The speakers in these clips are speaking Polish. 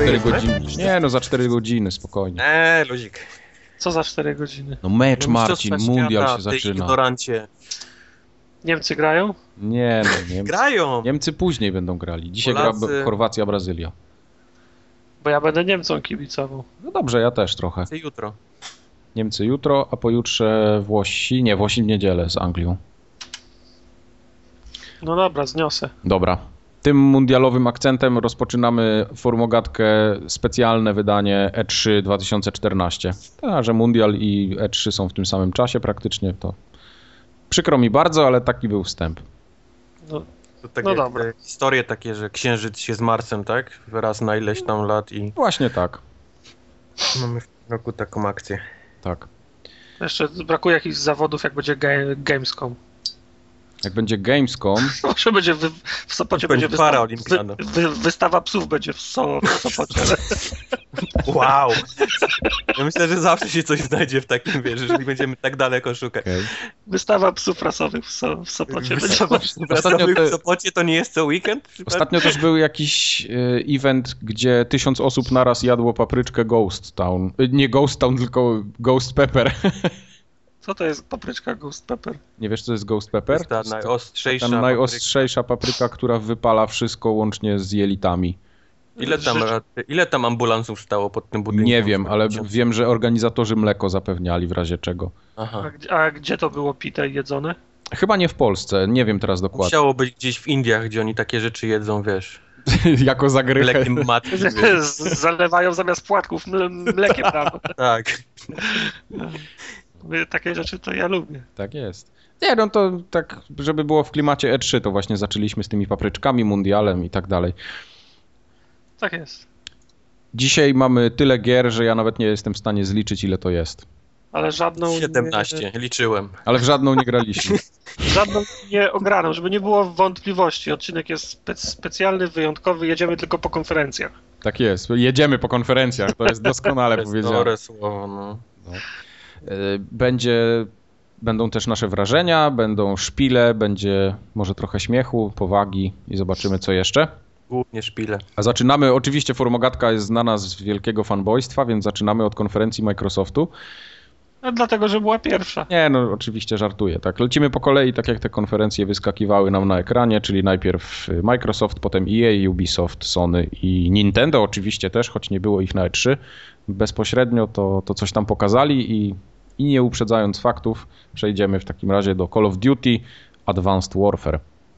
4 godziny. Nie, no za 4 godziny, spokojnie. Luzik. Co za 4 godziny? No mecz, No, Marcin, Mistrzostwa mundial Świata, się ty zaczyna. ignorancie. Niemcy grają? Nie, no Niemcy. Grają! Niemcy później będą grali. Dzisiaj Polacy. gra Chorwacja, Brazylia. Bo ja będę Niemcom kibicował. No dobrze, ja też trochę. Jutro. Niemcy jutro, a pojutrze Włosi. Nie, Włosi w niedzielę z Anglią. No dobra, zniosę. Dobra. Tym mundialowym akcentem rozpoczynamy formogatkę, specjalne wydanie E3 2014. Tak, że mundial i E3 są w tym samym czasie praktycznie, to przykro mi bardzo, ale taki był wstęp. No, To takie No dobra. historie takie, że księżyc się z Marsem, tak? Raz na ileś tam lat i Właśnie tak, mamy w tym roku taką akcję. tak. jeszcze brakuje jakichś zawodów, jak będzie Gamescom. Jak będzie Gamescom, Może będzie w Sopocie Będzie będzie paraolimpiada. wystawa psów będzie w Sopocie. Wow! Ja myślę, że zawsze się coś znajdzie w takim, wiesz, jeżeli będziemy tak daleko szukać. okay. Wystawa psów rasowych w Sopocie będzie. Ostatnio w Sopocie to nie jest co weekend? Ostatnio też był jakiś event, gdzie 1000 osób naraz jadło papryczkę Ghost Town. Nie Ghost Town, tylko Ghost Pepper. Co to jest papryczka Ghost Pepper? Nie wiesz, co jest Ghost Pepper? Ta najostrzejsza. Ta najostrzejsza papryka, która wypala wszystko łącznie z jelitami. Ile tam ambulansów stało pod tym budynkiem? Nie wiem, ale wiem, że organizatorzy mleko zapewniali w razie czego. Aha. A gdzie to było pite i jedzone? Chyba nie w Polsce, nie wiem teraz dokładnie. Musiało być gdzieś w Indiach, gdzie oni takie rzeczy jedzą, wiesz. Jako zagrychę. Mlekiem matki, wiesz. Zalewają zamiast płatków mlekiem tam. Tak. Takie rzeczy to ja lubię. Tak jest. Nie, no to tak, żeby było w klimacie E3, to właśnie zaczęliśmy z tymi papryczkami, mundialem i tak dalej. Tak jest. Dzisiaj mamy tyle gier, że ja nawet nie jestem w stanie zliczyć, ile to jest. Ale żadną 17, liczyłem. Ale w żadną nie graliśmy. żadną nie ograną, żeby nie było wątpliwości. Odcinek jest specjalny, wyjątkowy, jedziemy tylko po konferencjach. Tak jest. Jedziemy po konferencjach, to jest doskonale powiedziane. Dobre słowo, no. Będą też nasze wrażenia, będą szpile, będzie może trochę śmiechu, powagi i zobaczymy, co jeszcze. Głównie szpile. A zaczynamy, oczywiście Formogatka jest znana z wielkiego fanboystwa, więc zaczynamy od konferencji Microsoftu. No, dlatego, że była pierwsza. Nie, no oczywiście żartuję, tak. Lecimy po kolei, tak jak te konferencje wyskakiwały nam na ekranie, czyli najpierw Microsoft, potem EA, Ubisoft, Sony i Nintendo oczywiście też, choć nie było ich na E3. Bezpośrednio to coś tam pokazali i nie uprzedzając faktów, przejdziemy w takim razie do Call of Duty Advanced Warfare.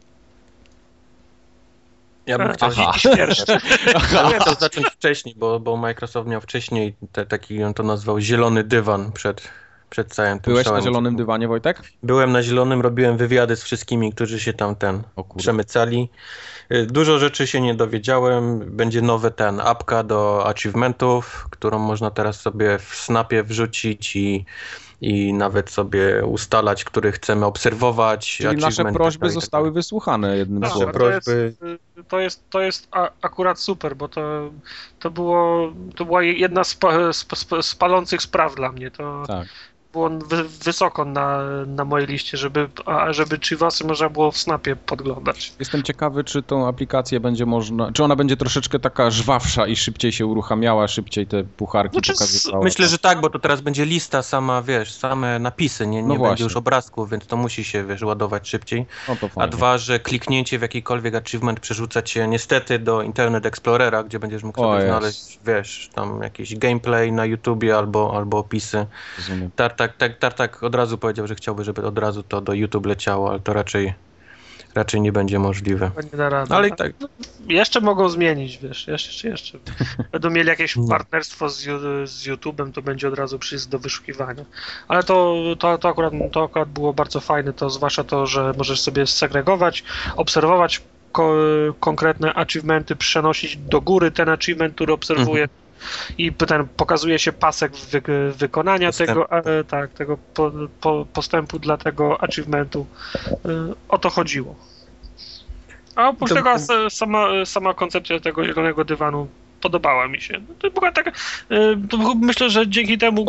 Ja bym chciał chciał zacząć wcześniej, bo Microsoft miał wcześniej taki, on to nazwał zielony dywan przed całym tym Byłeś szałem. na zielonym dywanie, Wojtek? Byłem na zielonym, robiłem wywiady z wszystkimi, którzy się tam przemycali. Dużo rzeczy się nie dowiedziałem. Będzie nowy apka do achievementów, którą można teraz sobie w Snapie wrzucić i nawet sobie ustalać, który chcemy obserwować. Czyli nasze prośby zostały wysłuchane jednym słowem. To jest akurat super, bo to była jedna z palących spraw dla mnie. To tak. Było wysoko na mojej liście, żeby Chivasy można było w Snapie podglądać. Jestem ciekawy, czy tą aplikację będzie można, czy ona będzie troszeczkę taka żwawsza i szybciej się uruchamiała, szybciej te pucharki pokazywała. Myślę, że tak, bo to teraz będzie lista sama, wiesz, same napisy, nie będzie już obrazków, więc to musi się, wiesz, ładować szybciej. No to fajnie. A dwa, że kliknięcie w jakikolwiek achievement przerzuca cię niestety do Internet Explorera, gdzie będziesz mógł sobie znaleźć, wiesz, tam jakiś gameplay na YouTubie albo opisy. Rozumiem. Tartak od razu powiedział, że chciałby, żeby od razu to do YouTube leciało, ale to raczej nie będzie możliwe. Nie da rady. Ale i tak. Jeszcze mogą zmienić, wiesz, jeszcze. Będą mieli jakieś partnerstwo z YouTube'em, to będzie od razu przyjść do wyszukiwania. Ale to akurat było bardzo fajne, to zwłaszcza to, że możesz sobie segregować, obserwować konkretne achievementy, przenosić do góry ten achievement, który obserwuje. I pokazuje się pasek wykonania tego postępu dla tego achievementu. O to chodziło. A oprócz tego sama koncepcja tego zielonego dywanu podobała mi się. To była taka, myślę, że dzięki temu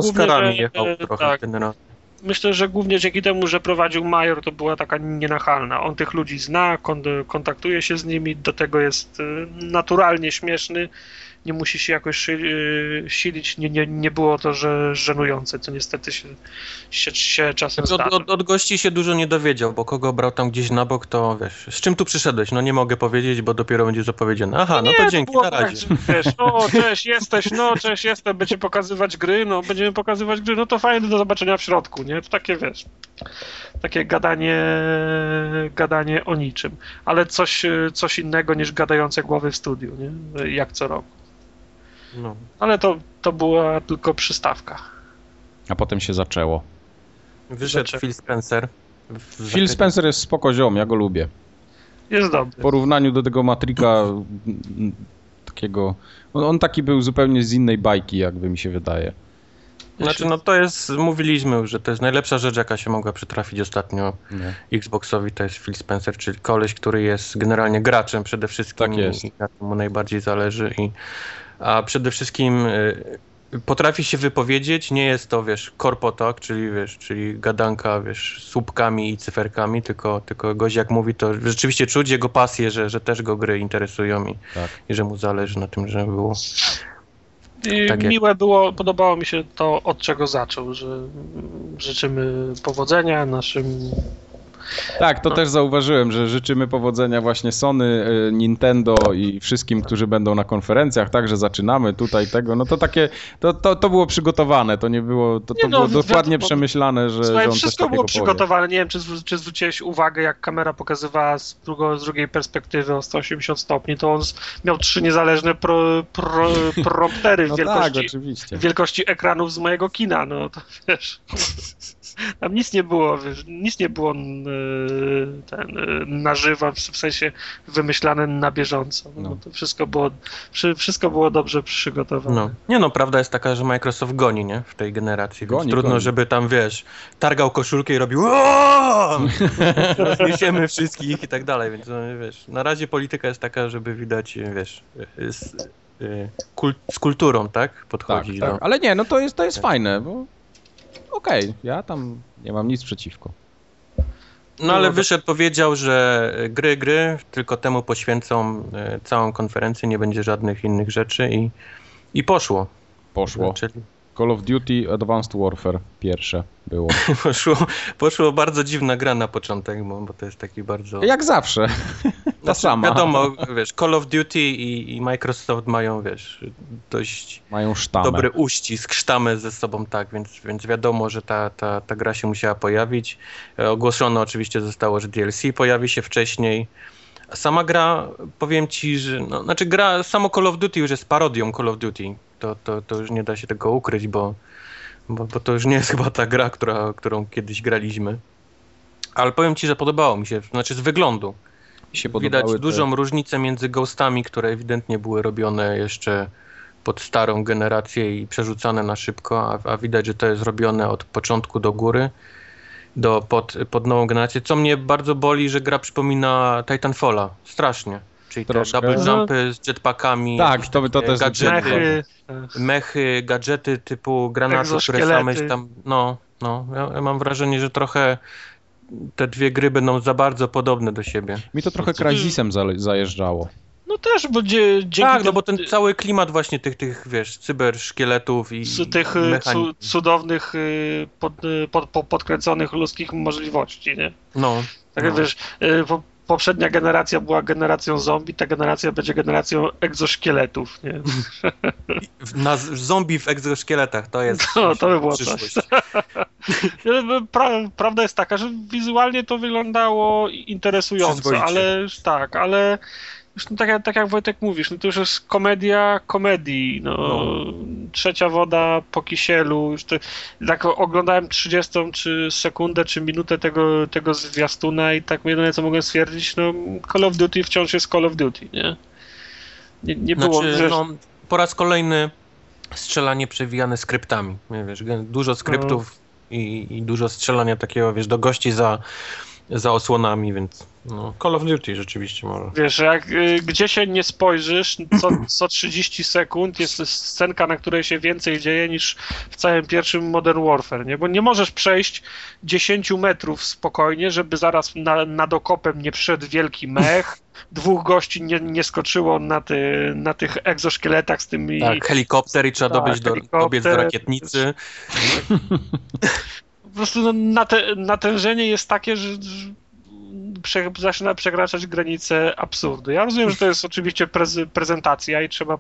myślę, że głównie dzięki temu, że prowadził Major, to była taka nienachalna. On tych ludzi zna, kontaktuje się z nimi, do tego jest naturalnie śmieszny. nie musi się jakoś silić, nie było to żenujące, co niestety się czasem zdarza. Od gości się dużo nie dowiedział, bo kogo brał tam gdzieś na bok, to wiesz, z czym tu przyszedłeś? No nie mogę powiedzieć, bo dopiero będzie zapowiedziane. Aha, no to dzięki, na razie. Tak, wiesz, cześć jestem, będziemy pokazywać gry, no to fajnie, do zobaczenia w środku, nie? To takie, wiesz, takie gadanie o niczym, ale coś innego niż gadające głowy w studiu, nie? Jak co roku. No. Ale to była tylko przystawka. A potem się zaczęło. Wyszedł Phil Spencer. Phil Spencer jest spoko ziom, ja go lubię. Jest dobry. W porównaniu do tego Matrika takiego... On taki był zupełnie z innej bajki, jakby mi się wydaje. Znaczy, no to jest, mówiliśmy już, że to jest najlepsza rzecz, jaka się mogła przytrafić ostatnio Xboxowi, to jest Phil Spencer, czyli koleś, który jest generalnie graczem przede wszystkim. Tak jest. I na tym mu najbardziej zależy. A przede wszystkim potrafi się wypowiedzieć, nie jest to, wiesz, corpo talk, czyli gadanka, wiesz, słupkami i cyferkami, tylko gość jak mówi, to rzeczywiście czuć jego pasję, że też go gry interesują i że mu zależy na tym, żeby było... Miłe było, podobało mi się to, od czego zaczął, że życzymy powodzenia naszym... Tak, to też zauważyłem, że życzymy powodzenia właśnie Sony, Nintendo i wszystkim, którzy będą na konferencjach, także zaczynamy tutaj tego, no to takie, to było przygotowane, to nie było, to było dokładnie przemyślane, że on wszystko było przygotowane, nie wiem, czy zwróciłeś uwagę, jak kamera pokazywała z drugiej perspektywy o 180 stopni, to on miał 3 niezależne promptery w wielkości ekranów z mojego kina, no to wiesz... Tam nic nie było na żywo, w sensie wymyślane na bieżąco. No. To wszystko było dobrze przygotowane. No. Nie no, prawda jest taka, że Microsoft goni, nie? W tej generacji. Trudno, żeby tam, wiesz, targał koszulkę i robił rozniesiemy wszystkich i tak dalej, więc wiesz, na razie polityka jest taka, żeby widać, wiesz, z kulturą, tak? Podchodzić. Tak. Ale nie, no to jest fajne, bo okej, ja tam nie mam nic przeciwko. No ale wyszedł, powiedział, że gry, tylko temu poświęcą całą konferencję, nie będzie żadnych innych rzeczy i poszło. Czyli... Call of Duty Advanced Warfare pierwsze było. Poszło bardzo dziwna gra na początek, bo to jest taki bardzo... Jak zawsze. Ta sama. Wiadomo, wiesz, Call of Duty i Microsoft mają, wiesz, dość dobry uścisk, sztamę ze sobą, tak, więc wiadomo, że ta gra się musiała pojawić. Ogłoszone oczywiście zostało, że DLC pojawi się wcześniej. Sama gra, powiem ci, że, samo Call of Duty już jest parodią Call of Duty. To już nie da się tego ukryć, bo to już nie jest chyba ta gra, którą kiedyś graliśmy. Ale powiem ci, że podobało mi się, z wyglądu. Widać dużą różnicę między Ghostami, które ewidentnie były robione jeszcze pod starą generację i przerzucane na szybko, a widać, że to jest robione od początku do góry, pod nową generację. Co mnie bardzo boli, że gra przypomina Titanfalla. Strasznie. Czyli te double jumpy z jetpackami, tak, to też gadżety, mechy, gadżety typu granaty, które same tam... Ja mam wrażenie, że trochę te dwie gry będą za bardzo podobne do siebie. Mi to trochę Crysisem zajeżdżało. No też, bo dzięki... Tak, no bo ten cały klimat właśnie tych wiesz, cyberszkieletów i tych cudownych, podkręconych ludzkich możliwości, nie? Tak wiesz, poprzednia generacja była generacją zombie, ta generacja będzie generacją egzoszkieletów, nie? Zombie w egzoszkieletach, to jest to by było przyszłość. Prawda jest taka, że wizualnie to wyglądało interesująco, ale już tak jak Wojtek mówisz, to już jest komedia komedii, trzecia woda po kisielu, już tak oglądałem 30 czy sekundę, czy minutę tego zwiastuna i tak jedyne co mogę stwierdzić, Call of Duty wciąż jest Call of Duty, nie? Nie było... po raz kolejny strzelanie przewijane skryptami, dużo skryptów i dużo strzelania takiego, do gości za osłonami, więc no, Call of Duty rzeczywiście może. Wiesz, gdzie się nie spojrzysz, co 30 sekund jest scenka, na której się więcej dzieje niż w całym pierwszym Modern Warfare, nie? Bo nie możesz przejść 10 metrów spokojnie, żeby zaraz nad okopem nie wszedł wielki mech, 2 gości nie skoczyło na tych egzoszkieletach z tymi... Tak, helikopter i trzeba dobiec do rakietnicy. Po prostu natężenie jest takie, że zaczyna przekraczać granice absurdu. Ja rozumiem, że to jest oczywiście prezentacja i trzeba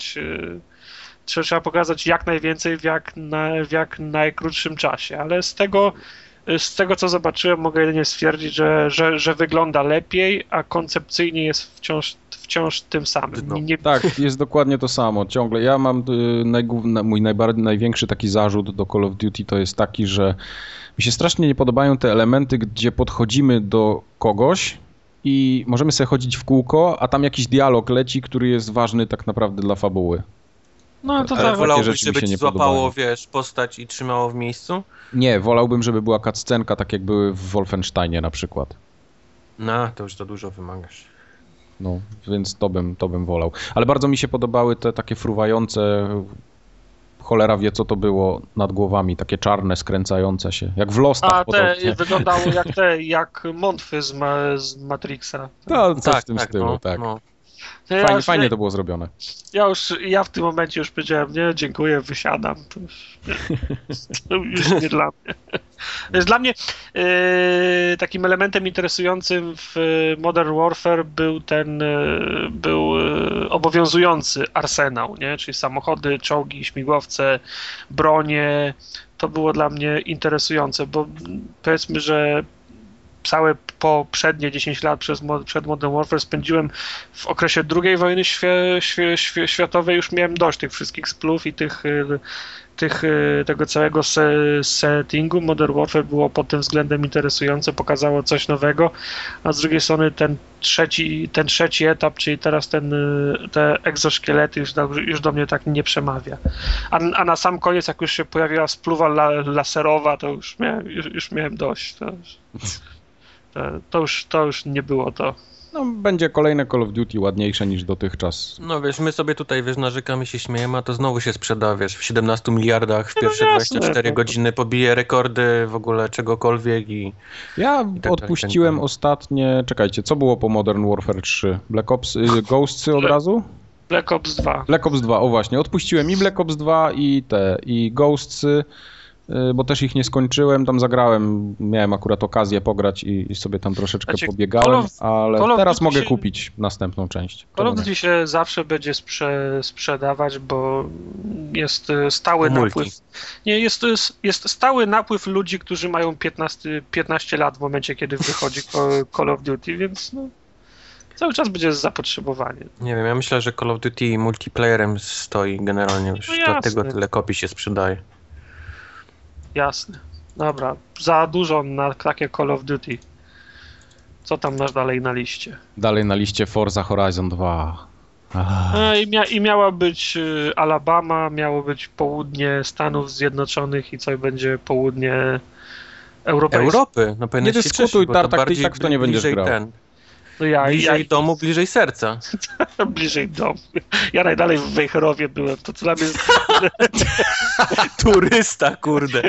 pokazać jak najwięcej w jak najkrótszym czasie, ale z tego co zobaczyłem, mogę jedynie stwierdzić, że wygląda lepiej, a koncepcyjnie jest wciąż tym samym. Tak, jest dokładnie to samo. Ciągle. Ja mam mój największy taki zarzut do Call of Duty to jest taki, że mi się strasznie nie podobają te elementy, gdzie podchodzimy do kogoś i możemy sobie chodzić w kółko, a tam jakiś dialog leci, który jest ważny tak naprawdę dla fabuły. No to tak. Wolałbyś, żeby ci złapało, postać i trzymało w miejscu? Nie, wolałbym, żeby była cutscenka, tak jak były w Wolfensteinie na przykład. No, to już za dużo wymagasz. No, więc to bym wolał. Ale bardzo mi się podobały te takie fruwające, cholera wie co to było nad głowami, takie czarne, skręcające się, jak w Lostach podobnie. Wyglądało jak mątwy z Matrixa. No, coś w tym stylu, tak. No. Fajnie to było zrobione. Ja w tym momencie już powiedziałem, nie, dziękuję, wysiadam. To już nie dla mnie. Dla mnie takim elementem interesującym w Modern Warfare był obowiązujący arsenał, nie? Czyli samochody, czołgi, śmigłowce, bronie. To było dla mnie interesujące, bo powiedzmy, że całe poprzednie 10 lat przed Modern Warfare spędziłem w okresie II wojny światowej. Już miałem dość tych wszystkich splów i tego całego settingu. Modern Warfare było pod tym względem interesujące, pokazało coś nowego, a z drugiej strony ten trzeci etap, czyli teraz te egzoszkielety już do mnie tak nie przemawia. A na sam koniec, jak już się pojawiła spluwa laserowa, to już miałem dość. To już nie było to. No, będzie kolejne Call of Duty ładniejsze niż dotychczas. No wiesz, my sobie tutaj, narzekamy, się śmiejemy, a to znowu się sprzeda, w 17 miliardach w pierwsze 24 godziny pobije rekordy w ogóle czegokolwiek i... Ja odpuściłem ostatnie... Czekajcie, co było po Modern Warfare 3? Black Ops... Ghostsy od razu? Black Ops 2. Black Ops 2, o właśnie. Odpuściłem i Black Ops 2 i Ghostsy, bo też ich nie skończyłem, tam zagrałem, miałem akurat okazję pograć i sobie tam troszeczkę pobiegałem, ale teraz mogę kupić następną część. Call of Duty się zawsze będzie sprzedawać, bo jest stały napływ. Nie, jest stały napływ ludzi, którzy mają 15 lat w momencie, kiedy wychodzi Call of Duty, więc no, cały czas będzie zapotrzebowanie. Nie wiem, ja myślę, że Call of Duty multiplayerem stoi generalnie, dlatego tyle kopii się sprzedaje. Jasne. Dobra, za dużo na takie Call of Duty. Co tam masz dalej na liście? Dalej na liście Forza Horizon 2. I miała być Alabama, miało być południe Stanów Zjednoczonych i co będzie południe Europy. No, nie dyskutuj, Tartak, ty tak to nie będziesz grał. No bliżej domu, bliżej serca. Bliżej domu. Ja najdalej w Wejherowie byłem, to dla mnie... Turysta, kurde.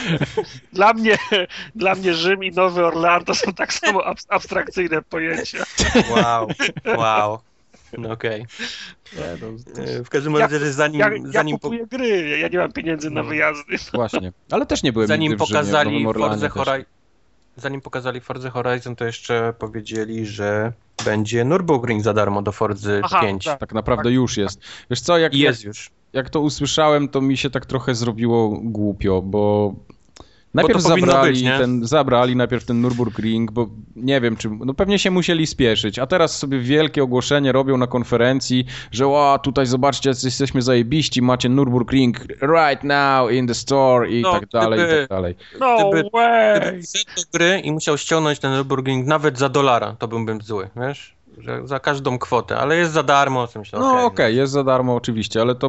Dla mnie Rzym i Nowy Orlean to są tak samo abstrakcyjne pojęcia. Wow. No okej. W każdym razie, że zanim kupuję gry, ja nie mam pieniędzy na wyjazdy. Właśnie, ale też nie byłem nigdy w Rzymie, Zanim pokazali Forza Horizon, to jeszcze powiedzieli, że będzie Nürburgring za darmo do Forzy 5. Tak naprawdę już jest. Wiesz co, jak to usłyszałem, to mi się tak trochę zrobiło głupio, bo najpierw zabrali najpierw ten Nürburgring, bo nie wiem, czy no pewnie się musieli spieszyć, a teraz sobie wielkie ogłoszenie robią na konferencji, że tutaj zobaczcie, jesteśmy zajebiści, macie Nürburgring right now in the store i tak dalej, i tak dalej. Gdyby wszedł do gry i musiał ściągnąć ten Nürburgring nawet za $1, to byłbym zły, wiesz? Że za każdą kwotę, ale jest za darmo, co myślę. Jest za darmo oczywiście, ale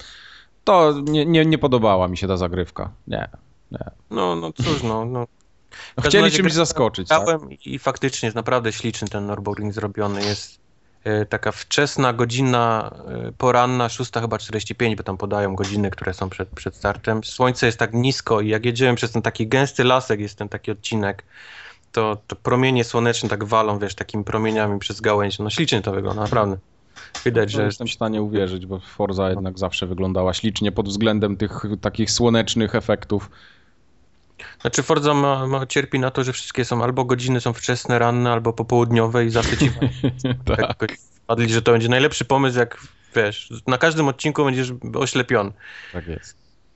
to nie podobała mi się ta zagrywka. Nie. No cóż, no. Chcieli czymś zaskoczyć. Tak? I faktycznie jest naprawdę śliczny ten Nürburgring zrobiony. Jest taka wczesna godzina poranna, 6:45, bo tam podają godziny, które są przed startem. Słońce jest tak nisko i jak jedziemy przez ten taki gęsty lasek, jest ten taki odcinek, to promienie słoneczne tak walą, wiesz, takimi promieniami przez gałęź. No ślicznie to wygląda, naprawdę. Widać, że jestem w stanie uwierzyć, bo Forza jednak zawsze wyglądała ślicznie pod względem tych takich słonecznych efektów. Znaczy Forza cierpi na to, że wszystkie są albo godziny są wczesne, ranne, albo popołudniowe i zawsze ci tak wpadli, że to będzie najlepszy pomysł, jak wiesz, na każdym odcinku będziesz oślepiony. Tak jest.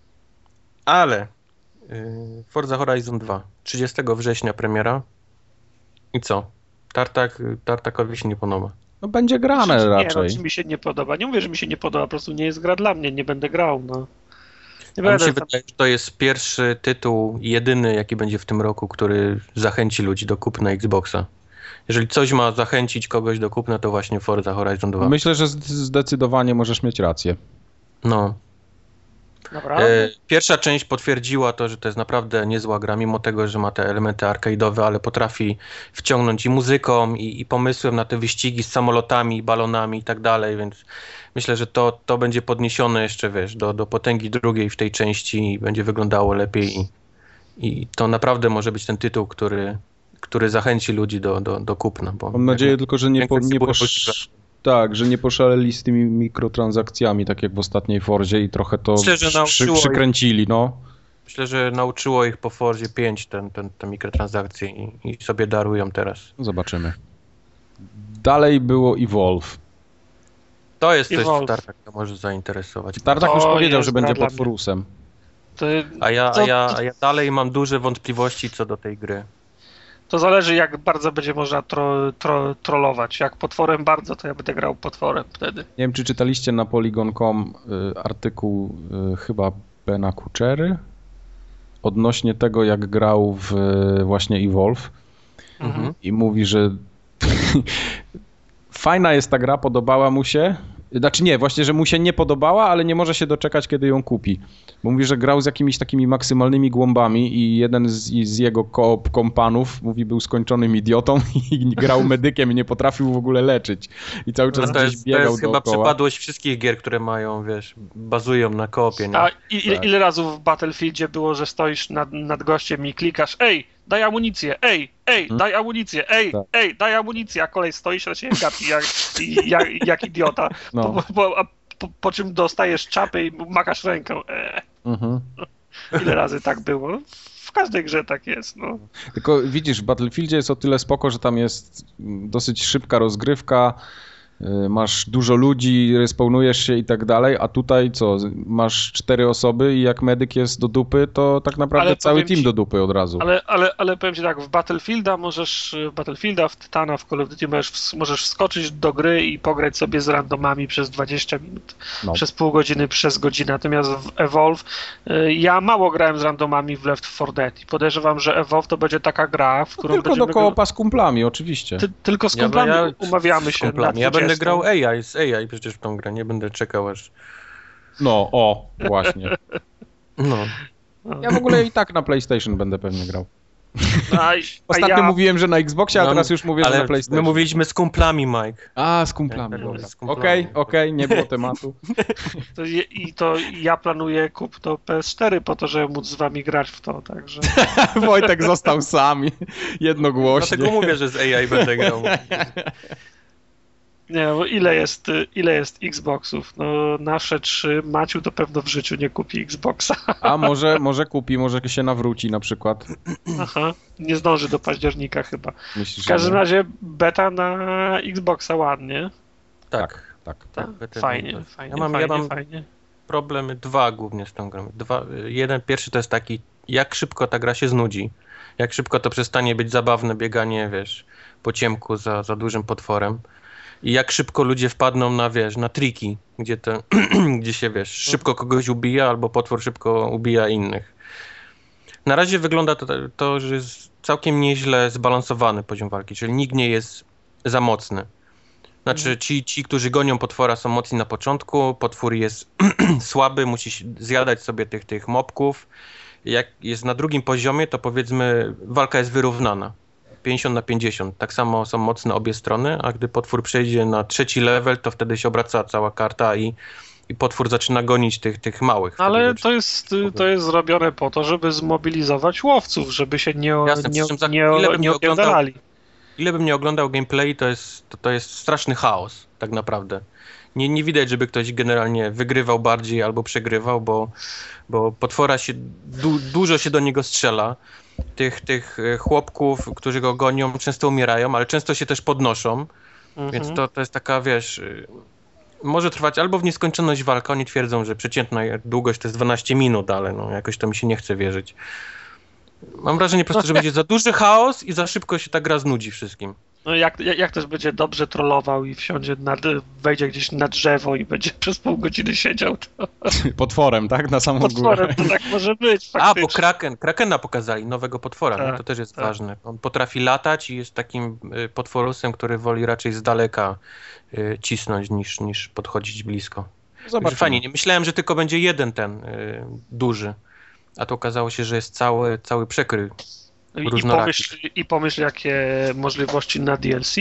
Ale Forza Horizon 2, 30 września premiera. I co? Tartakowi się nie podoba. No będzie grane raczej. Nie, no, mi się nie podoba. Nie mówię, że mi się nie podoba, po prostu nie jest gra dla mnie, nie będę grał, no. Mi się wydaje, że to jest pierwszy tytuł, jedyny jaki będzie w tym roku, który zachęci ludzi do kupna Xboxa. Jeżeli coś ma zachęcić kogoś do kupna, to właśnie Forza Horizon 2. Myślę, że zdecydowanie możesz mieć rację. No. Naprawdę? Pierwsza część potwierdziła to, że to jest naprawdę niezła gra, mimo tego, że ma te elementy arcade'owe, ale potrafi wciągnąć i muzyką, i pomysłem na te wyścigi z samolotami, balonami i tak dalej, więc myślę, że to będzie podniesione jeszcze, wiesz, do potęgi drugiej w tej części i będzie wyglądało lepiej i to naprawdę może być ten tytuł, który zachęci ludzi do kupna. Bo mam nadzieję tylko, że że nie poszaleli z tymi mikrotransakcjami, tak jak w ostatniej Forzie i trochę to przykręcili, no. Myślę, że nauczyło ich po Forzie 5 te mikrotransakcje i sobie darują teraz. Zobaczymy. Dalej było Evolve. To jest coś, co Tartak może zainteresować. Tartak już powiedział, że będzie potworusem. A ja dalej mam duże wątpliwości co do tej gry. To zależy, jak bardzo będzie można trollować. Jak potworem bardzo, to ja będę grał potworem wtedy. Nie wiem, czy czytaliście na Polygon.com artykuł chyba Bena Kuchery odnośnie tego, jak grał w właśnie Evolve. I mówi, że fajna jest ta gra, podobała mu się. Znaczy nie, właśnie, że mu się nie podobała, ale nie może się doczekać, kiedy ją kupi. Bo mówi, że grał z jakimiś takimi maksymalnymi głąbami i jeden z jego kompanów, mówi, był skończonym idiotą i grał medykiem i nie potrafił w ogóle leczyć. I cały czas gdzieś biegał dookoła. To jest chyba przypadłość wszystkich gier, które mają, wiesz, bazują na koopie. Nie? A ile razy w Battlefieldzie było, że stoisz nad gościem i klikasz, ej, daj amunicję, daj amunicję, daj amunicję, a kolej stoisz, na ciebie gapi jak idiota, no. po czym dostajesz czapę i makasz ręką. Ile razy tak było? W każdej grze tak jest, no. Tylko widzisz, w Battlefieldzie jest o tyle spoko, że tam jest dosyć szybka rozgrywka, masz dużo ludzi, respawnujesz się i tak dalej, a tutaj co, masz 4 osoby i jak medyk jest do dupy, to tak naprawdę cały team do dupy od razu. Ale powiem ci tak, w Battlefielda, w Tytana, w Call of Duty możesz wskoczyć do gry i pograć sobie z randomami przez 20 minut, przez pół godziny, przez godzinę, natomiast w Evolve ja mało grałem z randomami w Left 4 Dead i podejrzewam, że Evolve to będzie taka gra, w którą tylko do koopa z kumplami, oczywiście. Tylko z kumplami umawiamy się. Ja będę grał z AI przecież w tą grę, nie będę czekał aż... No, właśnie. No. Ja w ogóle i tak na PlayStation będę pewnie grał. Ostatnio mówiłem, że na Xboxie, a teraz już mówię, że na PlayStation. My mówiliśmy z kumplami, Mike. Z kumplami, dobra. Okej, nie było tematu. To ja planuję kupno PS4 po to, żeby móc z wami grać w to, także... Wojtek został sam, jednogłośnie. Dlatego mówię, że z AI będę grał. Nie, bo ile jest Xboxów? No nasze 3, Maciu to pewno w życiu nie kupi Xboxa. A może kupi, może się nawróci na przykład. Aha, nie zdąży do października chyba. Myślisz, w każdym razie beta na Xboxa ładnie. Tak. Fajnie. Ja mam problemy 2 głównie z tą grą. Pierwszy to jest taki, jak szybko ta gra się znudzi. Jak szybko to przestanie być zabawne bieganie, wiesz, po ciemku za dużym potworem. I jak szybko ludzie wpadną na triki, gdzie się, wiesz, szybko kogoś ubija, albo potwór szybko ubija innych. Na razie wygląda to, że jest całkiem nieźle zbalansowany poziom walki, czyli nikt nie jest za mocny. Znaczy ci, którzy gonią potwora, są mocni na początku, potwór jest słaby, musi zjadać sobie tych mobków, jak jest na drugim poziomie, to powiedzmy walka jest wyrównana. 50-50. Tak samo są mocne obie strony, a gdy potwór przejdzie na 3. level, to wtedy się obraca cała karta i potwór zaczyna gonić tych małych. Ale to jest zrobione po to, żeby zmobilizować łowców, żeby się nie opierdalali. Ile bym nie oglądał gameplay, to jest straszny chaos, tak naprawdę. Nie widać, żeby ktoś generalnie wygrywał bardziej albo przegrywał, bo potwora dużo się do niego strzela. Tych chłopków, którzy go gonią, często umierają, ale często się też podnoszą. Więc to jest taka, wiesz, może trwać albo w nieskończoność walka. Oni twierdzą, że przeciętna długość to jest 12 minut, ale no jakoś to mi się nie chce wierzyć. Mam wrażenie po prostu, że będzie za duży chaos i za szybko się ta gra znudzi wszystkim. No jak też będzie dobrze trollował i wejdzie gdzieś na drzewo i będzie przez pół godziny siedział, to... Potworem, tak? Na samą Potworem, górę. to tak może być faktycznie. Bo Krakena pokazali, nowego potwora, tak, no to też jest ważne. On potrafi latać i jest takim potworusem, który woli raczej z daleka cisnąć niż podchodzić blisko. Zobaczmy. Fajnie, nie myślałem, że tylko będzie jeden ten duży, a to okazało się, że jest cały przekrój. I pomyśl, jakie możliwości na DLC.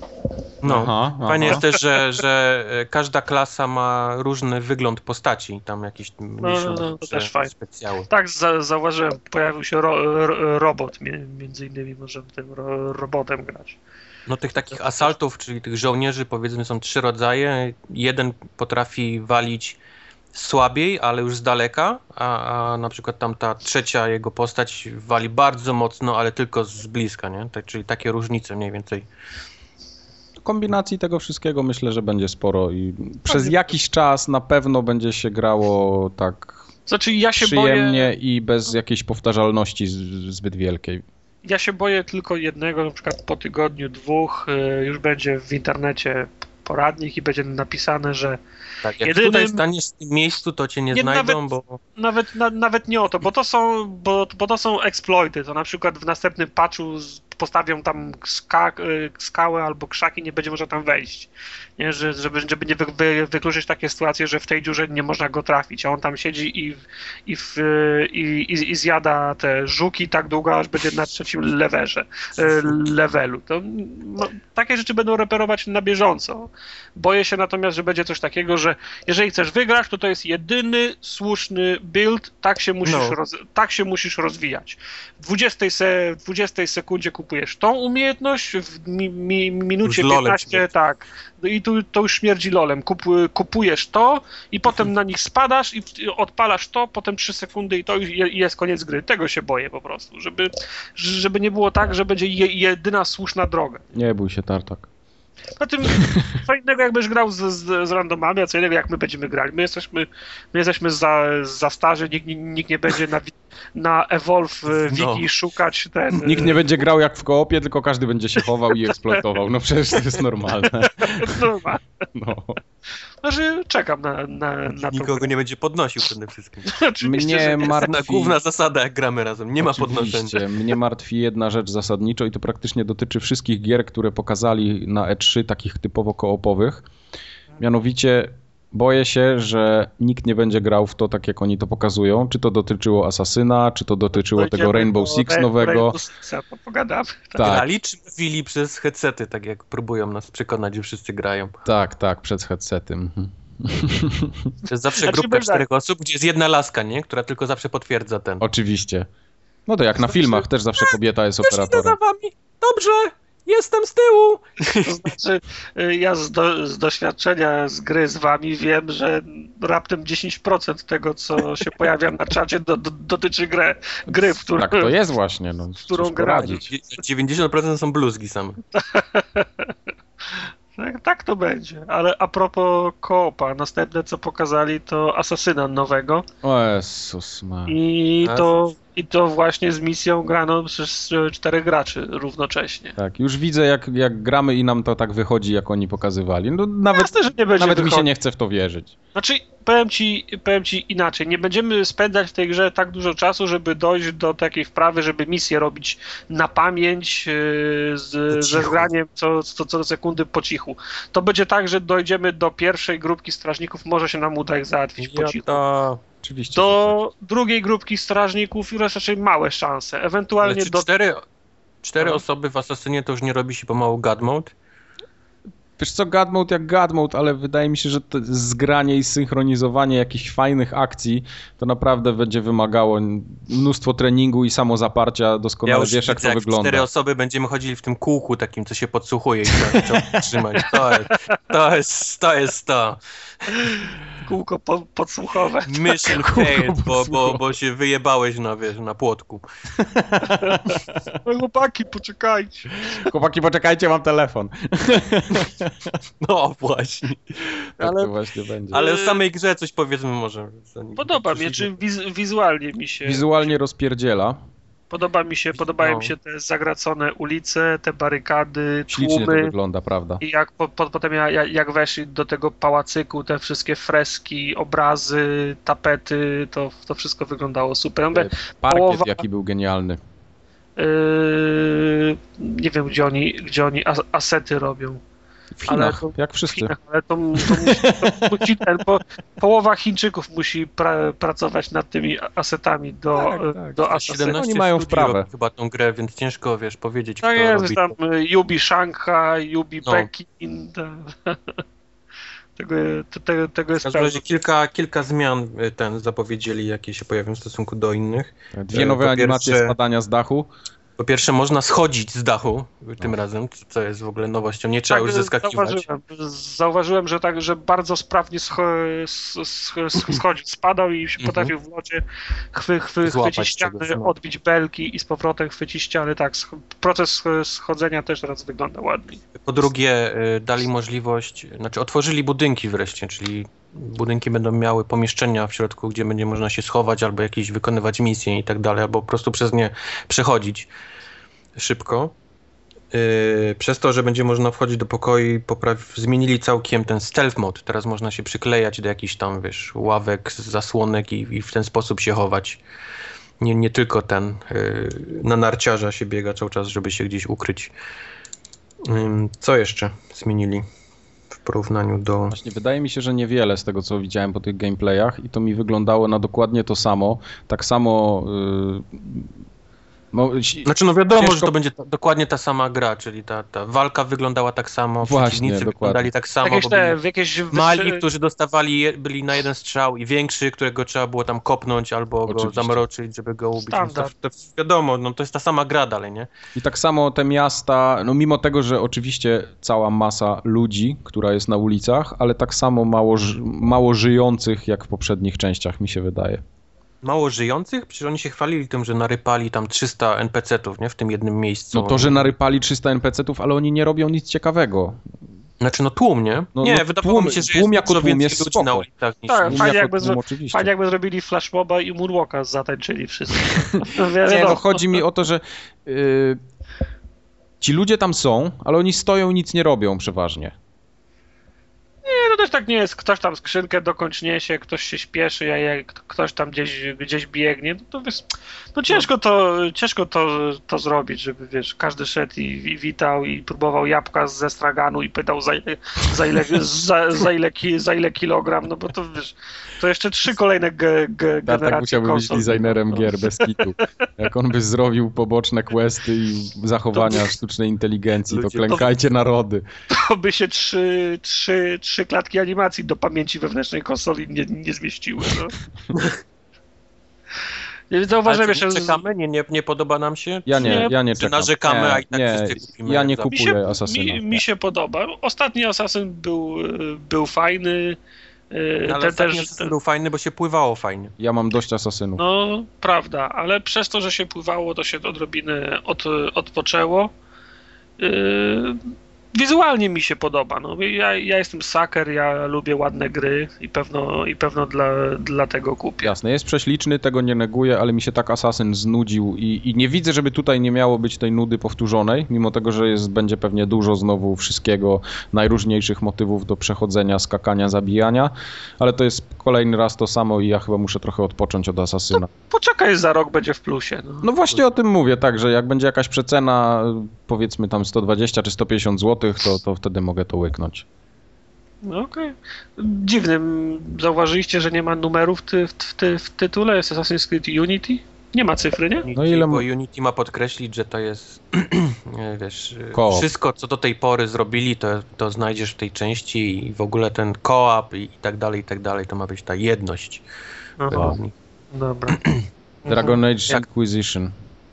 No, fajnie jest też, że każda klasa ma różny wygląd postaci. Tam jakieś to też fajne specjały. Tak, zauważyłem, pojawił się robot, między innymi możemy tym robotem grać. No tych takich asaltów, czyli tych żołnierzy, powiedzmy, są 3 rodzaje. Jeden potrafi walić słabiej, ale już z daleka, a na przykład tam ta 3. jego postać wali bardzo mocno, ale tylko z bliska, nie? Czyli takie różnice mniej więcej. Kombinacji tego wszystkiego myślę, że będzie sporo i przez jakiś czas na pewno będzie się grało tak przyjemnie i bez jakiejś powtarzalności zbyt wielkiej. Ja się boję tylko jednego, na przykład po tygodniu, 2 już będzie w internecie poradnik i będzie napisane, że tak, jak tutaj staniesz w tym miejscu, to cię nie znajdą, Nawet nie o to, bo to są exploity, to na przykład w następnym patchu postawią tam skałę albo krzaki, nie będzie można tam wejść. Nie? Żeby nie wykluczyć takie sytuacje, że w tej dziurze nie można go trafić, a on tam siedzi i zjada te żuki tak długo, aż będzie na 3. levelu. To, takie rzeczy będą reperować na bieżąco. Boję się natomiast, że będzie coś takiego, że jeżeli chcesz wygrać, to jest jedyny słuszny build, tak się musisz rozwijać. W 20 sekundzie kupujesz tą umiejętność, w minucie 15 tak. I to już śmierdzi lolem. Kupujesz to i potem na nich spadasz i odpalasz to, potem 3 sekundy i to już jest koniec gry. Tego się boję po prostu, żeby nie było tak, że będzie jedyna słuszna droga. Nie bój się, Tartak. Na tym co innego jakbyś grał z randomami, a co innego jak my będziemy grali. My jesteśmy za starzy, nikt nie będzie na Evolve Wiki szukać ten... Nikt nie będzie grał jak w koopie, tylko każdy będzie się chował i eksploatował. No przecież to jest normalne. Normalne. No. Znaczy czekam na Nikogo nie będzie podnosił przede wszystkim. Mnie martwi... Główna zasada, jak gramy razem. Nie ma podnoszenia. Mnie martwi jedna rzecz zasadniczo i to praktycznie dotyczy wszystkich gier, które pokazali na E3, takich typowo koopowych. Mianowicie boję się, że nikt nie będzie grał w to tak, jak oni to pokazują. Czy to dotyczyło Asasyna, czy to dotyczyło tego Rainbow Six nowego. Rainbow Sixa, to pogadamy. Tak. Grali czy mówili przez headsety, tak jak próbują nas przekonać, że wszyscy grają? Tak, przez headsetem. To jest zawsze grupka 4 osób, gdzie jest jedna laska, nie? Która tylko zawsze potwierdza ten. Oczywiście. No to jak na filmach, też zawsze kobieta jest operatorem. Idę za wami. Dobrze, jestem z tyłu. To znaczy, ja z doświadczenia z gry z wami wiem, że raptem 10% tego, co się pojawia na czacie, dotyczy gry, w którą... Tak to jest właśnie, no, w którą grać. 90% są bluzgi same. Tak to będzie, ale a propos koopa, następne co pokazali to Asasyna nowego. O Jezus ma. I to właśnie z misją graną przez 4 graczy równocześnie. Tak, już widzę jak gramy i nam to tak wychodzi, jak oni pokazywali. No, nawet Jasne, że nie będzie nawet mi się nie chce w to wierzyć. Znaczy, powiem ci inaczej. Nie będziemy spędzać w tej grze tak dużo czasu, żeby dojść do takiej wprawy, żeby misję robić na pamięć ze zgraniem co sekundy po cichu. To będzie tak, że dojdziemy do pierwszej grupki strażników, może się nam uda ich załatwić po cichu. Oczywiście. Do drugiej grupki strażników już raczej małe szanse. Ewentualnie do... Cztery osoby w Asasynie to już nie robi się pomału God Mode? Wiesz co, God Mode jak God Mode, ale wydaje mi się, że to zgranie i synchronizowanie jakichś fajnych akcji to naprawdę będzie wymagało mnóstwo treningu i samozaparcia, doskonale wiesz jak to wygląda. 4 osoby będziemy chodzili w tym kółku takim, co się podsłuchuje i trzeba trzymać. To jest to. Kółko podsłuchowe. Mission failed, bo się wyjebałeś na płotku. Chłopaki, poczekajcie. Chłopaki, poczekajcie, mam telefon. No właśnie. Tak to właśnie będzie. Ale o samej grze coś powiedzmy może. Podoba mnie, czy wizualnie mi się... Wizualnie rozpierdziela. Podobają mi się te zagracone ulice, te barykady, ślicznie tłumy. to wygląda, prawda? I potem jak weszli do tego pałacyku, te wszystkie freski, obrazy, tapety, to wszystko wyglądało super. Parkiet jaki był genialny. Nie wiem, gdzie oni asety robią. W Chinach, jak wszyscy. Ale to musi połowa Chińczyków musi pracować nad tymi asetami do Assassina. Oni mają wprawę. Chyba tą grę, więc ciężko, powiedzieć, tak kto jest, robi. Tam Ubi Shanghai, Ubi Pekin. Tego jest w każdym razie kilka zmian zapowiedzieli, jakie się pojawią w stosunku do innych. 2 nowe animacje spadania z dachu. Po pierwsze można schodzić z dachu tym razem, co jest w ogóle nowością, nie trzeba już zeskakiwać. Zauważyłem, że bardzo sprawnie schodził, spadał i się potrafił w locie chwycić ściany, odbić belki i z powrotem chwycić ściany. Tak, proces schodzenia też teraz wygląda ładnie. Po drugie dali możliwość, otworzyli budynki wreszcie, czyli budynki będą miały pomieszczenia w środku, gdzie będzie można się schować albo jakieś wykonywać misje i tak dalej, albo po prostu przez nie przechodzić szybko. Przez to, że będzie można wchodzić do pokoi, zmienili całkiem ten stealth mode. Teraz można się przyklejać do jakichś tam, ławek, zasłonek i w ten sposób się chować. Nie tylko na narciarza się biega cały czas, żeby się gdzieś ukryć. Co jeszcze zmienili w porównaniu do... Właśnie wydaje mi się, że niewiele z tego, co widziałem po tych gameplayach i to mi wyglądało na dokładnie to samo. Tak samo... wiadomo, że to będzie dokładnie ta sama gra, czyli ta walka wyglądała tak samo, przeciwnicy wyglądali tak samo, mali, którzy byli na jeden strzał i większy, którego trzeba było tam kopnąć albo go zamroczyć, żeby go ubić. To wiadomo, to jest ta sama gra dalej, nie? I tak samo te miasta, mimo tego, że oczywiście cała masa ludzi, która jest na ulicach, ale tak samo mało żyjących jak w poprzednich częściach, mi się wydaje. Mało żyjących? Przecież oni się chwalili tym, że narypali tam 300 NPC-ów, nie? W tym jednym miejscu. Że narypali 300 NPC-ów, ale oni nie robią nic ciekawego. Tłum, nie? Wydawało mi się, że tłum jako tłum jest ludzi na ulicach. Tak, fajnie jakby zrobili flashmoba i moonwalka zatańczyli wszyscy. Chodzi mi o to, że ci ludzie tam są, ale oni stoją i nic nie robią przeważnie. Nie, to też tak nie jest. Ktoś tam skrzynkę dokądś niesie, ktoś się śpieszy, ktoś tam gdzieś biegnie. Ciężko to zrobić, żeby każdy szedł i witał i próbował jabłka ze straganu i pytał za ile kilogram, bo to jeszcze 3 kolejne generacje tak musiałby być designerem gier bez kitu. Jak on by zrobił poboczne questy i zachowania sztucznej inteligencji, to klękajcie narody. To by się 3 klatki animacji do pamięci wewnętrznej konsoli nie zmieściły. Zauważyłem jeszcze... Czekamy? Nie podoba nam się? Ja nie czekam. Narzekamy, a i tak wszyscy kupimy. Ja nie kupuję Assassina. Mi się podoba. Ostatni Assassin był fajny. Ale ostatni Assassin był fajny, bo się pływało fajnie. Ja mam dość Assassinów. No, prawda, ale przez to, że się pływało, to się odrobinę odpoczęło. wizualnie mi się podoba. No, ja jestem sucker, ja lubię ładne gry i pewno dla tego kupię. Jasne, jest prześliczny, tego nie neguję, ale mi się tak Assassin znudził i nie widzę, żeby tutaj nie miało być tej nudy powtórzonej, mimo tego, że będzie pewnie dużo znowu wszystkiego, najróżniejszych motywów do przechodzenia, skakania, zabijania, ale to jest kolejny raz to samo i ja chyba muszę trochę odpocząć od Assassina. Poczekaj, za rok będzie w plusie. No właśnie o tym mówię, tak, że jak będzie jakaś przecena, powiedzmy tam 120 czy 150 zł, to wtedy mogę to łyknąć. No okej. Dziwne. Zauważyliście, że nie ma numerów w tytule? Jest Assassin's Creed Unity? Nie ma cyfry, nie? No ile... Bo Unity ma podkreślić, że to jest, wiesz, wszystko, co do tej pory zrobili, to znajdziesz w tej części i w ogóle ten co-op i tak dalej, to ma być ta jedność. Dobra. Dragon Age Acquisition.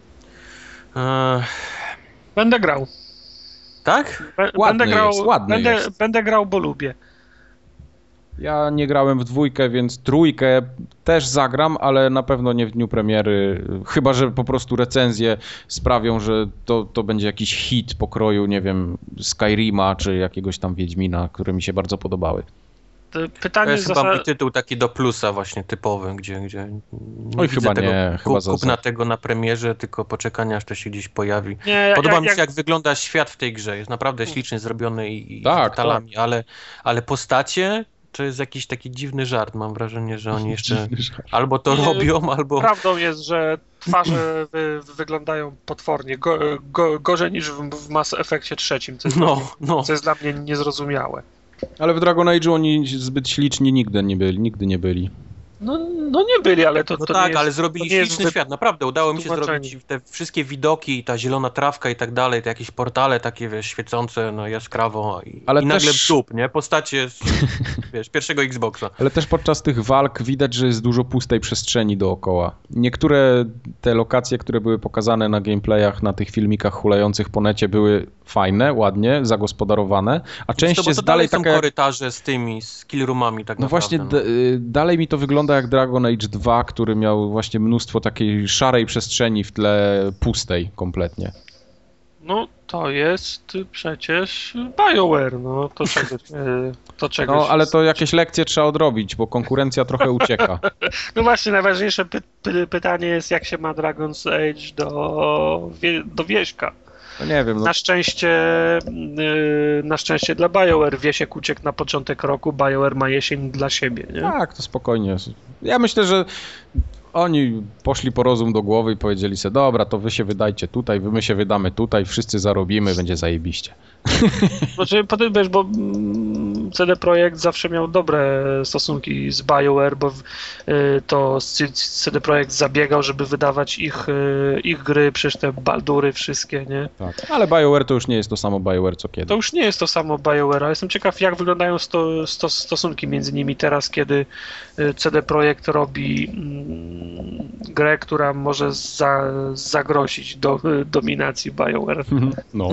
Będę grał. Tak? Będę grał, bo lubię. Ja nie grałem w 2, więc 3 też zagram, ale na pewno nie w dniu premiery. Chyba że po prostu recenzje sprawią, że to będzie jakiś hit pokroju, nie wiem, Skyrima czy jakiegoś tam Wiedźmina, które mi się bardzo podobały. Pytanie to jest chyba tytuł taki do plusa właśnie typowy, gdzie Oj, chyba tego nie. Kupna tego na premierze, tylko poczekania, aż to się gdzieś pojawi. Podoba mi się, jak wygląda świat w tej grze. Jest naprawdę ślicznie zrobiony i detalami, tak. Ale postacie to jest jakiś taki dziwny żart. Mam wrażenie, że oni jeszcze albo to robią, albo... Prawdą jest, że twarze wyglądają potwornie. Gorzej niż w Mass Effectie 3, co jest dla mnie niezrozumiałe. Ale w Dragon Age'u oni zbyt śliczni nigdy nie byli. No nie byli, ale to tak, nie jest, ale zrobili śliczny świat, naprawdę. Udało mi się zrobić te wszystkie widoki, ta zielona trawka i tak dalej, te jakieś portale takie, wiesz, świecące, jaskrawo i nagle psup, nie? Postacie z, wiesz, pierwszego Xboxa. Ale też podczas tych walk widać, że jest dużo pustej przestrzeni dookoła. Niektóre te lokacje, które były pokazane na gameplayach, na tych filmikach hulających po necie były fajne, ładnie, zagospodarowane, a część jest dalej taka... są korytarze z tymi, z killroomami tak naprawdę. Właśnie dalej mi to wygląda jak Dragon Age 2, który miał właśnie mnóstwo takiej szarej przestrzeni w tle pustej kompletnie. No to jest przecież BioWare, no to czegoś... No ale to jakieś lekcje trzeba odrobić, bo konkurencja trochę ucieka. No właśnie, najważniejsze pytanie jest, jak się ma Dragon's Age do wieśka. No nie wiem. No. Na szczęście dla BioWare Wiesiek uciekł na początek roku, BioWare ma jesień dla siebie, nie? Tak, to spokojnie. Ja myślę, że oni poszli po rozum do głowy i powiedzieli sobie, dobra, to wy się wydajcie tutaj, my się wydamy tutaj, wszyscy zarobimy, będzie zajebiście. Znaczy, potem wiesz, bo CD Projekt zawsze miał dobre stosunki z BioWare, bo to CD Projekt zabiegał, żeby wydawać ich gry, przecież te Baldury wszystkie, nie? Tak, ale BioWare to już nie jest to samo BioWare co kiedyś. To już nie jest to samo BioWare, ale jestem ciekaw, jak wyglądają stosunki między nimi teraz, kiedy CD Projekt robi grę, która może zagrozić do dominacji BioWare. No.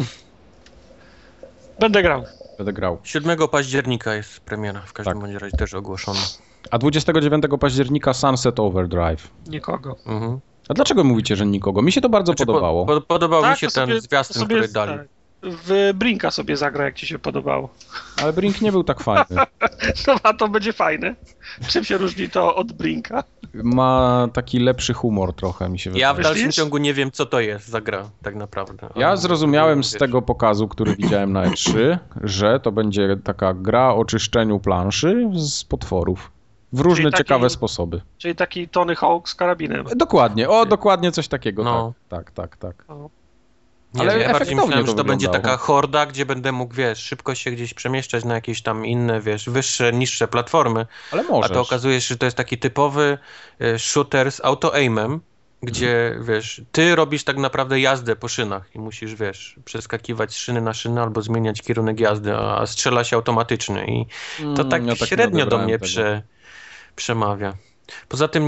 Będę grał. 7 października jest premiera, w każdym bądź razie też ogłoszona. A 29 października Sunset Overdrive. Nikogo. A dlaczego mówicie, że nikogo? Mi się to bardzo podobało. Podobał mi się ten zwiastun, który dali. W Brinka sobie zagra, jak ci się podobało. Ale Brink nie był tak fajny. No a to będzie fajne. Czym się różni to od Brinka? Ma taki lepszy humor trochę, mi się wydaje. Ja w dalszym ciągu nie wiem, co to jest za gra, tak naprawdę. Ja zrozumiałem z tego pokazu, który widziałem na E3, że to będzie taka gra o czyszczeniu planszy z potworów. W różne ciekawe sposoby. Czyli taki Tony Hawk z karabinem. Dokładnie, dokładnie coś takiego. No. Tak. Ale ja bardziej myślałem, że to będzie taka horda, gdzie będę mógł, wiesz, szybko się gdzieś przemieszczać na jakieś tam inne, wiesz, wyższe, niższe platformy. Ale możesz. A to okazuje się, że to jest taki typowy shooter z auto-aimem, gdzie, wiesz, ty robisz tak naprawdę jazdę po szynach i musisz, wiesz, przeskakiwać z szyny na szynę albo zmieniać kierunek jazdy, a strzela się automatycznie i to tak średnio do mnie przemawia. Poza tym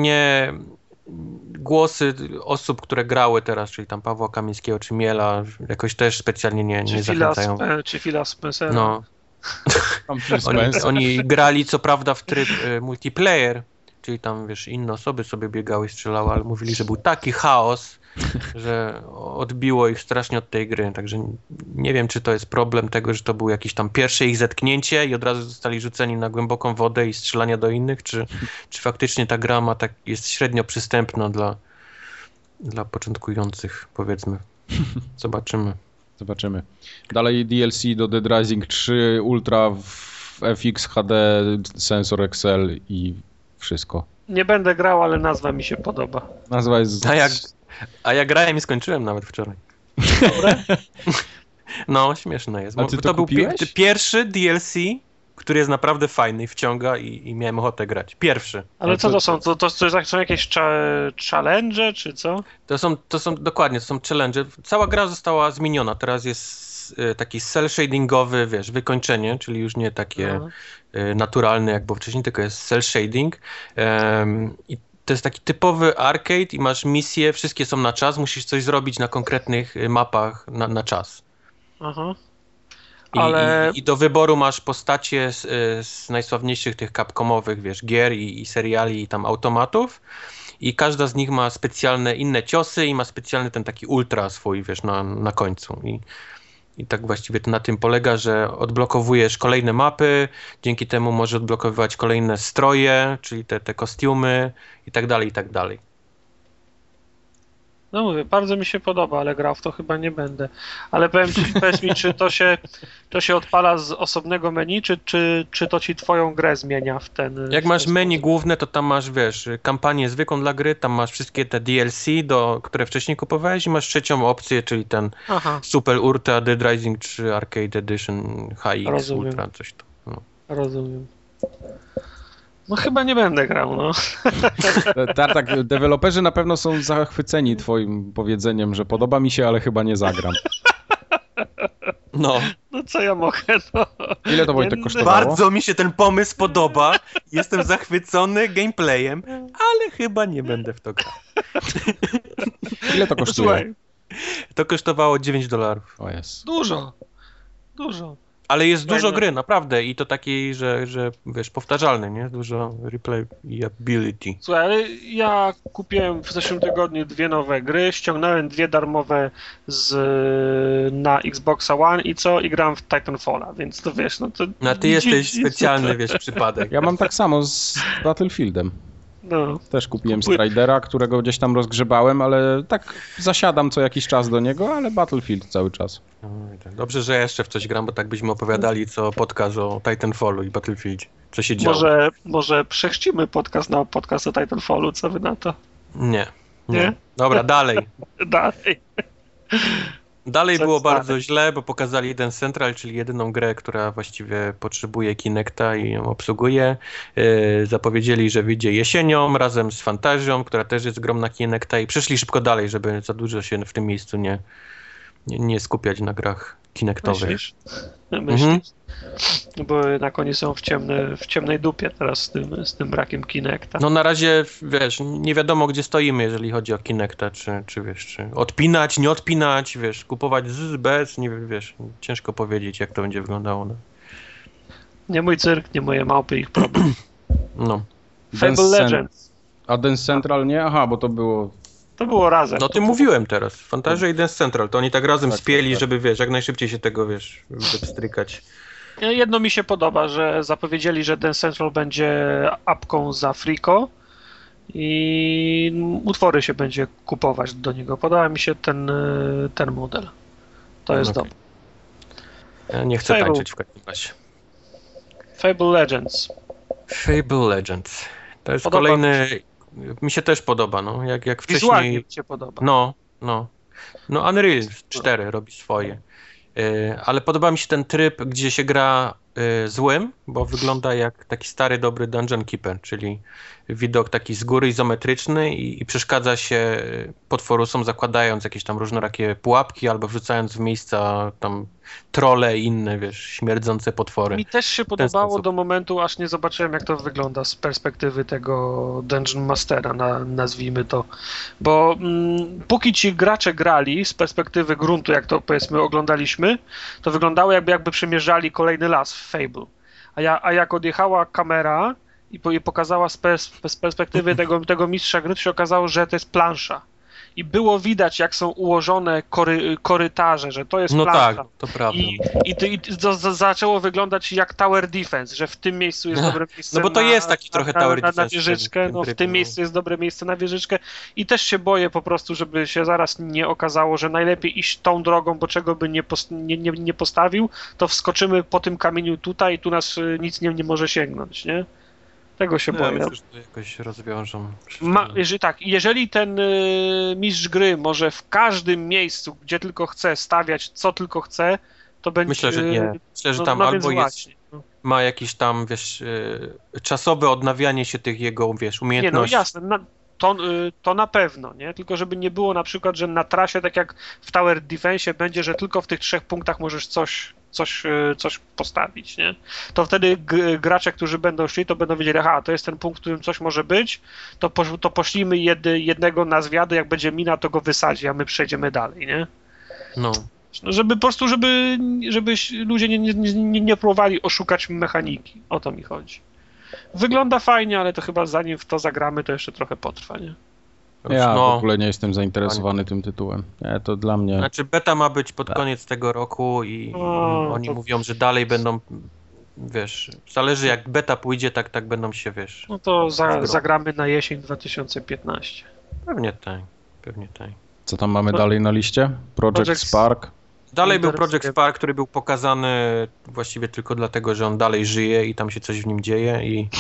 głosy osób, które grały teraz, czyli tam Pawła Kamińskiego czy Miela, jakoś też specjalnie nie zachęcają. Czy Phila Spencera. No. Oni grali co prawda w tryb multiplayer, czyli tam, wiesz, inne osoby sobie biegały i strzelały, ale mówili, że był taki chaos, że odbiło ich strasznie od tej gry, także nie wiem, czy to jest problem tego, że to było jakieś tam pierwsze ich zetknięcie i od razu zostali rzuceni na głęboką wodę i strzelania do innych, czy faktycznie ta gra ma jest średnio przystępna dla początkujących, powiedzmy. Zobaczymy. Dalej DLC do Dead Rising 3 Ultra w FX HD, sensor Excel i wszystko. Nie będę grał, ale nazwa mi się podoba. Nazwa jest... A ja grałem i skończyłem nawet wczoraj. Dobre? No, śmieszne jest. A ty to był kupiłeś? pierwszy DLC, który jest naprawdę fajny i wciąga i miałem ochotę grać. Pierwszy. Ale co to są? To są jakieś challenge, czy co? To są dokładnie, to są challenge. Cała gra została zmieniona. Teraz jest taki cel shadingowy, wiesz, wykończenie, czyli już nie takie naturalne jak było wcześniej, tylko jest cel shading. I to jest taki typowy arcade i masz misje, wszystkie są na czas, musisz coś zrobić na konkretnych mapach na czas. Aha. I do wyboru masz postacie z najsławniejszych tych capcomowych, wiesz, gier i seriali i tam automatów i każda z nich ma specjalne inne ciosy i ma specjalny ten taki ultra swój, wiesz, na końcu. I tak właściwie to na tym polega, że odblokowujesz kolejne mapy, dzięki temu możesz odblokowywać kolejne stroje, czyli te kostiumy i tak dalej, i tak dalej. No mówię, bardzo mi się podoba, ale grał w to chyba nie będę. Ale powiedz mi, czy to się odpala z osobnego menu, czy to ci twoją grę zmienia w ten... Jak masz menu główne, to tam masz, wiesz, kampanię zwykłą dla gry, tam masz wszystkie te DLC, które wcześniej kupowałeś i masz trzecią opcję, czyli ten Super Ultra Dead Rising 3 Arcade Edition HX Rozumiem. Ultra, coś to. No. Rozumiem. No chyba nie będę grał, no. Tak, deweloperzy na pewno są zachwyceni twoim powiedzeniem, że podoba mi się, ale chyba nie zagram. No co ja mogę, no. Ile to Wojtek kosztowało? Bardzo mi się ten pomysł podoba, jestem zachwycony gameplayem, ale chyba nie będę w to grał. Ile to kosztuje? Słuchaj. To kosztowało $9. O jest. Dużo. Ale jest dużo gry, naprawdę. I to takiej, że wiesz, powtarzalny, nie? Dużo replayability. Słuchaj, ale ja kupiłem w zeszłym tygodniu 2 nowe gry, ściągnąłem 2 darmowe na Xboxa One i gram w Titanfalla, więc to wiesz, no to... No ty jesteś specjalny, wiesz, przypadek. Ja mam tak samo z Battlefieldem. No. Też kupiłem Stridera, którego gdzieś tam rozgrzebałem, ale tak zasiadam co jakiś czas do niego, ale Battlefield cały czas. Dobrze, że ja jeszcze w coś gram, bo tak byśmy opowiadali co podcast o Titanfallu i Battlefieldzie. Co się działo. Może przechrzcimy podcast na podcast o Titanfallu, co wy na to? Nie. Nie? Dobra, dalej. Dalej było dalej? bardzo źle, bo pokazali jeden Central, czyli jedyną grę, która właściwie potrzebuje Kinecta i ją obsługuje. Zapowiedzieli, że wyjdzie jesienią razem z Fantazją, która też jest grą na Kinecta i przeszli szybko dalej, żeby za dużo się w tym miejscu nie skupiać na grach kinectowych. Myślisz? Bo jednak oni są w ciemnej dupie teraz z tym brakiem Kinecta. No na razie, wiesz, nie wiadomo gdzie stoimy, jeżeli chodzi o Kinecta, czy wiesz, czy odpinać, nie odpinać, wiesz, kupować bez, nie wiesz, ciężko powiedzieć jak to będzie wyglądało. No. Nie mój cyrk, nie moje małpy, ich problem. No. Fable Legends. A Dance Central nie? Aha, bo to było... To było razem. No o tym mówiłem teraz. Fantasia i Dance Central. To oni tak razem spieli, żeby wiesz, jak najszybciej się tego wiesz, wstrykać. Jedno mi się podoba, że zapowiedzieli, że Dance Central będzie apką za Frico i utwory się będzie kupować do niego. Podoba mi się ten model. To jest dobre. Ja nie chcę tańczyć w każdym razie. Fable Legends. Fable Legends. To jest kolejny... Mi się też podoba, no. Jak wcześniej... Wizualnie mi się podoba. No, Unreal 4 robi swoje. Ale podoba mi się ten tryb, gdzie się gra złym, bo wygląda jak taki stary, dobry Dungeon Keeper, czyli widok taki z góry izometryczny i przeszkadza się potworusom zakładając jakieś tam różnorakie pułapki albo wrzucając w miejsca tam trolle i inne, wiesz, śmierdzące potwory. Mi też się podobało do momentu, aż nie zobaczyłem jak to wygląda z perspektywy tego Dungeon Mastera, nazwijmy to. Bo póki ci gracze grali z perspektywy gruntu, jak to powiedzmy oglądaliśmy, to wyglądało jakby przemierzali kolejny las w Fable. A jak odjechała kamera i pokazała z perspektywy tego mistrza gry, to się okazało, że to jest plansza. i było widać, jak są ułożone korytarze, że to jest plansza. Tak, to prawda. I zaczęło wyglądać jak tower defense, że w tym miejscu jest dobre miejsce bo to jest taki trochę tower defense. Na wieżyczkę, w tym miejscu jest dobre miejsce na wieżyczkę i też się boję po prostu, żeby się zaraz nie okazało, że najlepiej iść tą drogą, bo czego by nie postawił, to wskoczymy po tym kamieniu tutaj i tu nas nic nie może sięgnąć, nie? Tego się boję. Myślę, że to jakoś rozwiążą. Jeżeli ten mistrz gry może w każdym miejscu, gdzie tylko chce, stawiać co tylko chce, to będzie... Myślę, że nie. Myślę, że tam albo jest... Ma jakieś tam, wiesz, czasowe odnawianie się tych jego, wiesz, umiejętności. Nie, no jasne. To na pewno, nie? Tylko żeby nie było na przykład, że na trasie, tak jak w Tower Defense będzie, że tylko w tych 3 punktach możesz coś postawić, nie? To wtedy gracze, którzy będą szli, to będą wiedzieli, aha, to jest ten punkt, w którym coś może być, to poślijmy jednego na zwiady, jak będzie mina, to go wysadzi, a my przejdziemy dalej, nie? No. Żeby po prostu, żeby ludzie nie próbowali oszukać mechaniki. O to mi chodzi. Wygląda fajnie, ale to chyba zanim w to zagramy, to jeszcze trochę potrwa, nie? Ja w ogóle nie jestem zainteresowany tym tytułem. Nie, to dla mnie... Znaczy beta ma być pod koniec tego roku i oni mówią, że dalej będą, wiesz, zależy jak beta pójdzie, tak będą się, wiesz... No to zagramy na jesień 2015. Pewnie tak. Co tam mamy dalej na liście? Project Spark. Dalej był Project Spark, który był pokazany właściwie tylko dlatego, że on dalej żyje i tam się coś w nim dzieje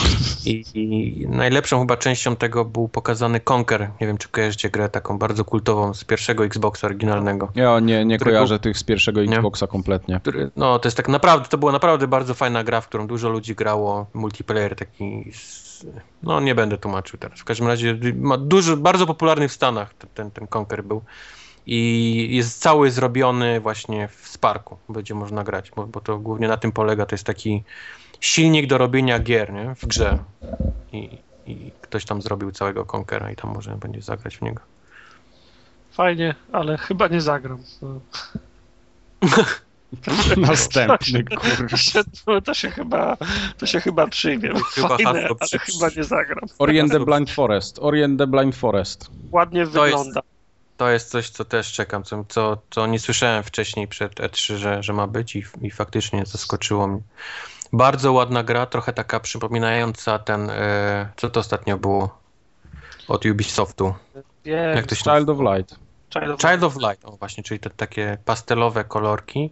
i najlepszą chyba częścią tego był pokazany Conker. Nie wiem, czy kojarzycie grę taką bardzo kultową z pierwszego Xboxa oryginalnego. Ja nie kojarzę tych z pierwszego Xboxa kompletnie. To jest tak naprawdę, to była naprawdę bardzo fajna gra, w którą dużo ludzi grało, multiplayer taki... No nie będę tłumaczył teraz. W każdym razie ma bardzo popularny w Stanach ten Conker był. I jest cały zrobiony właśnie w Sparku, będzie można grać, bo to głównie na tym polega, to jest taki silnik do robienia gier, nie? W grze i ktoś tam zrobił całego Conkera i tam może będzie zagrać w niego. Fajnie, ale chyba nie zagram. Następny, kurwa. To się chyba przyjmie. Fajne, ale chyba nie zagram. Orient the Blind Forest. Ładnie wygląda. To jest coś, co też czekam, co nie słyszałem wcześniej przed E3, że ma być i faktycznie zaskoczyło mnie. Bardzo ładna gra, trochę taka przypominająca ten, co to ostatnio było od Ubisoftu. Jak to się Child of Light. Child of Light, o właśnie, czyli te takie pastelowe kolorki.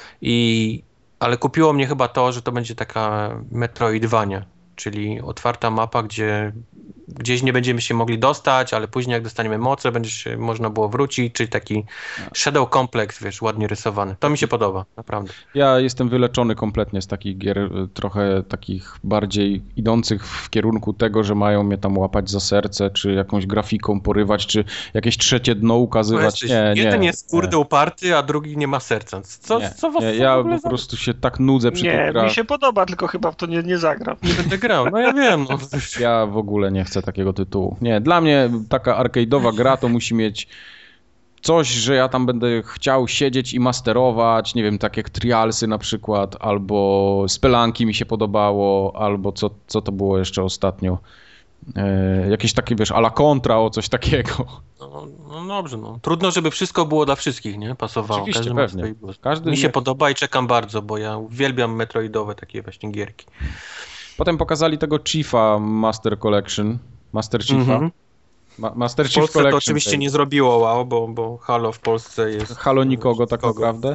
Ale kupiło mnie chyba to, że to będzie taka Metroidvania, czyli otwarta mapa, gdzie gdzieś nie będziemy się mogli dostać, ale później jak dostaniemy moce, będzie się można było wrócić, czyli taki Shadow Complex, wiesz, ładnie rysowany. To mi się podoba, naprawdę. Ja jestem wyleczony kompletnie z takich gier, trochę takich bardziej idących w kierunku tego, że mają mnie tam łapać za serce, czy jakąś grafiką porywać, czy jakieś trzecie dno ukazywać. Jeden jest kurde uparty, a drugi nie ma serca. Co was ja po prostu się tak nudzę przy tych grach. Mi się podoba, tylko chyba w to nie zagram. Nie będę grał, no ja wiem. No. Ja w ogóle nie chcę takiego tytułu. Nie, dla mnie taka arcade'owa gra to musi mieć coś, że ja tam będę chciał siedzieć i masterować, nie wiem, tak jak Trialsy na przykład, albo Spelunki mi się podobało, albo co to było jeszcze ostatnio. Jakieś takie, wiesz, a la Contra, o coś takiego. No dobrze, no. Trudno, żeby wszystko było dla wszystkich, nie? Pasowało. Oczywiście, pewnie. Mi się podoba i czekam bardzo, bo ja uwielbiam metroidowe takie właśnie gierki. Potem pokazali tego Chiefa Master Collection. Master Chiefa. Master Chief Polsce Collection. To oczywiście nie zrobiło wow, bo Halo w Polsce jest... Halo nikogo tak naprawdę.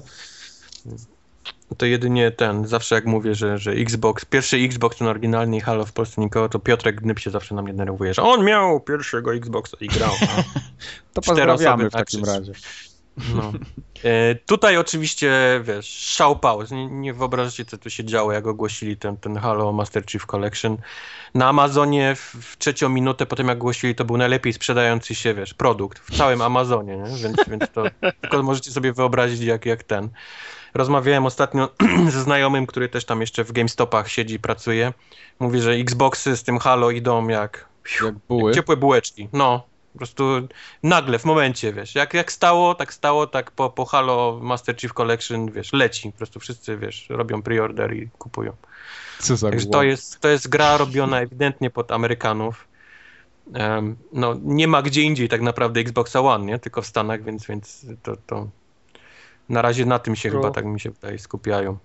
To jedynie zawsze jak mówię, że Xbox, pierwszy Xbox ten oryginalny i Halo w Polsce nikogo, to Piotrek Gnyb się zawsze na mnie denerwuje, że on miał pierwszego Xboxa i grał. To pozdrawiamy w takim razie. No. Tutaj oczywiście, wiesz, szał pauz. Nie wyobrażacie, co tu się działo, jak ogłosili ten Halo Master Chief Collection. Na Amazonie w 3. minutę po tym, jak ogłosili, to był najlepiej sprzedający się, wiesz, produkt w całym Amazonie, nie? Więc to tylko możecie sobie wyobrazić, jak ten. Rozmawiałem ostatnio ze znajomym, który też tam jeszcze w GameStopach siedzi i pracuje. Mówi, że Xboxy z tym Halo idą jak ciepłe bułeczki. No. Po prostu nagle, w momencie, wiesz, jak stało, tak po Halo Master Chief Collection, wiesz, leci. Po prostu wszyscy, wiesz, robią pre-order i kupują. Co za Także to jest gra robiona ewidentnie pod Amerykanów. no, nie ma gdzie indziej tak naprawdę Xboxa One, nie? Tylko w Stanach, więc to na razie na tym się chyba, tak mi się wydaje, skupiają.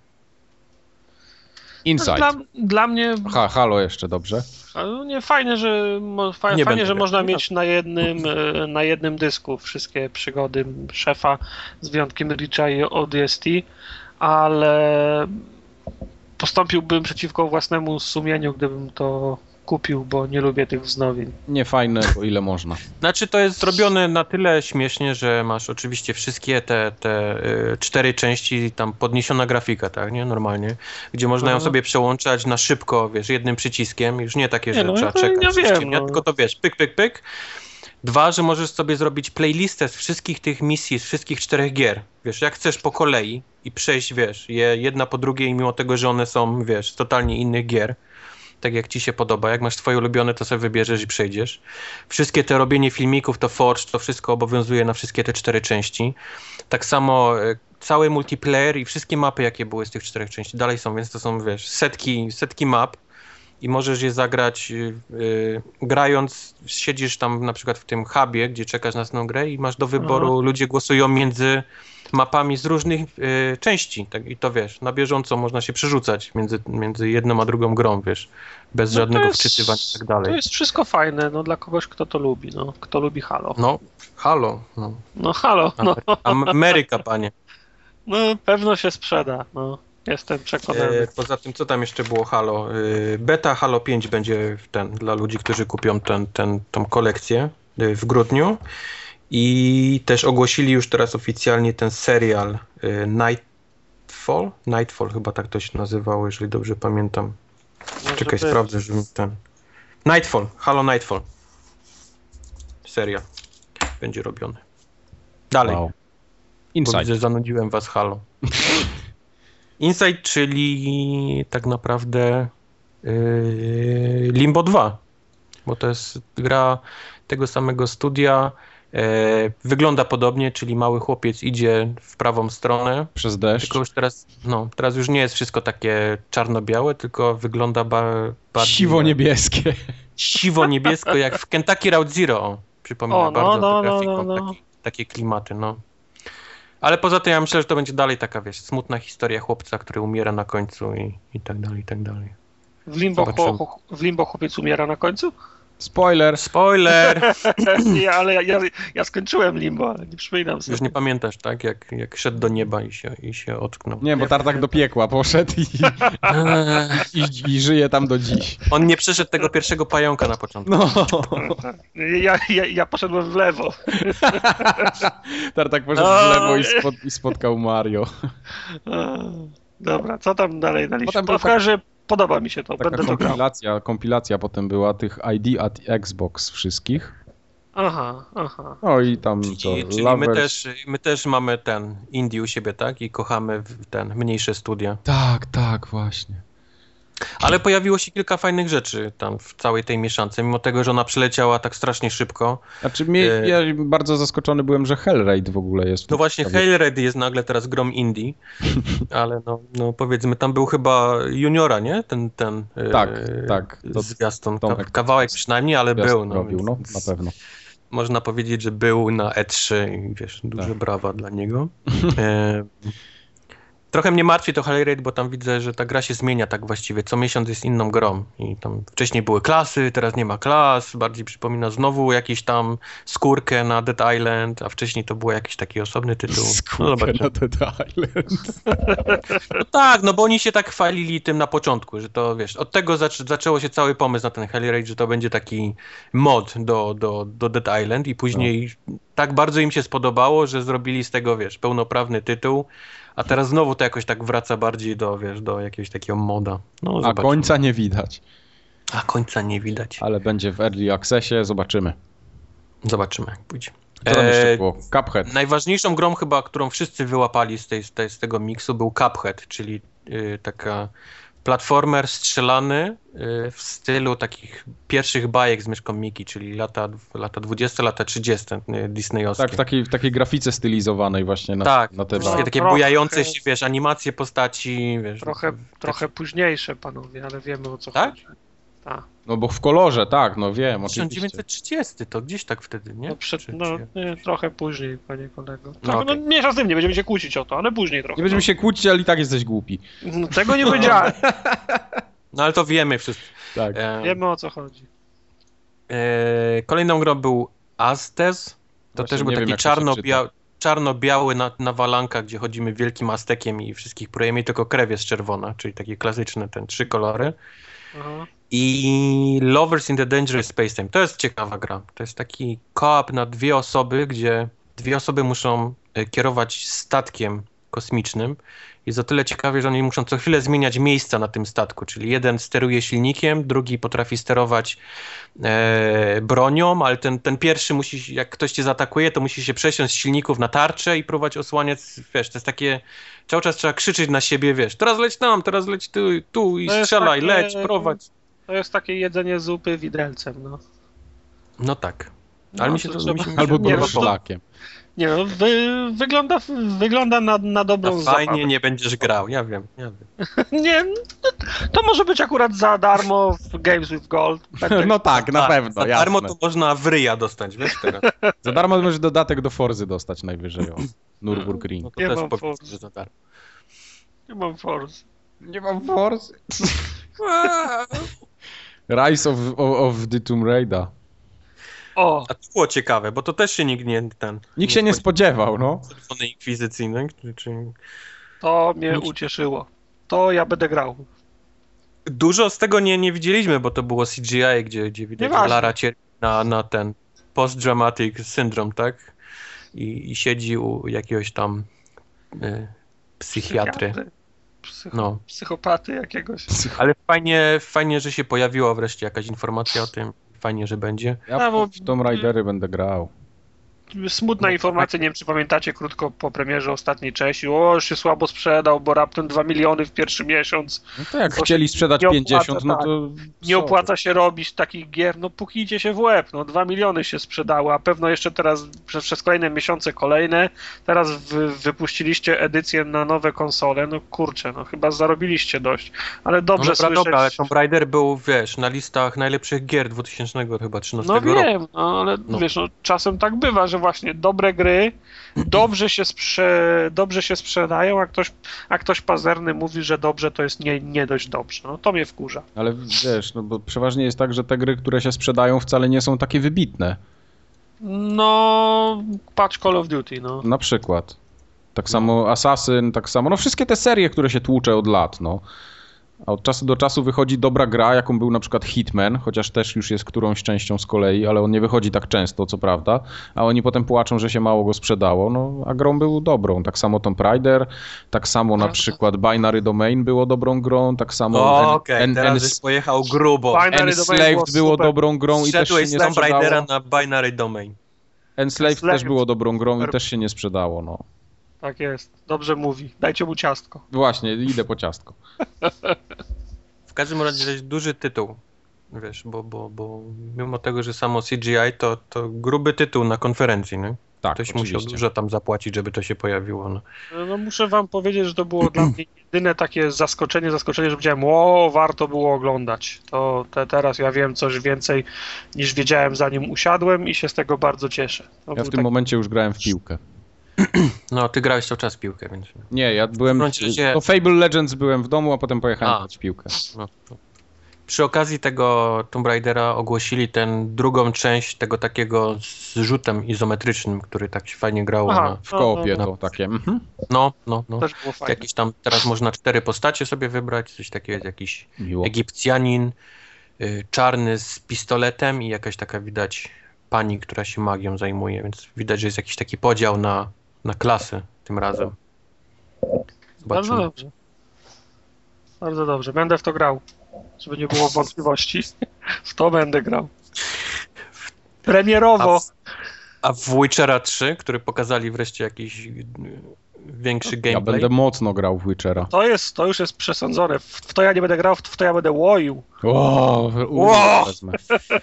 Inside. Dla mnie... Halo jeszcze, dobrze. Nie, fajnie, że można mieć na jednym dysku wszystkie przygody szefa z wyjątkiem Richa i ODST, ale postąpiłbym przeciwko własnemu sumieniu, gdybym to kupił, bo nie lubię tych wznowień. Nie fajne, bo ile można. Znaczy to jest zrobione na tyle śmiesznie, że masz oczywiście wszystkie te 4 części, tam podniesiona grafika, tak, nie? Normalnie, gdzie można ją sobie przełączać na szybko, wiesz, jednym przyciskiem, już nie takie, że trzeba czekać, tylko to wiesz, pyk, pyk, pyk. 2, że możesz sobie zrobić playlistę z wszystkich tych misji, z wszystkich 4 gier, wiesz, jak chcesz po kolei i przejść, wiesz, je jedna po drugiej, mimo tego, że one są, wiesz, z totalnie innych gier. Tak jak ci się podoba. Jak masz twoje ulubione, to sobie wybierzesz i przejdziesz. Wszystkie te robienie filmików, to Forge, to wszystko obowiązuje na wszystkie te 4 części. Tak samo cały multiplayer i wszystkie mapy, jakie były z tych 4 części, dalej są, więc to są, wiesz, setki map i możesz je zagrać grając, siedzisz tam na przykład w tym hubie, gdzie czekasz na następną grę i masz do wyboru, ludzie głosują między mapami z różnych części, tak, i to wiesz, na bieżąco można się przerzucać między jedną a drugą grą, wiesz, bez żadnego wczytywania i tak dalej. To jest wszystko fajne, no dla kogoś, kto to lubi, no, kto lubi Halo. No, Halo, no. No Halo, no. Ameryka, panie. No, pewno się sprzeda, no. Jestem przekonany. Poza tym, co tam jeszcze było Halo? Beta Halo 5 będzie dla ludzi, którzy kupią tą kolekcję w grudniu. I też ogłosili już teraz oficjalnie ten serial Nightfall chyba tak to się nazywało, jeżeli dobrze pamiętam. Czekaj, sprawdzę, że ten... Halo Nightfall. Serial będzie robiony. Dalej. Wow. Inside. Widzę, zanudziłem was Halo. Inside, czyli tak naprawdę Limbo 2. Bo to jest gra tego samego studia. Wygląda podobnie, czyli mały chłopiec idzie w prawą stronę. Przez deszcz. Tylko już teraz już nie jest wszystko takie czarno-białe, tylko wygląda bardziej... Siwo-niebieskie. Siwo-niebiesko, jak w Kentucky Route Zero. Przypomina bardzo grafiką. Takie klimaty, no. Ale poza tym ja myślę, że to będzie dalej taka, wiesz, smutna historia chłopca, który umiera na końcu i tak dalej, i tak dalej. W Limbo chłopiec umiera na końcu? Spoiler! Ale ja skończyłem Limbo, ale nie przypominam sobie. Już nie pamiętasz, tak? Jak szedł do nieba i się ocknął. Nie, bo Tartak do piekła poszedł i żyje tam do dziś. On nie przeszedł tego pierwszego pająka na początku. No. Ja poszedłem w lewo. Tartak poszedł w lewo i spotkał Mario. Dobra, co tam dalej daliśmy? Podoba mi się to, taka będę to grał. Kompilacja potem była tych ID at Xbox wszystkich. Aha. No i tam czyli my też mamy ten indie u siebie, tak? I kochamy mniejsze studia. Tak, właśnie. Ale pojawiło się kilka fajnych rzeczy tam w całej tej mieszance, mimo tego, że ona przyleciała tak strasznie szybko. Znaczy ja bardzo zaskoczony byłem, że Hellraid w ogóle jest. No właśnie, Hellraid jest nagle teraz grą indie, ale no powiedzmy, tam był chyba Juniora, nie? Tak. Zwiastun, kawałek przynajmniej, ale był. No, robił, no, na pewno. Można powiedzieć, że był na E3 i wiesz, duże brawa dla niego. Trochę mnie martwi to Hellraid, bo tam widzę, że ta gra się zmienia tak właściwie. Co miesiąc jest inną grą. I tam wcześniej były klasy, teraz nie ma klas. Bardziej przypomina znowu jakiś tam skórkę na Dead Island, a wcześniej to był jakiś taki osobny tytuł. Skórkę na Dead Island. No tak, no bo oni się tak chwalili tym na początku, że to wiesz, od tego zaczęło się cały pomysł na ten Hellraid, że to będzie taki mod do Dead Island i później tak bardzo im się spodobało, że zrobili z tego, wiesz, pełnoprawny tytuł. A teraz znowu to jakoś tak wraca bardziej do jakiegoś takiego moda. No, a końca nie widać. Ale będzie w Early Accessie, zobaczymy. Zobaczymy, jak pójdzie. Co tam jeszcze było? Cuphead. Najważniejszą grą chyba, którą wszyscy wyłapali z tego miksu, był Cuphead, czyli taka platformer strzelany w stylu takich pierwszych bajek z Myszką Miki, czyli lata 20, lata 30 disneyowskie. Tak, w takiej grafice stylizowanej właśnie na te wszystkie takie bujające się, wiesz, animacje postaci, wiesz. Trochę późniejsze, panowie, ale wiemy, o co tak? chodzi. Tak. No bo w kolorze, tak, no wiem, oczywiście. 1930 to gdzieś tak wtedy, nie? Nie, trochę później, panie kolego. No, okay. Mniejsza z tym, nie będziemy się kłócić o to, ale później trochę. Nie będziemy się kłócić, ale i tak jesteś głupi. No, tego nie powiedziałem. No ale to wiemy wszyscy. Tak. Wiemy, o co chodzi. Kolejną grą był Aztez. To Właśnie też był taki czarno-biały na walankach, gdzie chodzimy wielkim Aztekiem i wszystkich projemy, tylko krew jest czerwona, czyli takie klasyczne 3 kolory. Aha. I Lovers in the Dangerous Space Time. To jest ciekawa gra. To jest taki co-op na 2 osoby, gdzie 2 osoby muszą kierować statkiem kosmicznym. Jest o tyle ciekawie, że oni muszą co chwilę zmieniać miejsca na tym statku, czyli jeden steruje silnikiem, drugi potrafi sterować bronią, ale ten pierwszy musi, jak ktoś cię zaatakuje, to musi się przesiąść z silników na tarczę i próbować osłaniać, wiesz, to jest takie, cały czas trzeba krzyczeć na siebie, wiesz, teraz leć tam, teraz leć tu i strzelaj, leć, prowadź. To jest takie jedzenie zupy widelcem, no. No tak. Ale mi się to albo Polakiem. Nie no, wygląda na dobrą zabawę. Fajnie nie będziesz grał, ja wiem. Nie, to może być akurat za darmo w Games with Gold. No tak, na pewno, za darmo to można w ryja dostać, wiesz teraz. Za darmo możesz dodatek do Forzy dostać najwyżej, o. Nürburgring. No to też powiedz, że za darmo. Nie mam Forzy. Nie mam Forzy. Rise of the Tomb Raider. O. A to było ciekawe, bo to też się nikt się nie spodziewał, no. Telefony inkwizycyjne, To mnie ucieszyło. To ja będę grał. Dużo z tego nie widzieliśmy, bo to było CGI, gdzie widać, że Lara cierpi na ten post-dramatic syndrome, tak? I siedzi u jakiegoś tam psychiatry. Psychopaty jakiegoś. Ale fajnie, że się pojawiła wreszcie jakaś informacja o tym. Fajnie, że będzie. Ja w Tomb Raidery będę grał. Smutna informacja, nie wiem czy pamiętacie, krótko po premierze ostatniej części. Już się słabo sprzedał, bo raptem 2 miliony w pierwszy miesiąc. No to jak chcieli sprzedać 50, no to... Nie opłaca się robić takich gier, no puknijcie się w łeb, no 2 miliony się sprzedały, a pewno jeszcze teraz przez kolejne miesiące kolejne, teraz wypuściliście edycję na nowe konsole, no kurczę, no chyba zarobiliście dość, ale dobrze słyszeć... Dobra, ale Tomb Raider był, wiesz, na listach najlepszych gier 2013 roku. No wiem, no, ale wiesz, no czasem tak bywa, że właśnie dobre gry dobrze się sprzedają, a ktoś pazerny mówi, że dobrze to jest nie dość dobrze. No to mnie wkurza. Ale wiesz, no bo przeważnie jest tak, że te gry, które się sprzedają, wcale nie są takie wybitne. No, patrz Call of Duty, no. Na przykład. Tak samo Assassin, tak samo, no wszystkie te serie, które się tłucze od lat, no. A od czasu do czasu wychodzi dobra gra, jaką był na przykład Hitman, chociaż też już jest którąś częścią z kolei, ale on nie wychodzi tak często, co prawda, a oni potem płaczą, że się mało go sprzedało, no a grą był dobrą. Tak samo Tomb Raider, tak samo na przykład Binary Domain było dobrą grą, tak samo... teraz pojechał grubo. Enslaved było dobrą grą i też się nie sprzedało. Tomb Raidera na Binary Domain. Enslaved też było dobrą grą i też się nie sprzedało, no. Tak jest, dobrze mówi. Dajcie mu ciastko. Właśnie, idę po ciastko. W każdym razie to jest duży tytuł, wiesz, bo mimo tego, że samo CGI to gruby tytuł na konferencji, nie? Tak, ktoś musiał dużo tam zapłacić, żeby to się pojawiło. No muszę wam powiedzieć, że to było dla mnie jedyne takie zaskoczenie, że powiedziałem, warto było oglądać. Teraz ja wiem coś więcej niż wiedziałem zanim usiadłem i się z tego bardzo cieszę. Ja w tym momencie już grałem w piłkę. No, ty grałeś cały czas w piłkę, więc... Nie, ja byłem... To Fable Legends byłem w domu, a potem pojechałem grać w piłkę. No. Przy okazji tego Tomb Raidera ogłosili drugą część tego takiego z rzutem izometrycznym, który tak się fajnie grało w koopie to takie. Mhm. No. Też było fajne. Jakieś tam, teraz można 4 postacie sobie wybrać, coś takiego, jakiś Egipcjanin, czarny z pistoletem i jakaś taka widać pani, która się magią zajmuje, więc widać, że jest jakiś taki podział na klasy tym razem. Bardzo dobrze. Bardzo dobrze. Będę w to grał. Żeby nie było wątpliwości. W to będę grał. Premierowo. A w Witchera 3, który pokazali wreszcie jakiś większy gameplay. Ja będę mocno grał w Witchera. To już jest przesądzone. W to ja nie będę grał, w to ja będę łoił. Wezmę.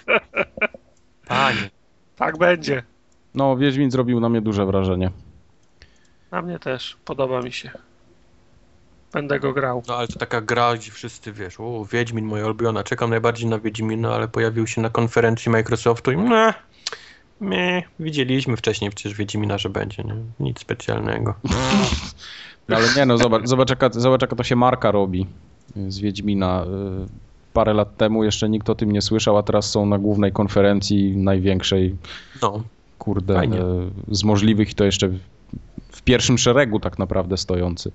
Panie. Tak będzie. No, Wiedźmin zrobił na mnie duże wrażenie. Na mnie też. Podoba mi się. Będę go grał. No ale to taka gra, gdzie wszyscy wiesz, Wiedźmin moja ulubiona, czekam najbardziej na Wiedźmina, ale pojawił się na konferencji Microsoftu i widzieliśmy wcześniej przecież Wiedźmina, że będzie, nie? Nic specjalnego. Ale nie no, zobacz jaka to się marka robi z Wiedźmina. Parę lat temu jeszcze nikt o tym nie słyszał, a teraz są na głównej konferencji największej. No. Kurde, z możliwych i to jeszcze w pierwszym szeregu tak naprawdę stojący.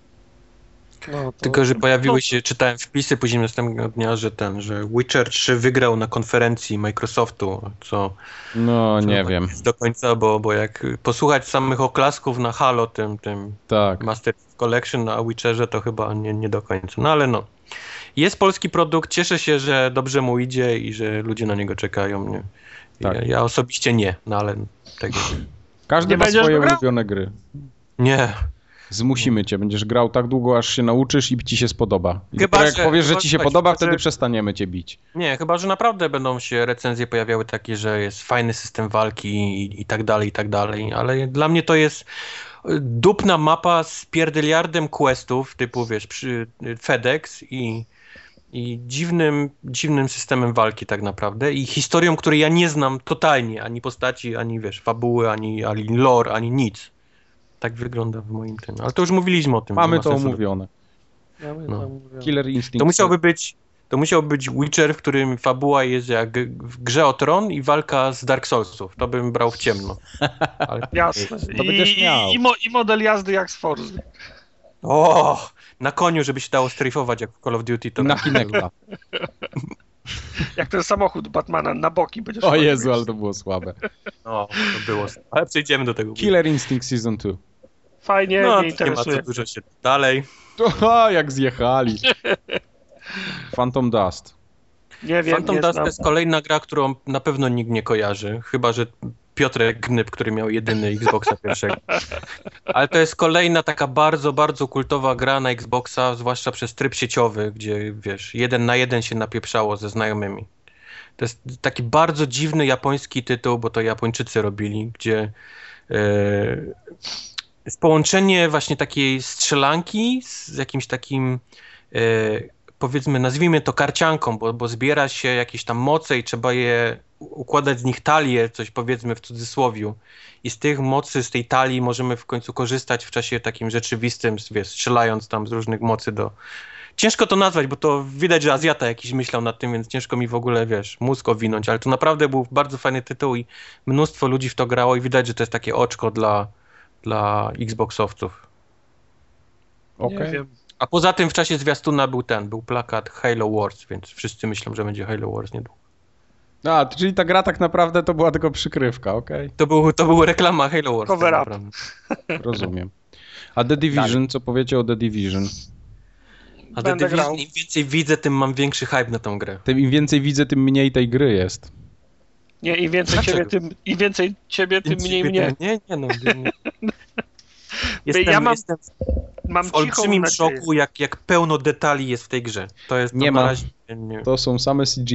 No, tylko, że pojawiły się, czytałem wpisy później następnego dnia, że Witcher 3 wygrał na konferencji Microsoftu, co... No, nie wiem. Do końca, bo jak posłuchać samych oklasków na Halo, tym tak. Master Collection, a Witcherze to chyba nie do końca. No ale no. Jest polski produkt, cieszę się, że dobrze mu idzie i że ludzie na niego czekają. Nie? Tak. Ja osobiście nie, no ale tego nie. Każdy ma swoje ulubione gry. Nie. Zmusimy cię, będziesz grał tak długo, aż się nauczysz i ci się spodoba. I chyba, jak powiesz, że ci się podoba, wtedy że... przestaniemy cię bić. Nie, chyba, że naprawdę będą się recenzje pojawiały takie, że jest fajny system walki i tak dalej, ale dla mnie to jest dupna mapa z pierdyliardem questów, typu wiesz, FedEx i dziwnym systemem walki tak naprawdę i historią, której ja nie znam totalnie, ani postaci, ani wiesz, fabuły, ani lore, ani nic. Tak wygląda w moim tym. Ale to już mówiliśmy o tym. Mamy to omówione. No. Killer Instinct. To musiałby być Witcher, w którym fabuła jest jak w Grze o Tron i walka z Dark Soulsów. To bym brał w ciemno. Ale... Jasne. To będziesz miał. I model jazdy jak z Forzy. O, na koniu, żeby się dało strajfować jak w Call of Duty. To na Kinecta. Jak ten samochód Batmana na boki będziesz... O Jezu, ale to było słabe. No, to było. Ale przejdziemy do tego. Killer Instinct Season 2. Fajnie, nie interesuje. Nie ma co dużo się dalej. Jak zjechali. Phantom Dust. Nie wiem, Phantom Dust to jest kolejna gra, którą na pewno nikt nie kojarzy. Chyba że Piotrek Gnyb, który miał jedyny Xboxa pierwszego. Ale to jest kolejna taka bardzo, bardzo kultowa gra na Xboxa, zwłaszcza przez tryb sieciowy, gdzie wiesz, 1 na 1 się napieprzało ze znajomymi. To jest taki bardzo dziwny japoński tytuł, bo to Japończycy robili, gdzie jest połączenie właśnie takiej strzelanki z jakimś takim powiedzmy, nazwijmy to karcianką, bo zbiera się jakieś tam moce i trzeba je układać z nich talię, coś powiedzmy w cudzysłowiu. I z tych mocy, z tej talii możemy w końcu korzystać w czasie takim rzeczywistym, wiesz, strzelając tam z różnych mocy do... Ciężko to nazwać, bo to widać, że Azjata jakiś myślał nad tym, więc ciężko mi w ogóle, wiesz, mózg owinąć, ale to naprawdę był bardzo fajny tytuł i mnóstwo ludzi w to grało i widać, że to jest takie oczko dla Xboxowców. Nie wiem. A poza tym w czasie zwiastuna był plakat Halo Wars, więc wszyscy myślą, że będzie Halo Wars niedługo. A, czyli ta gra tak naprawdę to była tylko przykrywka, okej? To był reklama Halo Wars. Cover up. Rozumiem. A The Division, co powiecie o The Division? A The Division, im więcej widzę, tym mam większy hype na tą grę. Im więcej widzę, tym mniej tej gry jest. Nie, im więcej ciebie, tym mniej mnie. Nie. Jestem w olbrzymim szoku, jak pełno detali jest w tej grze. To jest nie ma. To są same CGI.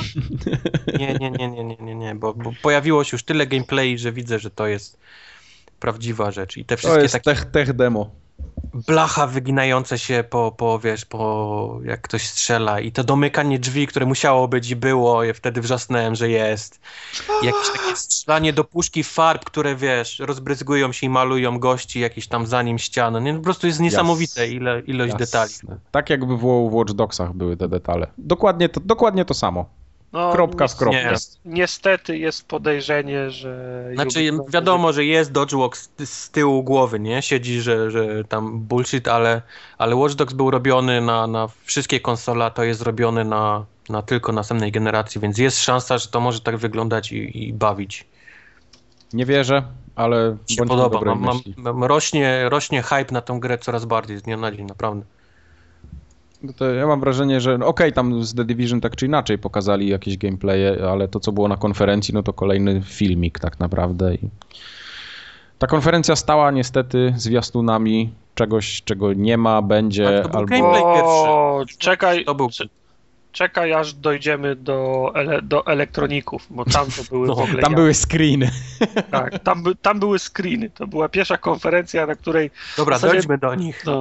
Nie, bo pojawiło się już tyle gameplay, że widzę, że to jest prawdziwa rzecz. I te wszystkie to jest tech demo. Blacha wyginające się po jak ktoś strzela i to domykanie drzwi, które musiało być i było, ja wtedy wrzasnąłem, że jest. Jakieś takie strzelanie do puszki farb, które wiesz, rozbryzgują się i malują gości jakieś tam za nim ściany. Nie, po prostu jest niesamowite ilość detali. Tak jakby w Watch Dogsach były te detale. Dokładnie to samo. No, kropka w kropkę. Niestety jest podejrzenie, że... Znaczy wiadomo, że jest dodge'walk z tyłu głowy, nie? Siedzi, że tam bullshit, ale Watch Dogs był robiony na wszystkie konsole, to jest robiony na tylko następnej generacji, więc jest szansa, że to może tak wyglądać i bawić. Nie wierzę, ale mi się podoba. Rośnie hype na tą grę coraz bardziej z dnia na dzień, naprawdę. To ja mam wrażenie, że tam z The Division tak czy inaczej pokazali jakieś gameplaye, ale to co było na konferencji, no to kolejny filmik tak naprawdę. I ta konferencja stała niestety zwiastunami czegoś, czego nie ma, będzie to był gameplay pierwszy. Czekaj, aż dojdziemy do elektroników, bo tam to były w ogóle... Tam były screeny. Tak, tam były screeny. To była pierwsza konferencja, na której... Dobra, dojdźmy do nich. No,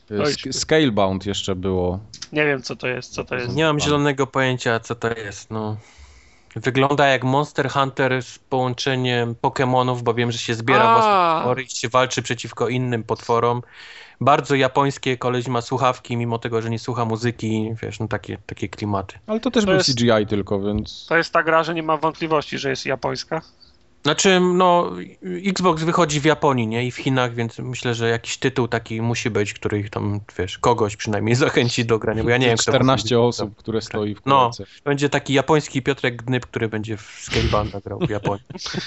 Scalebound jeszcze było. Nie wiem, co to jest. Nie mam zielonego pojęcia, co to jest. No. Wygląda jak Monster Hunter z połączeniem Pokemonów, bo wiem, że się zbiera własne potwory i się walczy przeciwko innym potworom. Bardzo japońskie, koleś ma słuchawki, mimo tego, że nie słucha muzyki, wiesz, no takie klimaty. Ale to też był CGI tylko, więc... To jest ta gra, że nie ma wątpliwości, że jest japońska? Znaczy, no, Xbox wychodzi w Japonii, nie? I w Chinach, więc myślę, że jakiś tytuł taki musi być, który ich tam, wiesz, kogoś przynajmniej zachęci do grania, bo ja nie wiem, 14 osób, które stoi w kolejce. No, będzie taki japoński Piotrek Gnyb, który będzie w Scalebounda grał w Japonii.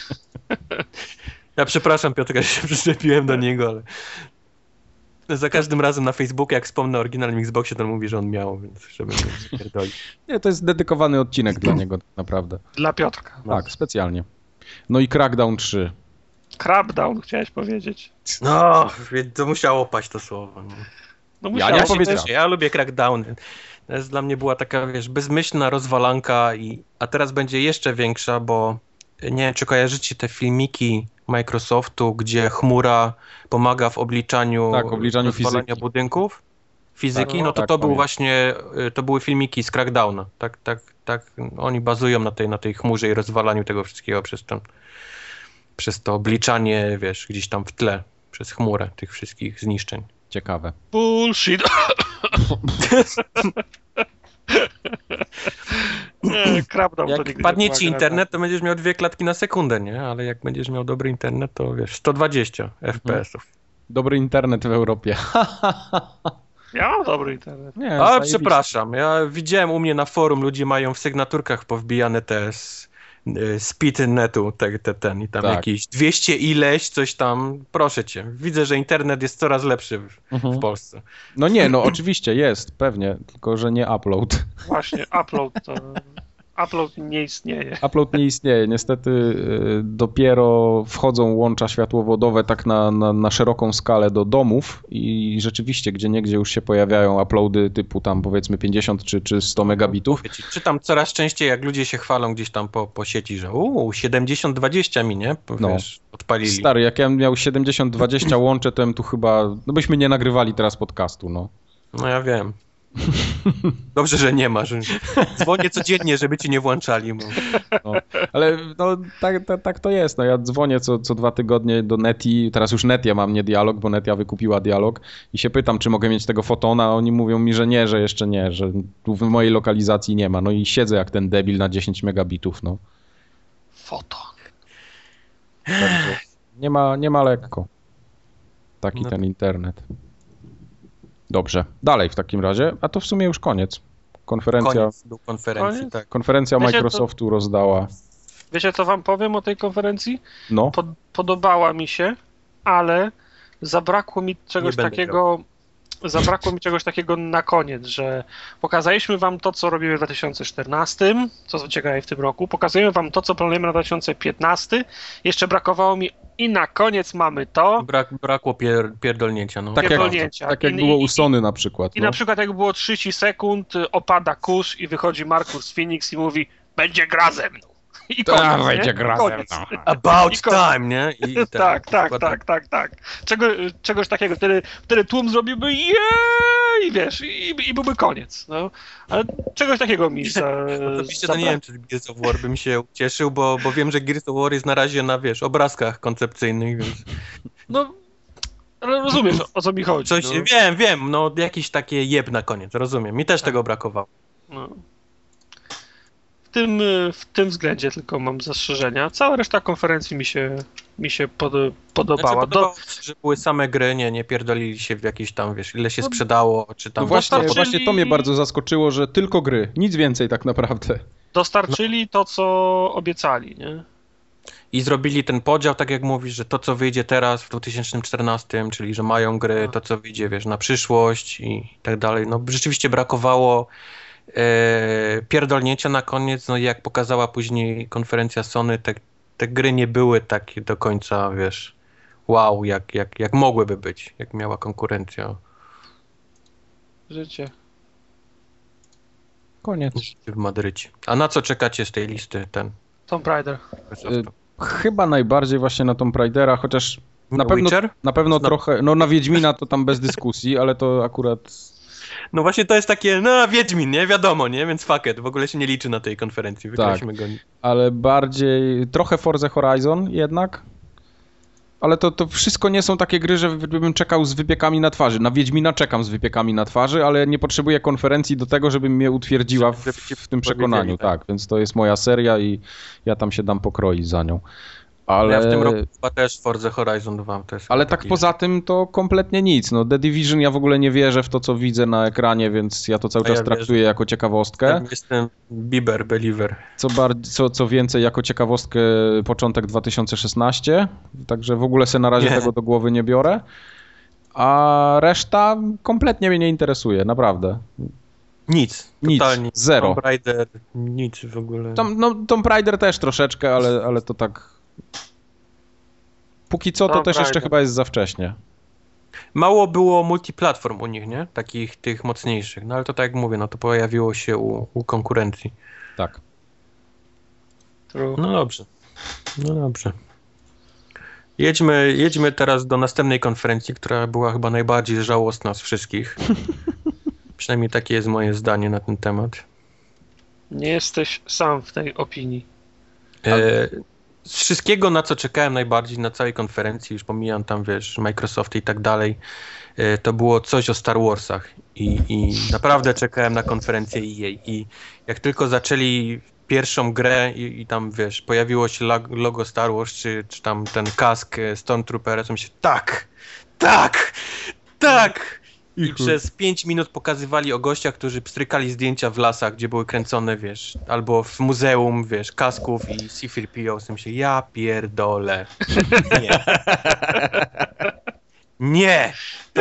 Ja przepraszam, Piotrek, że się przyczepiłem do niego, ale za każdym razem na Facebooku, jak wspomnę o oryginalnym Xboxie, to on mówi, że on miał, więc żeby nie pierdolić. Nie, to jest dedykowany odcinek dla niego, naprawdę. Dla Piotrka. Tak, specjalnie. No i Crackdown 3. Crackdown, chciałeś powiedzieć. No, to musiało paść to słowo. No ja nie powiedziałem. Ja lubię Crackdowny. To jest dla mnie była taka, wiesz, bezmyślna rozwalanka, a teraz będzie jeszcze większa, bo nie wiem, czy kojarzycie te filmiki Microsoftu, gdzie chmura pomaga w obliczaniu fizyki budynków, fizyki, tak, no to był właśnie, to były filmiki z Crackdowna. Tak, oni bazują na tej chmurze i rozwalaniu tego wszystkiego przez to obliczanie, wiesz, gdzieś tam w tle, przez chmurę tych wszystkich zniszczeń. Ciekawe. Bullshit. Jak padnie ci internet, to będziesz miał 2 klatki na sekundę, nie? Ale jak będziesz miał dobry internet, to wiesz, 120 FPS-ów. Dobry internet w Europie. Ja mam dobry internet. Nie, ale przepraszam, ja widziałem u mnie na forum, ludzie mają w sygnaturkach powbijane te speed netu, ten i tam jakieś 200 ileś, coś tam, proszę cię. Widzę, że internet jest coraz lepszy w Polsce. No nie, no oczywiście jest, pewnie, tylko że nie upload. Właśnie, upload nie istnieje. Upload nie istnieje. Niestety dopiero wchodzą łącza światłowodowe tak na szeroką skalę do domów i rzeczywiście gdzieniegdzie już się pojawiają uploady typu tam powiedzmy 50 czy 100 megabitów. Czytam coraz częściej, jak ludzie się chwalą gdzieś tam po sieci, że 70-20 mi, nie? Wiesz, odpalili. Stary, jak ja miał 70-20 łącze, to tu chyba, no byśmy nie nagrywali teraz podcastu, no. No ja wiem. Dobrze, że nie ma. Że dzwonię codziennie, żeby ci nie włączali. Bo... No, ale no, tak to jest. No, ja dzwonię co 2 tygodnie do Neti. Teraz już Netia mam, nie Dialog, bo Netia wykupiła Dialog i się pytam, czy mogę mieć tego Fotona, a oni mówią mi, że nie, że jeszcze nie, że tu w mojej lokalizacji nie ma. No i siedzę jak ten debil na 10 megabitów. No. Foton. Także nie ma lekko. Taki ten internet. Dobrze, dalej w takim razie, a to w sumie już koniec. Konferencja Microsoftu rozdała. Wiecie, co wam powiem o tej konferencji? No. Podobała mi się, ale zabrakło mi czegoś takiego na koniec, że pokazaliśmy wam to, co robimy w 2014, co ciekawe w tym roku, pokazujemy wam to, co planujemy na 2015, jeszcze brakowało mi i na koniec mamy to. Brakło pierdolnięcia. No. Tak jak było u Sony na przykład. I na przykład jak było 30 sekund, opada kurz i wychodzi Marcus Phoenix i mówi, będzie gra ze mną. I koniec, będzie gra ze mną. About time, nie? Tak. Czegoś takiego. Wtedy tłum zrobiłby i wiesz, i byłby koniec. No. Ale czegoś takiego mi Oczywiście nie wiem, czy Gears of War bym się ucieszył, bo wiem, że Gears of War jest na razie na, wiesz, obrazkach koncepcyjnych, więc... No, ale rozumiesz, o co mi chodzi. Coś, no. Wiem, no jakieś takie jeb na koniec, rozumiem. Mi też tego brakowało. No. W tym względzie tylko mam zastrzeżenia. Cała reszta konferencji mi się podobała. Że były same gry, nie pierdolili się w jakieś tam, wiesz, ile się sprzedało, czy tam... No właśnie to mnie bardzo zaskoczyło, że tylko gry, nic więcej tak naprawdę. Dostarczyli to, co obiecali, nie? I zrobili ten podział, tak jak mówisz, że to, co wyjdzie teraz w 2014, czyli że mają gry, to, co wyjdzie, wiesz, na przyszłość i tak dalej. No rzeczywiście brakowało pierdolnięcia na koniec, no i jak pokazała później konferencja Sony, te gry nie były takie do końca, wiesz, wow, jak mogłyby być, jak miała konkurencja. Życie. Koniec. W Madrycie. A na co czekacie z tej listy? Tomb Raider. Chyba najbardziej właśnie na Tomb Raidera, chociaż Na pewno trochę, no na Wiedźmina to tam bez dyskusji, ale to akurat... No właśnie to jest takie, no Wiedźmin, nie? Wiadomo, nie? Więc fuck it, w ogóle się nie liczy na tej konferencji, wykreślmy go. Ale bardziej, trochę Forza Horizon jednak, ale to wszystko nie są takie gry, że bym czekał z wypiekami na twarzy. Na Wiedźmina czekam z wypiekami na twarzy, ale nie potrzebuję konferencji do tego, żeby mnie utwierdziła w tym przekonaniu. Tak, więc to jest moja seria i ja tam się dam pokroić za nią. Ale... Ja w tym roku chyba też Forza Horizon 2. To jest ale tak poza tym to kompletnie nic. No The Division ja w ogóle nie wierzę w to, co widzę na ekranie, więc ja to cały czas traktuję jako ciekawostkę. Ja jestem believer. Co więcej, jako ciekawostkę początek 2016, także w ogóle sobie na razie tego do głowy nie biorę. A reszta kompletnie mnie nie interesuje, naprawdę. Nic, totalnie. Zero. Tomb Raider, nic w ogóle. Tomb Raider też troszeczkę, ale to tak... Póki co to też jeszcze chyba jest za wcześnie. Mało było multiplatform u nich, nie? Takich tych mocniejszych. No ale to tak jak mówię, no to pojawiło się u konkurencji. Tak. No dobrze. Jedźmy teraz do następnej konferencji, która była chyba najbardziej żałosna z wszystkich. Przynajmniej takie jest moje zdanie na ten temat. Nie jesteś sam w tej opinii. Z wszystkiego, na co czekałem najbardziej na całej konferencji, już pomijam tam, wiesz, Microsoft i tak dalej, to było coś o Star Warsach i naprawdę czekałem na konferencję EA i jak tylko zaczęli pierwszą grę i tam, wiesz, pojawiło się logo Star Wars, czy tam ten kask Stormtroopera, to mi się tak! I przez 5 minut pokazywali o gościach, którzy pstrykali zdjęcia w lasach, gdzie były kręcone, wiesz, albo w muzeum, wiesz, kasków i C-3PO, z tym się, ja pierdolę. Nie,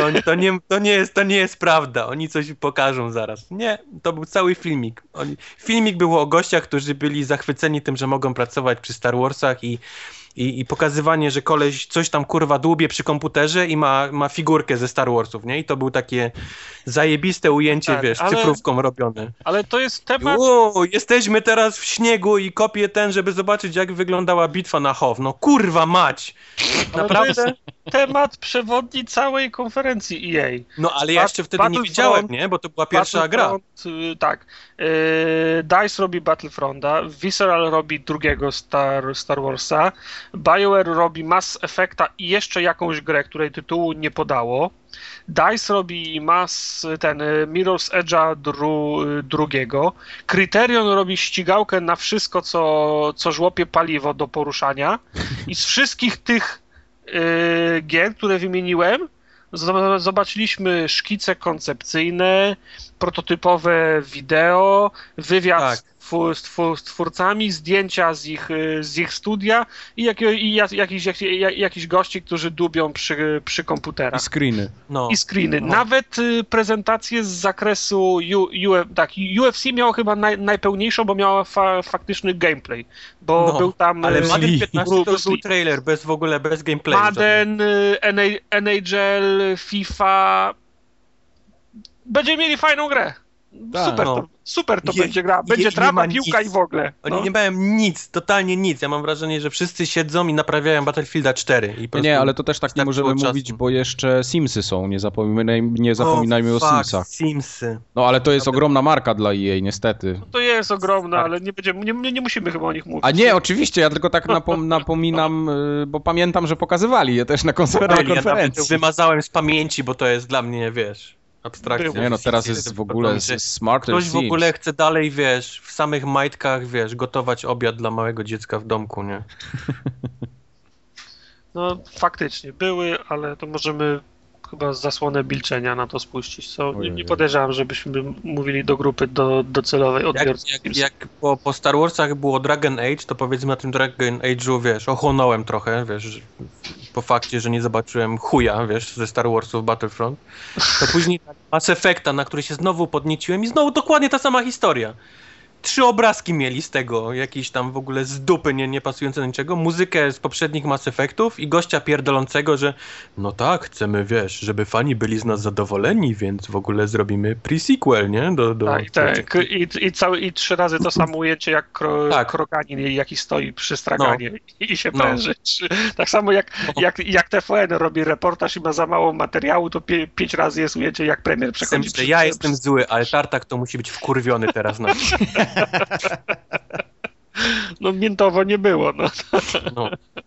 to nie jest prawda, oni coś pokażą zaraz. Nie, to był cały filmik. Filmik był o gościach, którzy byli zachwyceni tym, że mogą pracować przy Star Warsach i pokazywanie, że koleś coś tam kurwa dłubie przy komputerze i ma figurkę ze Star Warsów, nie? I to był takie zajebiste ujęcie, tak, wiesz, cyfrówką robione. Ale to jest temat... Jesteśmy teraz w śniegu i kopię żeby zobaczyć, jak wyglądała bitwa na Hoth. No kurwa mać! Naprawdę? To jest temat przewodni całej konferencji EA. No ale ja jeszcze wtedy nie widziałem, nie? Bo to była pierwsza gra. Tak. DICE robi Battlefronta, Visceral robi drugiego Star Warsa, BioWare robi Mass Effecta i jeszcze jakąś grę, której tytułu nie podało. DICE robi Mirror's Edge'a drugiego. Criterion robi ścigałkę na wszystko, co żłopie paliwo do poruszania. I z wszystkich tych gier, które wymieniłem, zobaczyliśmy szkice koncepcyjne, prototypowe wideo, wywiad z twórcami, zdjęcia z ich studia i jakichś gości, którzy dubią przy komputerach. I screeny. No. Nawet prezentacje z zakresu UFC miało chyba najpełniejszą, bo miała faktyczny gameplay. Bo był tam... Ale Madden 15 to był trailer, bez gameplayu. Madden, NHL, FIFA... Będziemy mieli fajną grę. Super to będzie gra. Będzie trawa, piłka i w ogóle. Oni nie mają nic, totalnie nic. Ja mam wrażenie, że wszyscy siedzą i naprawiają Battlefielda 4. Nie, ale to też tak nie możemy mówić, bo jeszcze Simsy są. Nie zapominajmy o Simsach. Simsy. No ale to jest ogromna marka dla EA, niestety. No to jest ogromna, ale nie musimy chyba o nich mówić. A nie, oczywiście, ja tylko tak napominam, bo pamiętam, że pokazywali je też na konferencji. Ja wymazałem z pamięci, bo to jest dla mnie, wiesz... abstrakcja. Nie no, teraz jest w ogóle smarter Ktoś w ogóle chce dalej, wiesz, w samych majtkach, wiesz, gotować obiad dla małego dziecka w domku, nie? No, faktycznie, były, ale to możemy chyba zasłonę milczenia na to spuścić, co nie podejrzewam, żebyśmy mówili do grupy docelowej odbiorców. Jak po Star Warsach było Dragon Age, to powiedzmy na tym Dragon Age'u, wiesz, ochłonąłem trochę, wiesz, po fakcie, że nie zobaczyłem chuja, wiesz, ze Star Warsów Battlefront, to później Mass Effecta, na który się znowu podnieciłem i znowu dokładnie ta sama historia. 3 obrazki mieli z tego, jakieś tam w ogóle z dupy nie pasujące do niczego, muzykę z poprzednich Mass Effectów i gościa pierdolącego, że no tak, chcemy, wiesz, żeby fani byli z nas zadowoleni, więc w ogóle zrobimy pre-sequel, nie? I 3 razy to samo ujęcie jak Kroganin, jaki stoi przy straganie i się pręży. Tak samo jak TVN robi reportaż i ma za mało materiału, to 5 razy jest ujęcie jak premier przechodzi. Ja jestem zły, ale Tartak to musi być wkurwiony teraz na mnie. No miętowo nie było, no.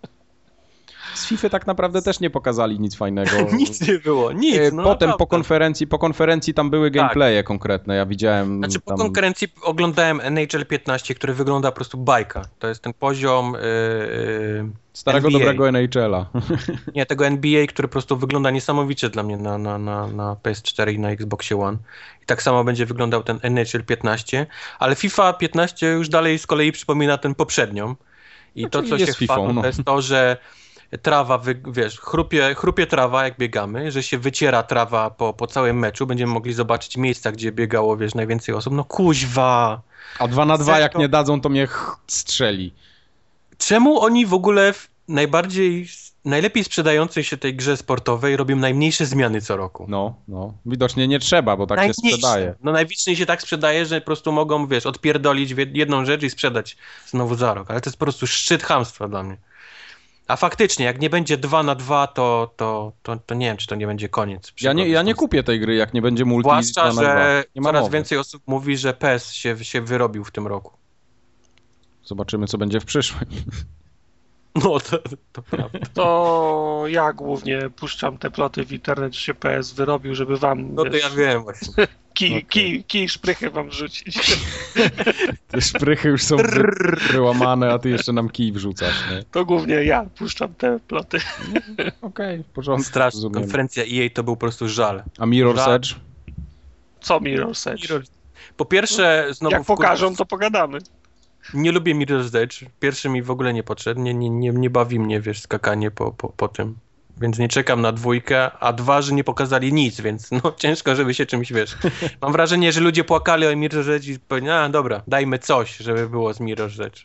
Z FIFA tak naprawdę też nie pokazali nic fajnego. Nic nie było, nic. Potem po konferencji tam były gameplaye konkretne, ja widziałem. Znaczy po konferencji oglądałem NHL 15, który wygląda po prostu bajka. To jest ten poziom starego, NBA. dobrego NHL-a. Nie, tego NBA, który po prostu wygląda niesamowicie dla mnie na PS4 i na Xboxie One. I tak samo będzie wyglądał ten NHL 15, ale FIFA 15 już dalej z kolei przypomina ten poprzednią. I to, co się chwali, to jest to, że trawa, wiesz, chrupie trawa, jak biegamy, że się wyciera trawa po całym meczu, będziemy mogli zobaczyć miejsca, gdzie biegało, wiesz, najwięcej osób. No kuźwa! A 2 na 2 jak nie dadzą, to mnie strzeli. Czemu oni w ogóle w najlepiej sprzedającej się tej grze sportowej robią najmniejsze zmiany co roku? No. Widocznie nie trzeba, bo tak się sprzedaje. No najwięcej się tak sprzedaje, że po prostu mogą, wiesz, odpierdolić jedną rzecz i sprzedać znowu za rok. Ale to jest po prostu szczyt chamstwa dla mnie. A faktycznie, jak nie będzie 2 na 2, to nie wiem, czy to nie będzie koniec. Ja nie kupię tej gry, jak nie będzie multi. Zwłaszcza, że coraz mowy. więcej osób mówi, że PES się wyrobił w tym roku. Zobaczymy, co będzie w przyszłym. No, to prawda. To ja głównie puszczam te ploty w internet, że się PS wyrobił, żeby wam... No to ja wiem właśnie. Kij szprychy wam rzucić. Te szprychy już są wyłamane, a ty jeszcze nam kij wrzucasz, nie? To głównie ja puszczam te ploty. Okej, w porządku. Straszna konferencja EA to był po prostu żal. A Mirror's Edge? Co Mirror's Edge? Po pierwsze, znowu... Jak pokażą, to pogadamy. Nie lubię Mirror's Edge. Pierwszy mi w ogóle nie podszedł. Nie bawi mnie, wiesz, skakanie po tym. Więc nie czekam na 2, a 2, że nie pokazali nic, więc no ciężko, żeby się czymś, wiesz. Mam wrażenie, że ludzie płakali o Mirror's Edge i powiedzieli, dobra, dajmy coś, żeby było z Mirror's Edge.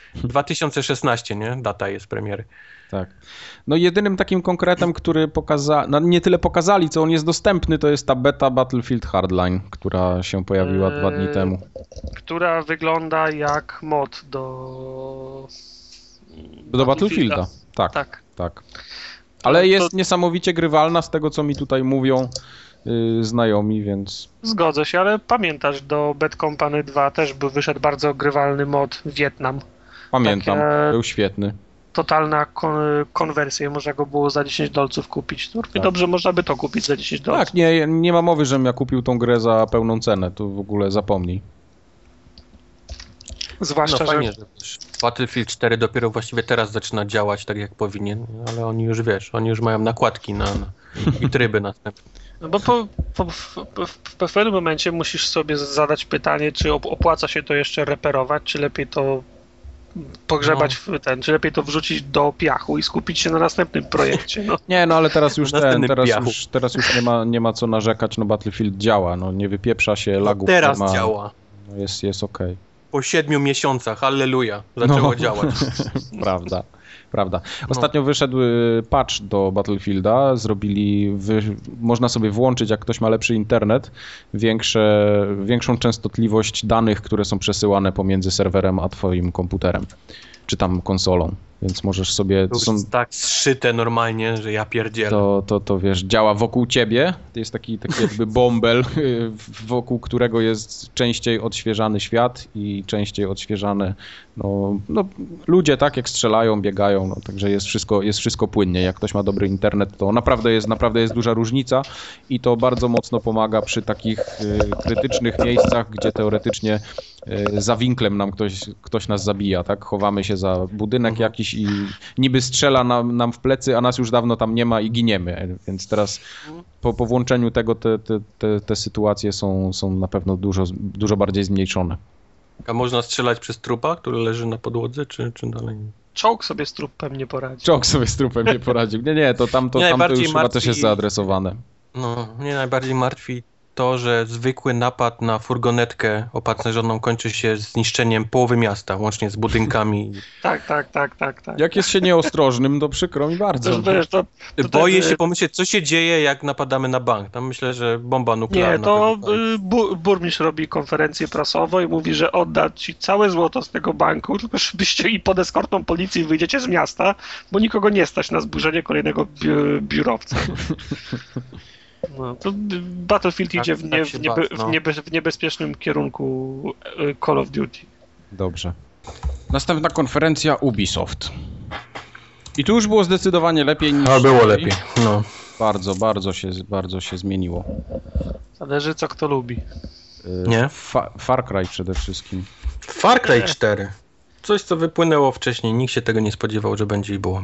2016, nie? Data jest premiery. Tak. No jedynym takim konkretem, który nie tyle pokazali, co on jest dostępny, to jest ta beta Battlefield Hardline, która się pojawiła 2 dni temu. Która wygląda jak mod do Battlefielda. Tak. Ale jest niesamowicie grywalna z tego, co mi tutaj mówią znajomi, więc... Zgodzę się, ale pamiętasz, do Bad Company 2 też wyszedł bardzo grywalny mod Wietnam. Pamiętam, był świetny. Totalna konwersja, można go było za $10 kupić. No, tak. Dobrze, można by to kupić za $10. Tak, nie ma mowy, żebym ja kupił tą grę za pełną cenę, to w ogóle zapomnij. Zwłaszcza, fajnie, że Battlefield 4 dopiero właściwie teraz zaczyna działać tak, jak powinien, ale oni już, wiesz, mają nakładki i tryby następne. No bo w pewnym momencie musisz sobie zadać pytanie, czy opłaca się to jeszcze reperować, czy lepiej to pogrzebać czy lepiej to wrzucić do piachu i skupić się na następnym projekcie. No. Nie, no ale teraz już teraz już nie ma co narzekać, no Battlefield działa, no nie wypieprza się, lagów teraz nie ma. Działa. No jest okej. Po 7 miesiącach, halleluja, zaczęło działać. Prawda. Ostatnio wyszedł patch do Battlefielda, można sobie włączyć, jak ktoś ma lepszy internet, większą częstotliwość danych, które są przesyłane pomiędzy serwerem a twoim komputerem, czy tam konsolą. Więc możesz sobie... To są tak zszyte normalnie, że ja pierdzielę. To wiesz, działa wokół ciebie. To jest taki jakby bąbel, wokół którego jest częściej odświeżany świat i częściej odświeżane ludzie, tak, jak strzelają, biegają, no, także jest wszystko płynnie. Jak ktoś ma dobry internet, to naprawdę jest duża różnica i to bardzo mocno pomaga przy takich krytycznych miejscach, gdzie teoretycznie za winklem nam ktoś nas zabija, tak? Chowamy się za budynek jakiś i niby strzela nam w plecy, a nas już dawno tam nie ma i giniemy. Więc teraz po włączeniu tego te sytuacje są na pewno dużo bardziej zmniejszone. A można strzelać przez trupa, który leży na podłodze, czy dalej? Czołg sobie z trupem nie poradził. Czołg sobie z trupem nie poradził. Nie, to tam to już chyba też jest zaadresowane. No, mnie najbardziej martwi to, że zwykły napad na furgonetkę opancerzoną kończy się zniszczeniem połowy miasta, łącznie z budynkami. Tak. Jak jest się nieostrożnym, to przykro mi bardzo. Boję się pomyśleć, co się dzieje, jak napadamy na bank. Tam myślę, że bomba nuklearna. Nie, to burmistrz robi konferencję prasową i mówi, że odda ci całe złoto z tego banku, tylko żebyście i pod eskortą policji wyjdziecie z miasta, bo nikogo nie stać na zburzenie kolejnego biurowca. No, to Battlefield idzie w niebezpiecznym kierunku Call of Duty. Dobrze. Następna konferencja Ubisoft. I tu już było zdecydowanie lepiej niż... było lepiej, no. Bardzo się zmieniło. Zależy, co kto lubi. Nie? Far Cry przede wszystkim. Far Cry 4. Coś, co wypłynęło wcześniej. Nikt się tego nie spodziewał, że będzie i było.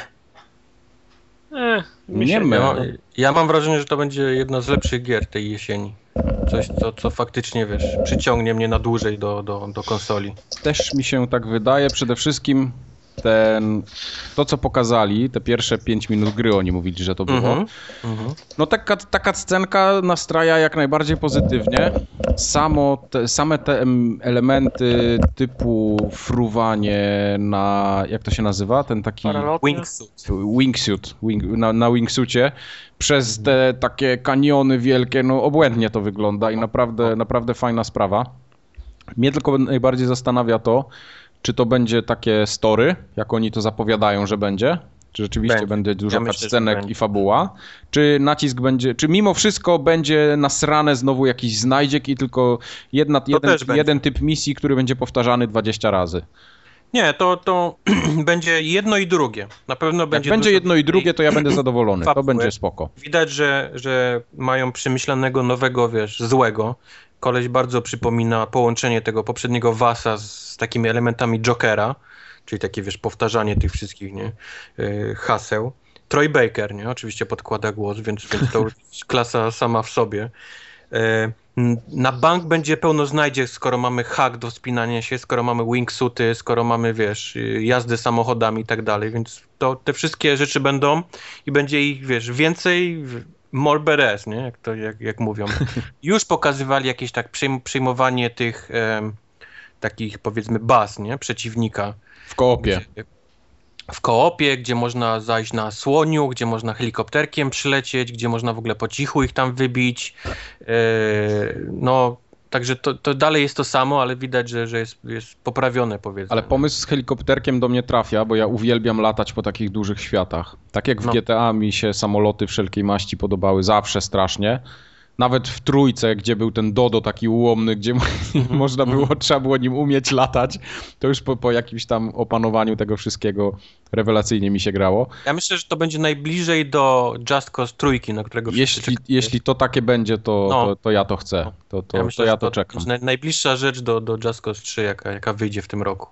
Ja mam wrażenie, że to będzie jedna z lepszych gier tej jesieni. Coś, co faktycznie, wiesz, przyciągnie mnie na dłużej do konsoli. Też mi się tak wydaje. Przede wszystkim to, co pokazali, te pierwsze 5 minut gry, oni mówili, że to było. No taka scenka nastraja jak najbardziej pozytywnie. Same te elementy typu fruwanie na, jak to się nazywa? Ten taki... Wingsuit. Na wingsuicie. Przez te takie kaniony wielkie, no obłędnie to wygląda i naprawdę fajna sprawa. Mnie tylko najbardziej zastanawia to, czy to będzie takie story, jak oni to zapowiadają, że będzie? Czy rzeczywiście będzie dużo cutscenek i fabuła? Czy nacisk będzie, czy mimo wszystko będzie nasrane znowu jakiś znajdziek i tylko jeden typ misji, który będzie powtarzany 20 razy? Nie, to będzie jedno i drugie. Na pewno będzie. Jak będzie jedno i drugie, to ja będę zadowolony. To będzie spoko. Widać, że mają przemyślanego nowego, wiesz, złego. Koleś bardzo przypomina połączenie tego poprzedniego Vasa z takimi elementami Jokera, czyli takie, wiesz, powtarzanie tych wszystkich, nie, haseł. Troy Baker, nie, oczywiście podkłada głos, więc to klasa sama w sobie. Na bank będzie pełno znajdziek, skoro mamy hack do wspinania się, skoro mamy wingsuity, skoro mamy, wiesz, jazdę samochodami i tak dalej, więc to te wszystkie rzeczy będą i będzie ich, wiesz, więcej, more badass, nie, jak mówią. Już pokazywali jakieś tak przyjmowanie tych takich, powiedzmy, baz, nie, przeciwnika. W koopie. W koopie, gdzie można zajść na słoniu, gdzie można helikopterkiem przylecieć, gdzie można w ogóle po cichu ich tam wybić. No, także to dalej jest to samo, ale widać, że jest poprawione, powiedzmy. Ale pomysł z helikopterkiem do mnie trafia, bo ja uwielbiam latać po takich dużych światach. Tak jak w GTA mi się samoloty wszelkiej maści podobały zawsze strasznie. Nawet w Trójce, gdzie był ten Dodo taki ułomny, gdzie trzeba było nim umieć latać, to już po jakimś tam opanowaniu tego wszystkiego rewelacyjnie mi się grało. Ja myślę, że to będzie najbliżej do Just Cause Trójki, na którego jeśli to takie będzie, to ja to chcę. Ja myślę, ja to czekam. Najbliższa rzecz do Just Cause 3, jaka wyjdzie w tym roku.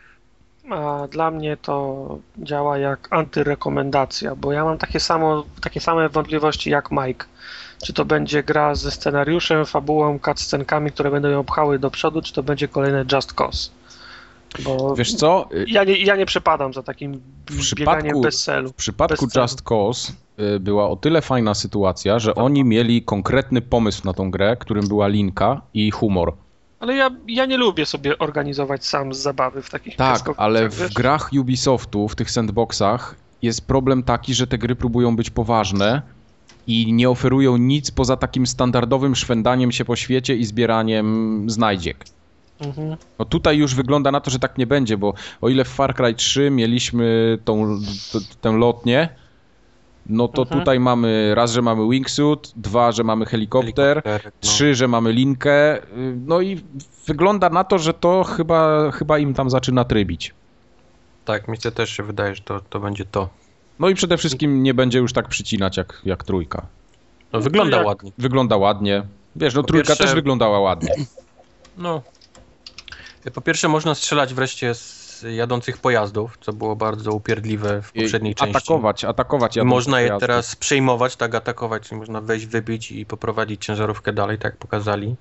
A dla mnie to działa jak antyrekomendacja, bo ja mam takie same wątpliwości jak Mike. Czy to będzie gra ze scenariuszem, fabułą, cutscenkami, które będą ją pchały do przodu, czy to będzie kolejne Just Cause. Bo wiesz co? Ja nie przepadam za takim bieganiem bez celu. W przypadku Just Cause była o tyle fajna sytuacja, że oni mieli konkretny pomysł na tą grę, którym była linka i humor. Ale ja nie lubię sobie organizować sam z zabawy w takich Tak, ale w grach Ubisoftu, w tych sandboxach jest problem taki, że te gry próbują być poważne i nie oferują nic poza takim standardowym szwędaniem się po świecie i zbieraniem znajdziek. No tutaj już wygląda na to, że tak nie będzie, bo o ile w Far Cry 3 mieliśmy tę lotnię, no to tutaj mamy raz, że mamy wingsuit, 2, że mamy helikopter, 3, że mamy linkę, no i wygląda na to, że to chyba im tam zaczyna trybić. Tak, mi się też wydaje, że to będzie to. No i przede wszystkim nie będzie już tak przycinać jak Trójka. No wygląda ładnie. Wygląda ładnie. Wiesz, no Trójka też wyglądała ładnie. No. Po pierwsze można strzelać wreszcie z jadących pojazdów, co było bardzo upierdliwe w poprzedniej części. Atakować jadące można je pojazdy. teraz przejmować, tak atakować, czyli można wejść, wybić i poprowadzić ciężarówkę dalej, tak jak pokazali.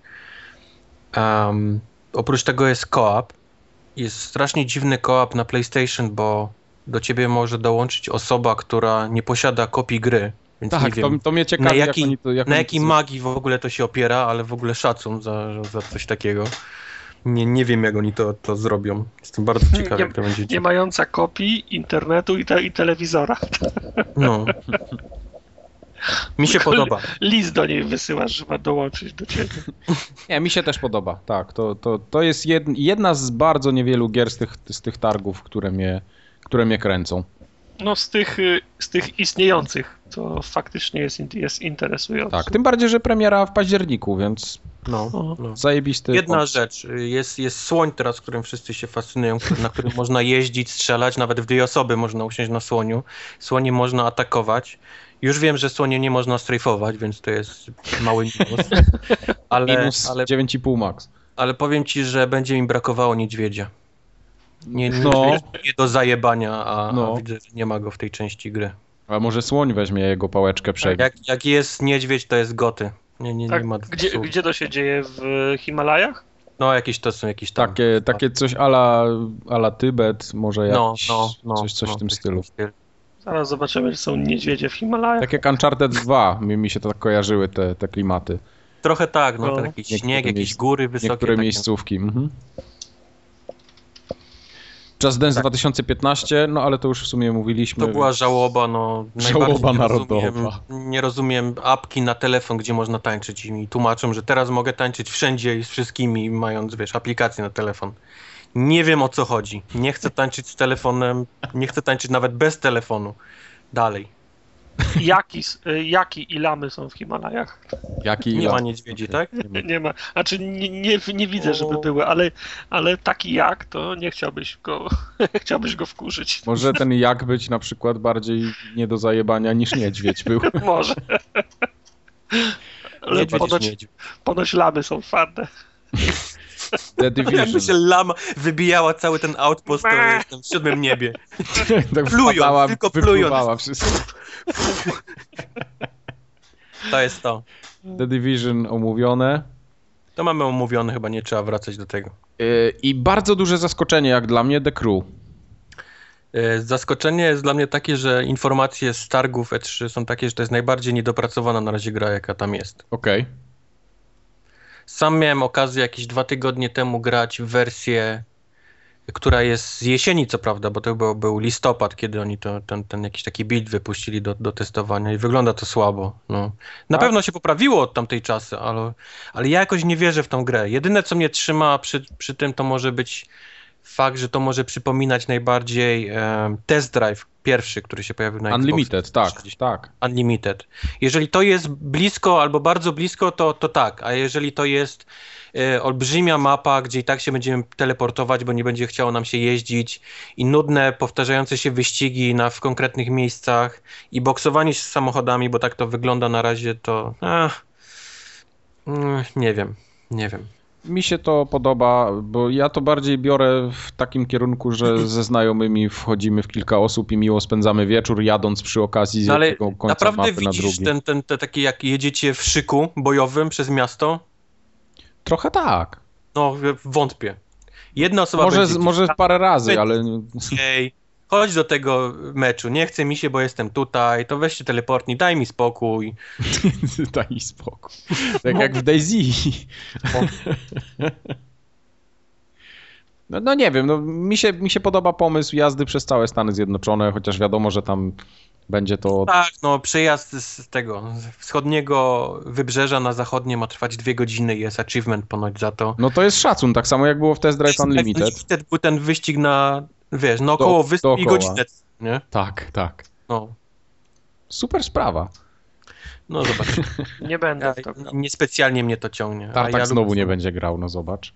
Oprócz tego jest co-op. Jest strasznie dziwny co-op na PlayStation, bo do ciebie może dołączyć osoba, która nie posiada kopii gry Więc tak, nie wiem, to mnie ciekawi, na jakiej magii w ogóle to się opiera, ale w ogóle szacun za coś takiego. Nie wiem, jak oni to zrobią. Jestem bardzo ciekawy, jak to będzie. Nie mająca kopii internetu i telewizora. No. Mi się podoba. List do niej wysyłasz, że ma dołączyć do ciebie. Nie, mi się też podoba, tak. To jest jedna z bardzo niewielu gier z tych targów, które mnie kręcą. No z tych istniejących, to faktycznie jest interesujące. Tak, tym bardziej, że premiera w październiku, więc No. zajebisty. Jedna rzecz, jest słoń teraz, którym wszyscy się fascynują, na którym można jeździć, strzelać, nawet w 2 osoby można usiąść na słoniu. Słonie można atakować. Już wiem, że słonie nie można strajfować, więc to jest mały minus. Minus 9,5 max. Ale powiem ci, że będzie mi brakowało niedźwiedzia. Nie do zajebania, a widzę, że nie ma go w tej części gry. A może słoń weźmie jego pałeczkę, przejmie. Jak jest niedźwiedź, to jest goty. Nie ma. Gdzie to się dzieje? W Himalajach? No, to są jakieś tam. Takie coś ala Tybet, może jakiś, coś w tym stylu. Zaraz zobaczymy, że są niedźwiedzie w Himalajach. Tak jak Uncharted 2, mi się to tak kojarzyły te klimaty. Trochę tak, ten jakiś śnieg, jakieś góry wysokie. Niektóre miejscówki. Mhm. Just Dance 2015, no ale to już w sumie mówiliśmy. To była żałoba, Żałoba narodowa. Nie rozumiem apki na telefon, gdzie można tańczyć i mi tłumaczą, że teraz mogę tańczyć wszędzie i z wszystkimi, mając, aplikację na telefon. Nie wiem, o co chodzi. Nie chcę tańczyć z telefonem, nie chcę tańczyć nawet bez telefonu. Dalej. Jaki i lamy są w Himalajach? Nie ma niedźwiedzi, tak? Nie ma. Znaczy nie widzę, żeby były, ale taki jak, to nie chciałbyś go wkurzyć. Może ten jak być na przykład bardziej nie do zajebania niż niedźwiedź był. Może. Ale ponoć lamy są fajne. The Division. Jakby się lama wybijała cały ten outpost, to jestem w 7. niebie. Tak plują, tylko plują. Wszystko. To jest to. The Division omówione. To mamy omówione, chyba nie trzeba wracać do tego. I bardzo duże zaskoczenie jak dla mnie The Crew. Zaskoczenie jest dla mnie takie, że informacje z targów E3 są takie, że to jest najbardziej niedopracowana na razie gra, jaka tam jest. Okej. Sam miałem okazję jakieś 2 tygodnie temu grać w wersję, która jest z jesieni, co prawda, bo to był listopad, kiedy oni ten jakiś taki build wypuścili do testowania i wygląda to słabo. No. Na pewno się poprawiło od tamtej czasy, ale ja jakoś nie wierzę w tą grę. Jedyne, co mnie trzyma przy tym, to może być fakt, że to może przypominać najbardziej Test Drive pierwszy, który się pojawił na Unlimited, tak. Unlimited. Jeżeli to jest blisko albo bardzo blisko, to tak, a jeżeli to jest olbrzymia mapa, gdzie i tak się będziemy teleportować, bo nie będzie chciało nam się jeździć i nudne, powtarzające się wyścigi w konkretnych miejscach i boksowanie się z samochodami, bo tak to wygląda na razie, to nie wiem. Mi się to podoba, bo ja to bardziej biorę w takim kierunku, że ze znajomymi wchodzimy w kilka osób i miło spędzamy wieczór, jadąc przy okazji z jednego końca mapy na drugi. Naprawdę widzisz te takie, jak jedziecie w szyku bojowym przez miasto? Trochę tak. No, wątpię. Jedna osoba może parę razy, ale... Chodź do tego meczu, nie chce mi się, bo jestem tutaj, to weź się teleportnij, daj mi spokój. Daj mi spokój. Tak jak w DayZ. No nie wiem, mi się podoba pomysł jazdy przez całe Stany Zjednoczone, chociaż wiadomo, że tam będzie to... Tak, przejazd z tego wschodniego wybrzeża na zachodnie ma trwać 2 godziny i jest achievement ponoć za to. No to jest szacun, tak samo jak było w Test Drive Unlimited. Wtedy był ten wyścig naokoło wyspy i godzinę, nie? Tak. No. Super sprawa. No zobacz. Nie będę w to grał. Niespecjalnie mnie to ciągnie. Tartak znowu nie będzie grał, no zobacz.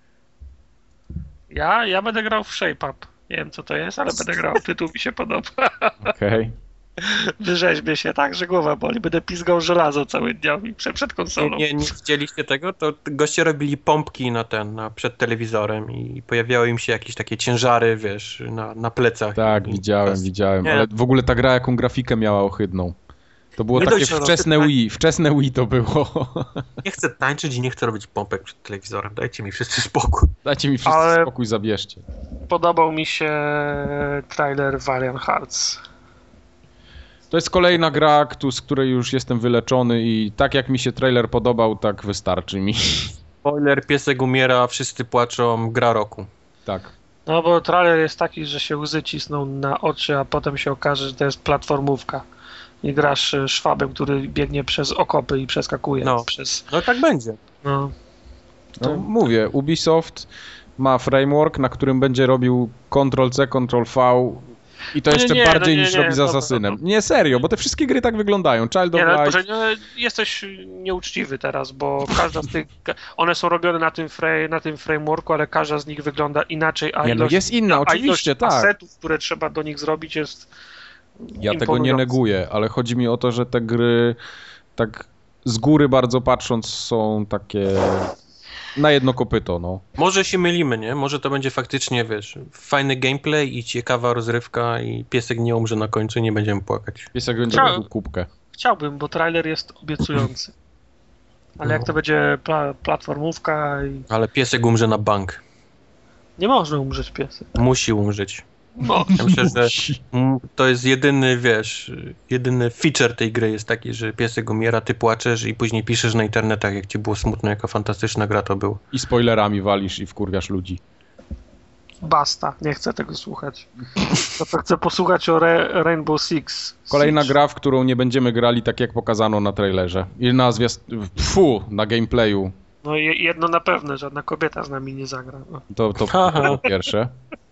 Ja będę grał w Shape Up. Nie wiem co to jest, ale będę grał. Tytuł mi się podoba. Okej. Wyrzeźbię się tak, że głowa boli. Będę pizgał żelazo cały dzień przed konsolą. Nie widzieliście tego? To goście robili pompki przed telewizorem i pojawiały im się jakieś takie ciężary, na plecach. Tak, widziałem. Nie. Ale w ogóle ta gra jaką grafikę miała ohydną. To było takie wczesne Wii to było. Nie chcę tańczyć i nie chcę robić pompek przed telewizorem. Dajcie mi wszyscy spokój. Spokój, zabierzcie. Podobał mi się trailer Valiant Hearts. To jest kolejna gra, z której już jestem wyleczony i tak jak mi się trailer podobał, tak wystarczy mi. Spoiler, piesek umiera, wszyscy płaczą, gra roku. Tak. No bo trailer jest taki, że się łzy cisną na oczy, a potem się okaże, że to jest platformówka. I grasz szwabem, który biegnie przez okopy i przeskakuje. No tak będzie. No. Mówię, Ubisoft ma framework, na którym będzie robił Ctrl-C, Ctrl-V i to jeszcze bardziej niż robi z Assassinem. Nie, serio, bo te wszystkie gry tak wyglądają. Child of Light... Jesteś nieuczciwy teraz, bo każda z tych... One są robione na tym frameworku, ale każda z nich wygląda inaczej, a jest inna, oczywiście, tak. Asetów, które trzeba do nich zrobić, jest Ja tego nie neguję, ale chodzi mi o to, że te gry tak z góry bardzo patrząc są takie... Na jedno kopyto, no. Może się mylimy, nie? Może to będzie faktycznie, wiesz, fajny gameplay i ciekawa rozrywka i piesek nie umrze na końcu i nie będziemy płakać. Piesek będzie robił kubkę. Chciałbym, bo trailer jest obiecujący. Ale jak to będzie platformówka i... Ale piesek umrze na bank. Nie może umrzeć piesek. Musi umrzeć. Ja myślę, że to jest jedyny feature tej gry jest taki, że piesek umiera, ty płaczesz i później piszesz na internetach, jak ci było smutno, jaka fantastyczna gra to był. I spoilerami walisz i wkurwiasz ludzi. Basta, nie chcę tego słuchać. To chcę posłuchać o Rainbow Six. Kolejna gra, w którą nie będziemy grali tak jak pokazano na trailerze. I na gameplayu. No jedno na pewno, żadna kobieta z nami nie zagra. No. To po pierwsze.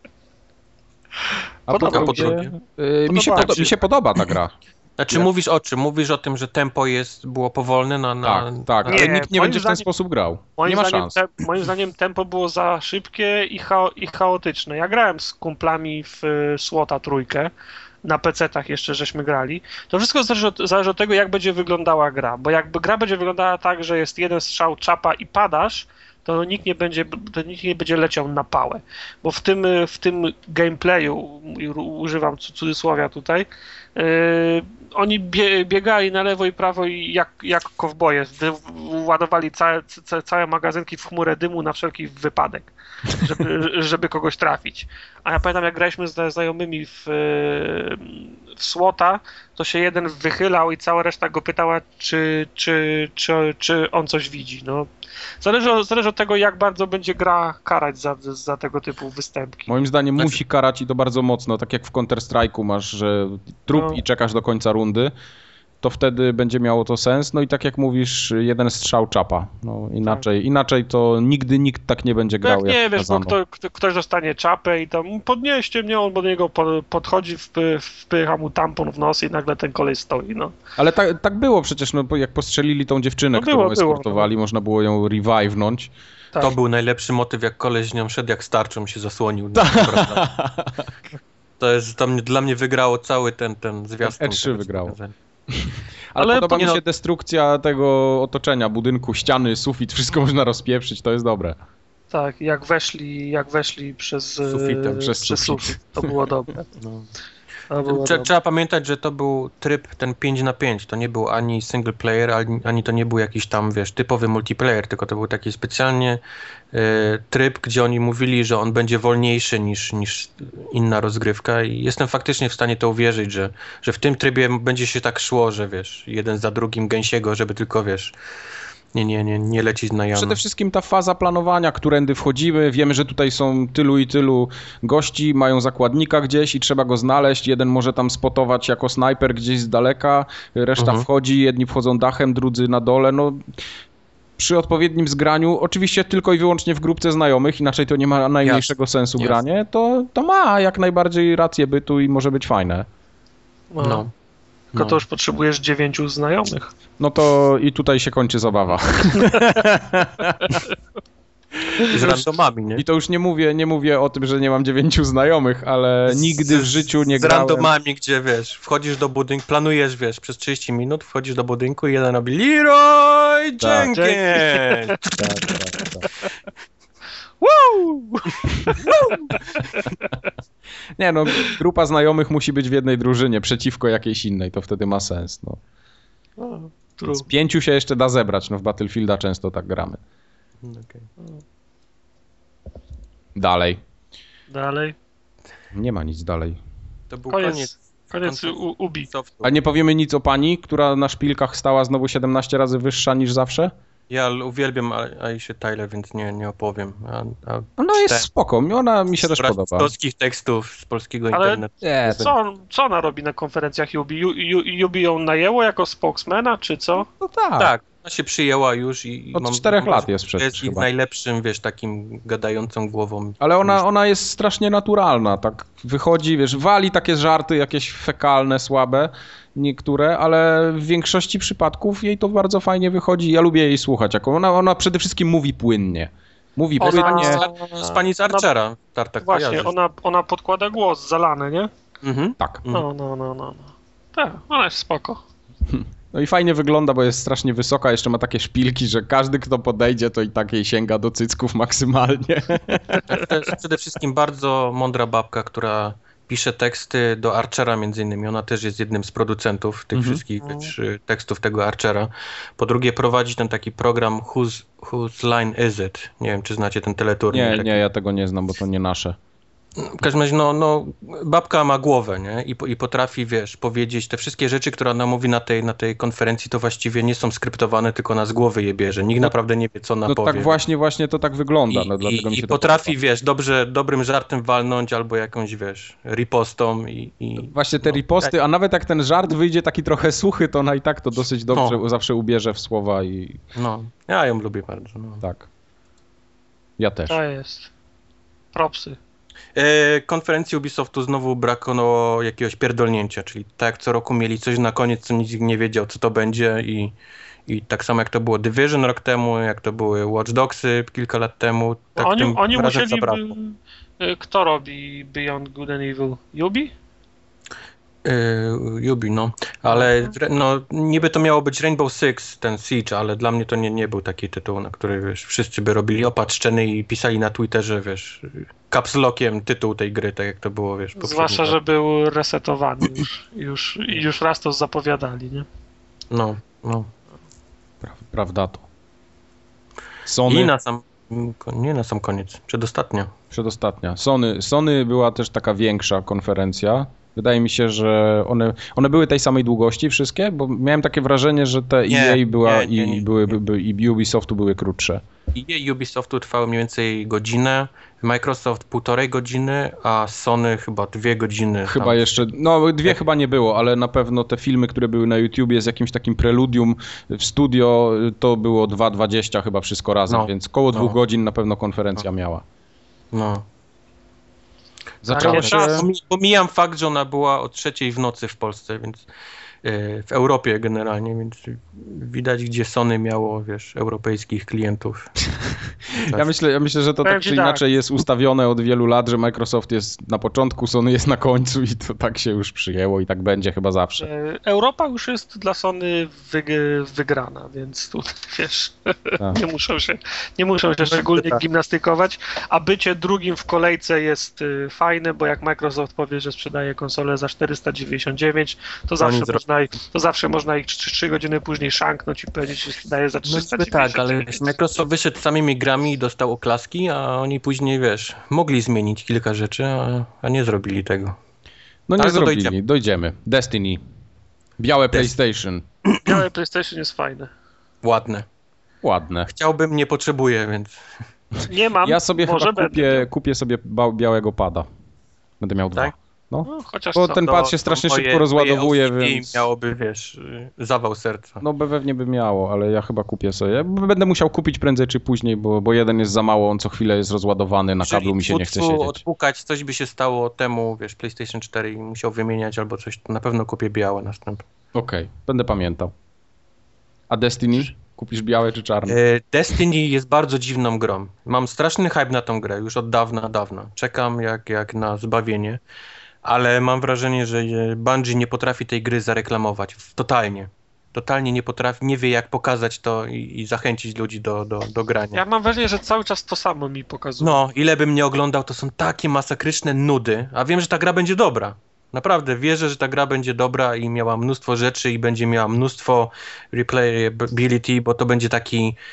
A Podoba po drugie, mi się podoba ta gra. Znaczy mówisz o czym? Mówisz o tym, że tempo było powolne Tak, ale nikt nie będzie w ten sposób grał. Nie ma szans. Moim zdaniem tempo było za szybkie i chaotyczne. Ja grałem z kumplami w SWAT-a trójkę, na PC-tach jeszcze żeśmy grali. To wszystko zależy od tego, jak będzie wyglądała gra, bo jakby gra będzie wyglądała tak, że jest jeden strzał, czapa i padasz, to nikt nie będzie leciał na pałę. Bo w tym gameplayu, używam cudzysłowia tutaj, oni biegali na lewo i prawo i jak kowboje, ładowali całe magazynki w chmurę dymu na wszelki wypadek, żeby kogoś trafić. A ja pamiętam, jak graliśmy z znajomymi w SWAT-a, to się jeden wychylał i cała reszta go pytała, czy on coś widzi. No. Zależy od tego, jak bardzo będzie gra karać za tego typu występki. Moim zdaniem musi karać i to bardzo mocno, tak jak w Counter-Strike'u masz, że trup i czekasz do końca rundy, to wtedy będzie miało to sens. No i tak jak mówisz, jeden strzał czapa. No, inaczej to nigdy nikt tak nie będzie grał. Jak nie wiesz, bo ktoś dostanie czapę i tam podnieście mnie, on do niego podchodzi, wpycha mu tampon w nos i nagle ten kolej stoi. No. Ale tak było przecież, no, jak postrzelili tą dziewczynę, którą eskortowali, można było ją revive'nąć. Tak. To był najlepszy motyw, jak koleś z nią szedł, jak z tarczą się zasłonił. To jest, dla mnie wygrało cały ten zwiastun. E3 wygrało. Ale podoba mi się destrukcja tego otoczenia, budynku, ściany, sufit, wszystko można rozpieprzyć, to jest dobre. Tak, jak weszli przez sufit, to było dobre. No. Trzeba pamiętać, że to był tryb ten 5x5, to nie był ani single player, ani to nie był jakiś tam, wiesz, typowy multiplayer, tylko to był taki specjalnie tryb, gdzie oni mówili, że on będzie wolniejszy niż inna rozgrywka i jestem faktycznie w stanie to uwierzyć, że w tym trybie będzie się tak szło, że wiesz, jeden za drugim gęsiego, żeby tylko, wiesz, nie lecieć na jamę. Przede wszystkim ta faza planowania, którędy wchodzimy, wiemy, że tutaj są tylu i tylu gości, mają zakładnika gdzieś i trzeba go znaleźć, jeden może tam spotować jako snajper gdzieś z daleka, reszta wchodzi, jedni wchodzą dachem, drudzy na dole, no przy odpowiednim zgraniu, oczywiście tylko i wyłącznie w grupce znajomych, inaczej to nie ma najmniejszego sensu granie, to ma jak najbardziej rację bytu i może być fajne. No. Tylko to już potrzebujesz 9 znajomych. No to i tutaj się kończy zabawa. Z randomami, nie? I to już nie mówię o tym, że nie mam 9 znajomych, ale nigdy w życiu nie grałem. Z randomami, gdzie wiesz, wchodzisz do budynku, planujesz, wiesz, przez 30 minut, wchodzisz do budynku i jeden robi Leroy Jenkins! Tak. Woo! Nie no, grupa znajomych musi być w jednej drużynie przeciwko jakiejś innej, to wtedy ma sens. No. Z 5 się jeszcze da zebrać, no w Battlefielda często tak gramy. Okay. Dalej. Dalej? Nie ma nic dalej. To był Koniec Ubi. A nie powiemy nic o pani, która na szpilkach stała znowu 17 razy wyższa niż zawsze? Ja uwielbiam Aisha Tyler, więc nie opowiem. Ona jest spoko, ona mi się też podoba. Z polskich tekstów, z polskiego internetu. Co ona robi na konferencjach Ubi? Ubi ją najęło jako spokesmana, czy co? No tak. Tak, ona się przyjęła już i od 4 lat jest przecież jest ich najlepszym, wiesz, takim gadającą głową. Ale ona jest strasznie naturalna, tak wychodzi, wiesz, wali takie żarty jakieś fekalne, słabe, niektóre, ale w większości przypadków jej to bardzo fajnie wychodzi. Ja lubię jej słuchać, ona przede wszystkim mówi płynnie. Mówi płynnie. Z pani z Archera. Właśnie, ona podkłada głos zalany, nie? Tak. No. Tak, ona jest spoko. No i fajnie wygląda, bo jest strasznie wysoka, jeszcze ma takie szpilki, że każdy, kto podejdzie, to i tak jej sięga do cycków maksymalnie. To jest przede wszystkim bardzo mądra babka, która pisze teksty do Archera między innymi. Ona też jest jednym z producentów tych wszystkich tekstów tego Archera. Po drugie prowadzi ten taki program Whose Line Is It? Nie wiem, czy znacie ten teleturniej. Nie, ja tego nie znam, bo to nie nasze. W każdym razie, babka ma głowę, nie? I potrafi, wiesz, powiedzieć te wszystkie rzeczy, które ona mówi na tej konferencji, to właściwie nie są skryptowane, tylko ona z głowy je bierze. Nikt naprawdę nie wie, co ona powie. Tak właśnie to tak wygląda. Dlatego mi się potrafi, wiesz, dobrym żartem walnąć albo jakąś, wiesz, ripostą Właśnie te riposty, a nawet jak ten żart wyjdzie taki trochę suchy, to ona i tak to dosyć dobrze zawsze ubierze w słowa i... Ja ją lubię bardzo. Tak. Ja też. To jest. Propsy. Konferencji Ubisoftu znowu brakowało jakiegoś pierdolnięcia, czyli tak jak co roku mieli coś na koniec, co nikt nie wiedział, co to będzie i tak samo jak to było Division rok temu, jak to były Watch Dogsy kilka lat temu. Tak oni musieli... Kto robi Beyond Good and Evil? Ubi? Ubi, ale niby to miało być Rainbow Six, ten Siege, ale dla mnie to nie był taki tytuł, na który, wiesz, wszyscy by robili opatrzczeny i pisali na Twitterze, wiesz, caps lockiem tytuł tej gry, tak jak to było, wiesz. Zwłaszcza, że był resetowany już raz to zapowiadali, nie? No. Prawda to. Sony... Nie na sam koniec, Przedostatnia. Sony była też taka większa konferencja. Wydaje mi się, że one były tej samej długości wszystkie, bo miałem takie wrażenie, że te EA była i Ubisoftu były krótsze. EA i Ubisoftu trwały mniej więcej godzinę, Microsoft 1,5 godziny, a Sony chyba 2 godziny. Chyba jeszcze, 2 chyba nie było, ale na pewno te filmy, które były na YouTubie z jakimś takim preludium w studio, to było 2:20 chyba wszystko razem, więc koło 2 godzin na pewno konferencja miała. Zaczęło się... Pomijam fakt, że ona była o 3:00 w nocy w Polsce, więc w Europie generalnie, więc widać, gdzie Sony miało, wiesz, europejskich klientów. Ja myślę, że to tak czy inaczej jest ustawione od wielu lat, że Microsoft jest na początku, Sony jest na końcu i to tak się już przyjęło i tak będzie chyba zawsze. Europa już jest dla Sony wygrana, więc tu, wiesz, nie muszą się szczególnie gimnastykować, a bycie drugim w kolejce jest fajne, bo jak Microsoft powie, że sprzedaje konsolę za 499, to zawsze można ich 3 godziny później szanknąć i powiedzieć, że sprzedaje za 399. Tak, ale Microsoft wyszedł samymi grami i dostał oklaski, a oni później, wiesz, mogli zmienić kilka rzeczy, a nie zrobili tego. Nie zrobili, dojdziemy. Destiny. Białe PlayStation. Białe PlayStation jest fajne. Ładne. Chciałbym, nie potrzebuję, więc... Nie mam, ja sobie chyba kupię sobie białego pada. Będę miał 2. Tak? Bo ten pad się strasznie szybko rozładowuje, więc... miałoby, wiesz, zawał serca. Pewnie by miało, ale ja chyba kupię sobie. Będę musiał kupić prędzej czy później, bo jeden jest za mało, on co chwilę jest rozładowany, na kablu mi się nie chce siedzieć. Odpukać, coś by się stało temu, wiesz, PlayStation 4 i musiał wymieniać albo coś, to na pewno kupię białe następne. Okej, będę pamiętał. A Destiny? Kupisz białe czy czarne? Destiny jest bardzo dziwną grą. Mam straszny hype na tą grę, już od dawna. Czekam jak na zbawienie. Ale mam wrażenie, że Bungie nie potrafi tej gry zareklamować. Totalnie nie potrafi, nie wie jak pokazać to i zachęcić ludzi do grania. Ja mam wrażenie, że cały czas to samo mi pokazuje. Ile bym nie oglądał, to są takie masakryczne nudy, a wiem, że ta gra będzie dobra. Naprawdę wierzę, że ta gra będzie dobra i miała mnóstwo rzeczy i będzie miała mnóstwo replayability, bo to będzie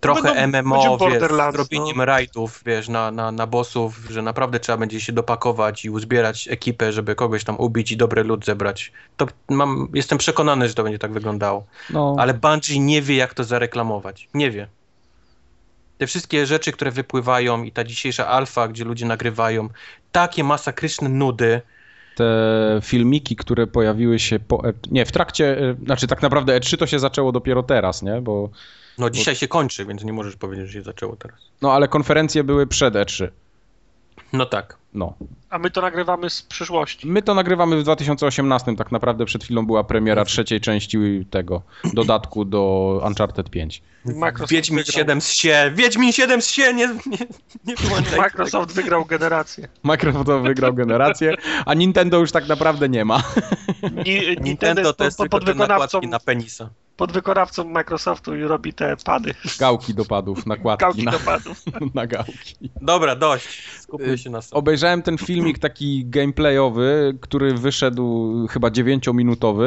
trochę MMO, wiesz, z robieniem no. rajdów, wiesz, na bossów, że naprawdę trzeba będzie się dopakować i uzbierać ekipę, żeby kogoś tam ubić i dobry loot zebrać. To jestem przekonany, że to będzie tak wyglądało. No. Ale Bungie nie wie, jak to zareklamować. Nie wie. Te wszystkie rzeczy, które wypływają i ta dzisiejsza alfa, gdzie ludzie nagrywają, takie masakryczne nudy. Te filmiki, które pojawiły się w trakcie, znaczy tak naprawdę E3 to się zaczęło dopiero teraz, nie? No dzisiaj się kończy, więc nie możesz powiedzieć, że się zaczęło teraz. No ale konferencje były przed E3. No tak. No. A my to nagrywamy z przyszłości. My to nagrywamy w 2018, tak naprawdę przed chwilą była premiera trzeciej części tego dodatku do Uncharted 5. Wiedźmin 7 z sie! Wiedźmin 7 z sie! Nie wyłączaj. Microsoft wygrał generację. Microsoft wygrał generację, a Nintendo już tak naprawdę nie ma. Nintendo to jest tylko te nakładki na penisa. Podwykonawcą Microsoftu i robi te pady. Gałki do padów, nakładki do padów. na gałki. Dobra, dość. Skupmy się na sobie. Obejrzałem ten filmik taki gameplayowy, który wyszedł chyba 9-minutowy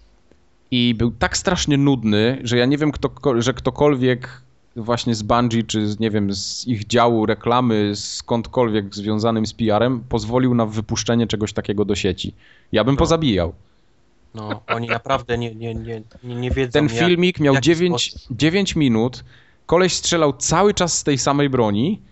i był tak strasznie nudny, że ja nie wiem, że ktokolwiek właśnie z Bungie, czy nie wiem, z ich działu reklamy, skądkolwiek związanym z PR-em, pozwolił na wypuszczenie czegoś takiego do sieci. Ja bym pozabijał. No, oni naprawdę nie wiedzą. Ten filmik miał 9 minut, koleś strzelał cały czas z tej samej broni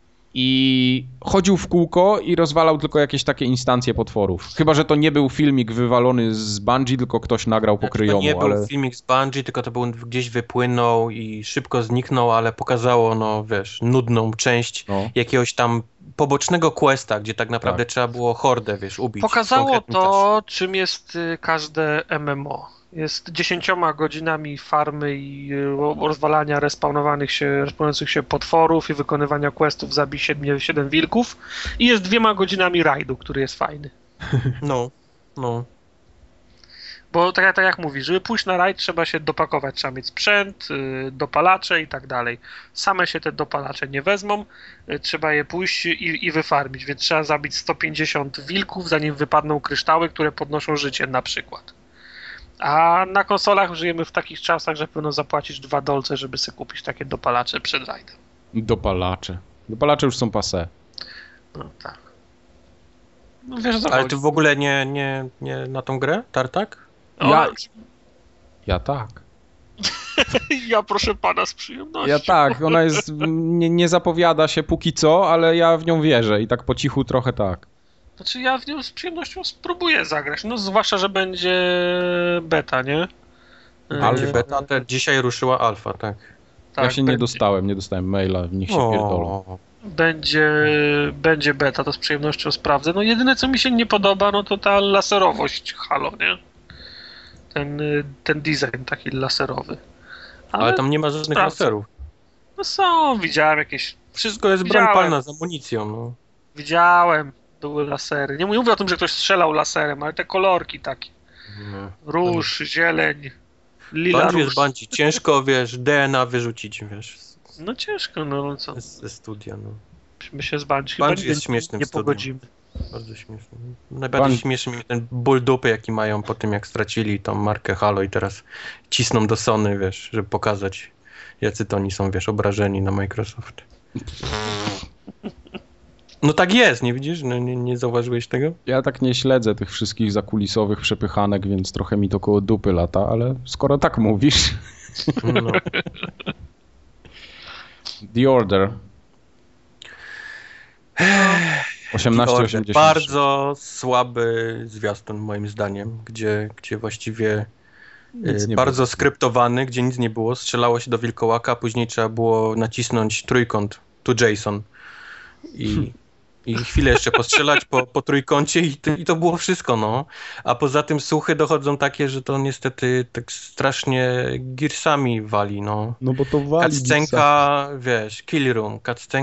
i chodził w kółko i rozwalał tylko jakieś takie instancje potworów. Chyba że to nie był filmik wywalony z Bungie, tylko ktoś nagrał po kryjomu. To nie był filmik z Bungie, tylko to był gdzieś wypłynął i szybko zniknął, ale pokazało, no wiesz, nudną część jakiegoś tam pobocznego questa, gdzie tak naprawdę trzeba było hordę, wiesz, ubić. Pokazało to, czym jest każde MMO. Jest 10 godzinami farmy i rozwalania respawnujących się potworów i wykonywania questów zabij 7 wilków i jest 2 godzinami rajdu, który jest fajny. No. Bo tak jak mówisz, żeby pójść na rajd trzeba się dopakować, trzeba mieć sprzęt, dopalacze i tak dalej. Same się te dopalacze nie wezmą, trzeba je pójść i wyfarmić, więc trzeba zabić 150 wilków, zanim wypadną kryształy, które podnoszą życie na przykład. A na konsolach żyjemy w takich czasach, że pewno zapłacisz $2, żeby sobie kupić takie dopalacze przed rajdem. Dopalacze już są passé. No tak. No wiesz, ale ty w ogóle nie na tą grę, Tartak? Ja tak. Ja proszę pana z przyjemnością. Ja tak, ona jest, nie zapowiada się póki co, ale ja w nią wierzę i tak po cichu trochę tak. Znaczy ja w nią z przyjemnością spróbuję zagrać, no zwłaszcza, że będzie beta, nie? Będzie beta, dzisiaj ruszyła alfa, tak. Ja się nie dostałem maila, niech się pierdolą. Będzie beta, to z przyjemnością sprawdzę. No jedyne co mi się nie podoba, no to ta laserowość Halo, nie? Ten design taki laserowy. Ale tam nie ma żadnych laserów. No są, widziałem jakieś... Wszystko jest broń palna z amunicją, no. Widziałem, były lasery. Nie mówię o tym, że ktoś strzelał laserem, ale te kolorki takie. Róż, zieleń, lila róż. Bungie. Ciężko, wiesz, DNA wyrzucić, wiesz. No ciężko, no co. Ze studia, no. My się z Bungie jest śmiesznym nie pogodzimy. Bardzo śmieszny. Najbardziej śmieszny mi ten ból dupy, jaki mają po tym, jak stracili tą markę Halo i teraz cisną do Sony, wiesz, żeby pokazać, jacy to oni są, wiesz, obrażeni na Microsoft. No tak jest, nie widzisz? No, nie zauważyłeś tego? Ja tak nie śledzę tych wszystkich zakulisowych przepychanek, więc trochę mi to koło dupy lata, ale skoro tak mówisz... No. The Order. 1880. Bardzo słaby zwiastun moim zdaniem, gdzie właściwie bardzo skryptowany, gdzie nic nie było, strzelało się do wilkołaka, później trzeba było nacisnąć trójkąt to Jason i chwilę jeszcze postrzelać po trójkącie i to było wszystko, no. A poza tym słuchy dochodzą takie, że to niestety tak strasznie Gearsami wali, no. No bo to wali cutscenka, wiesz, kill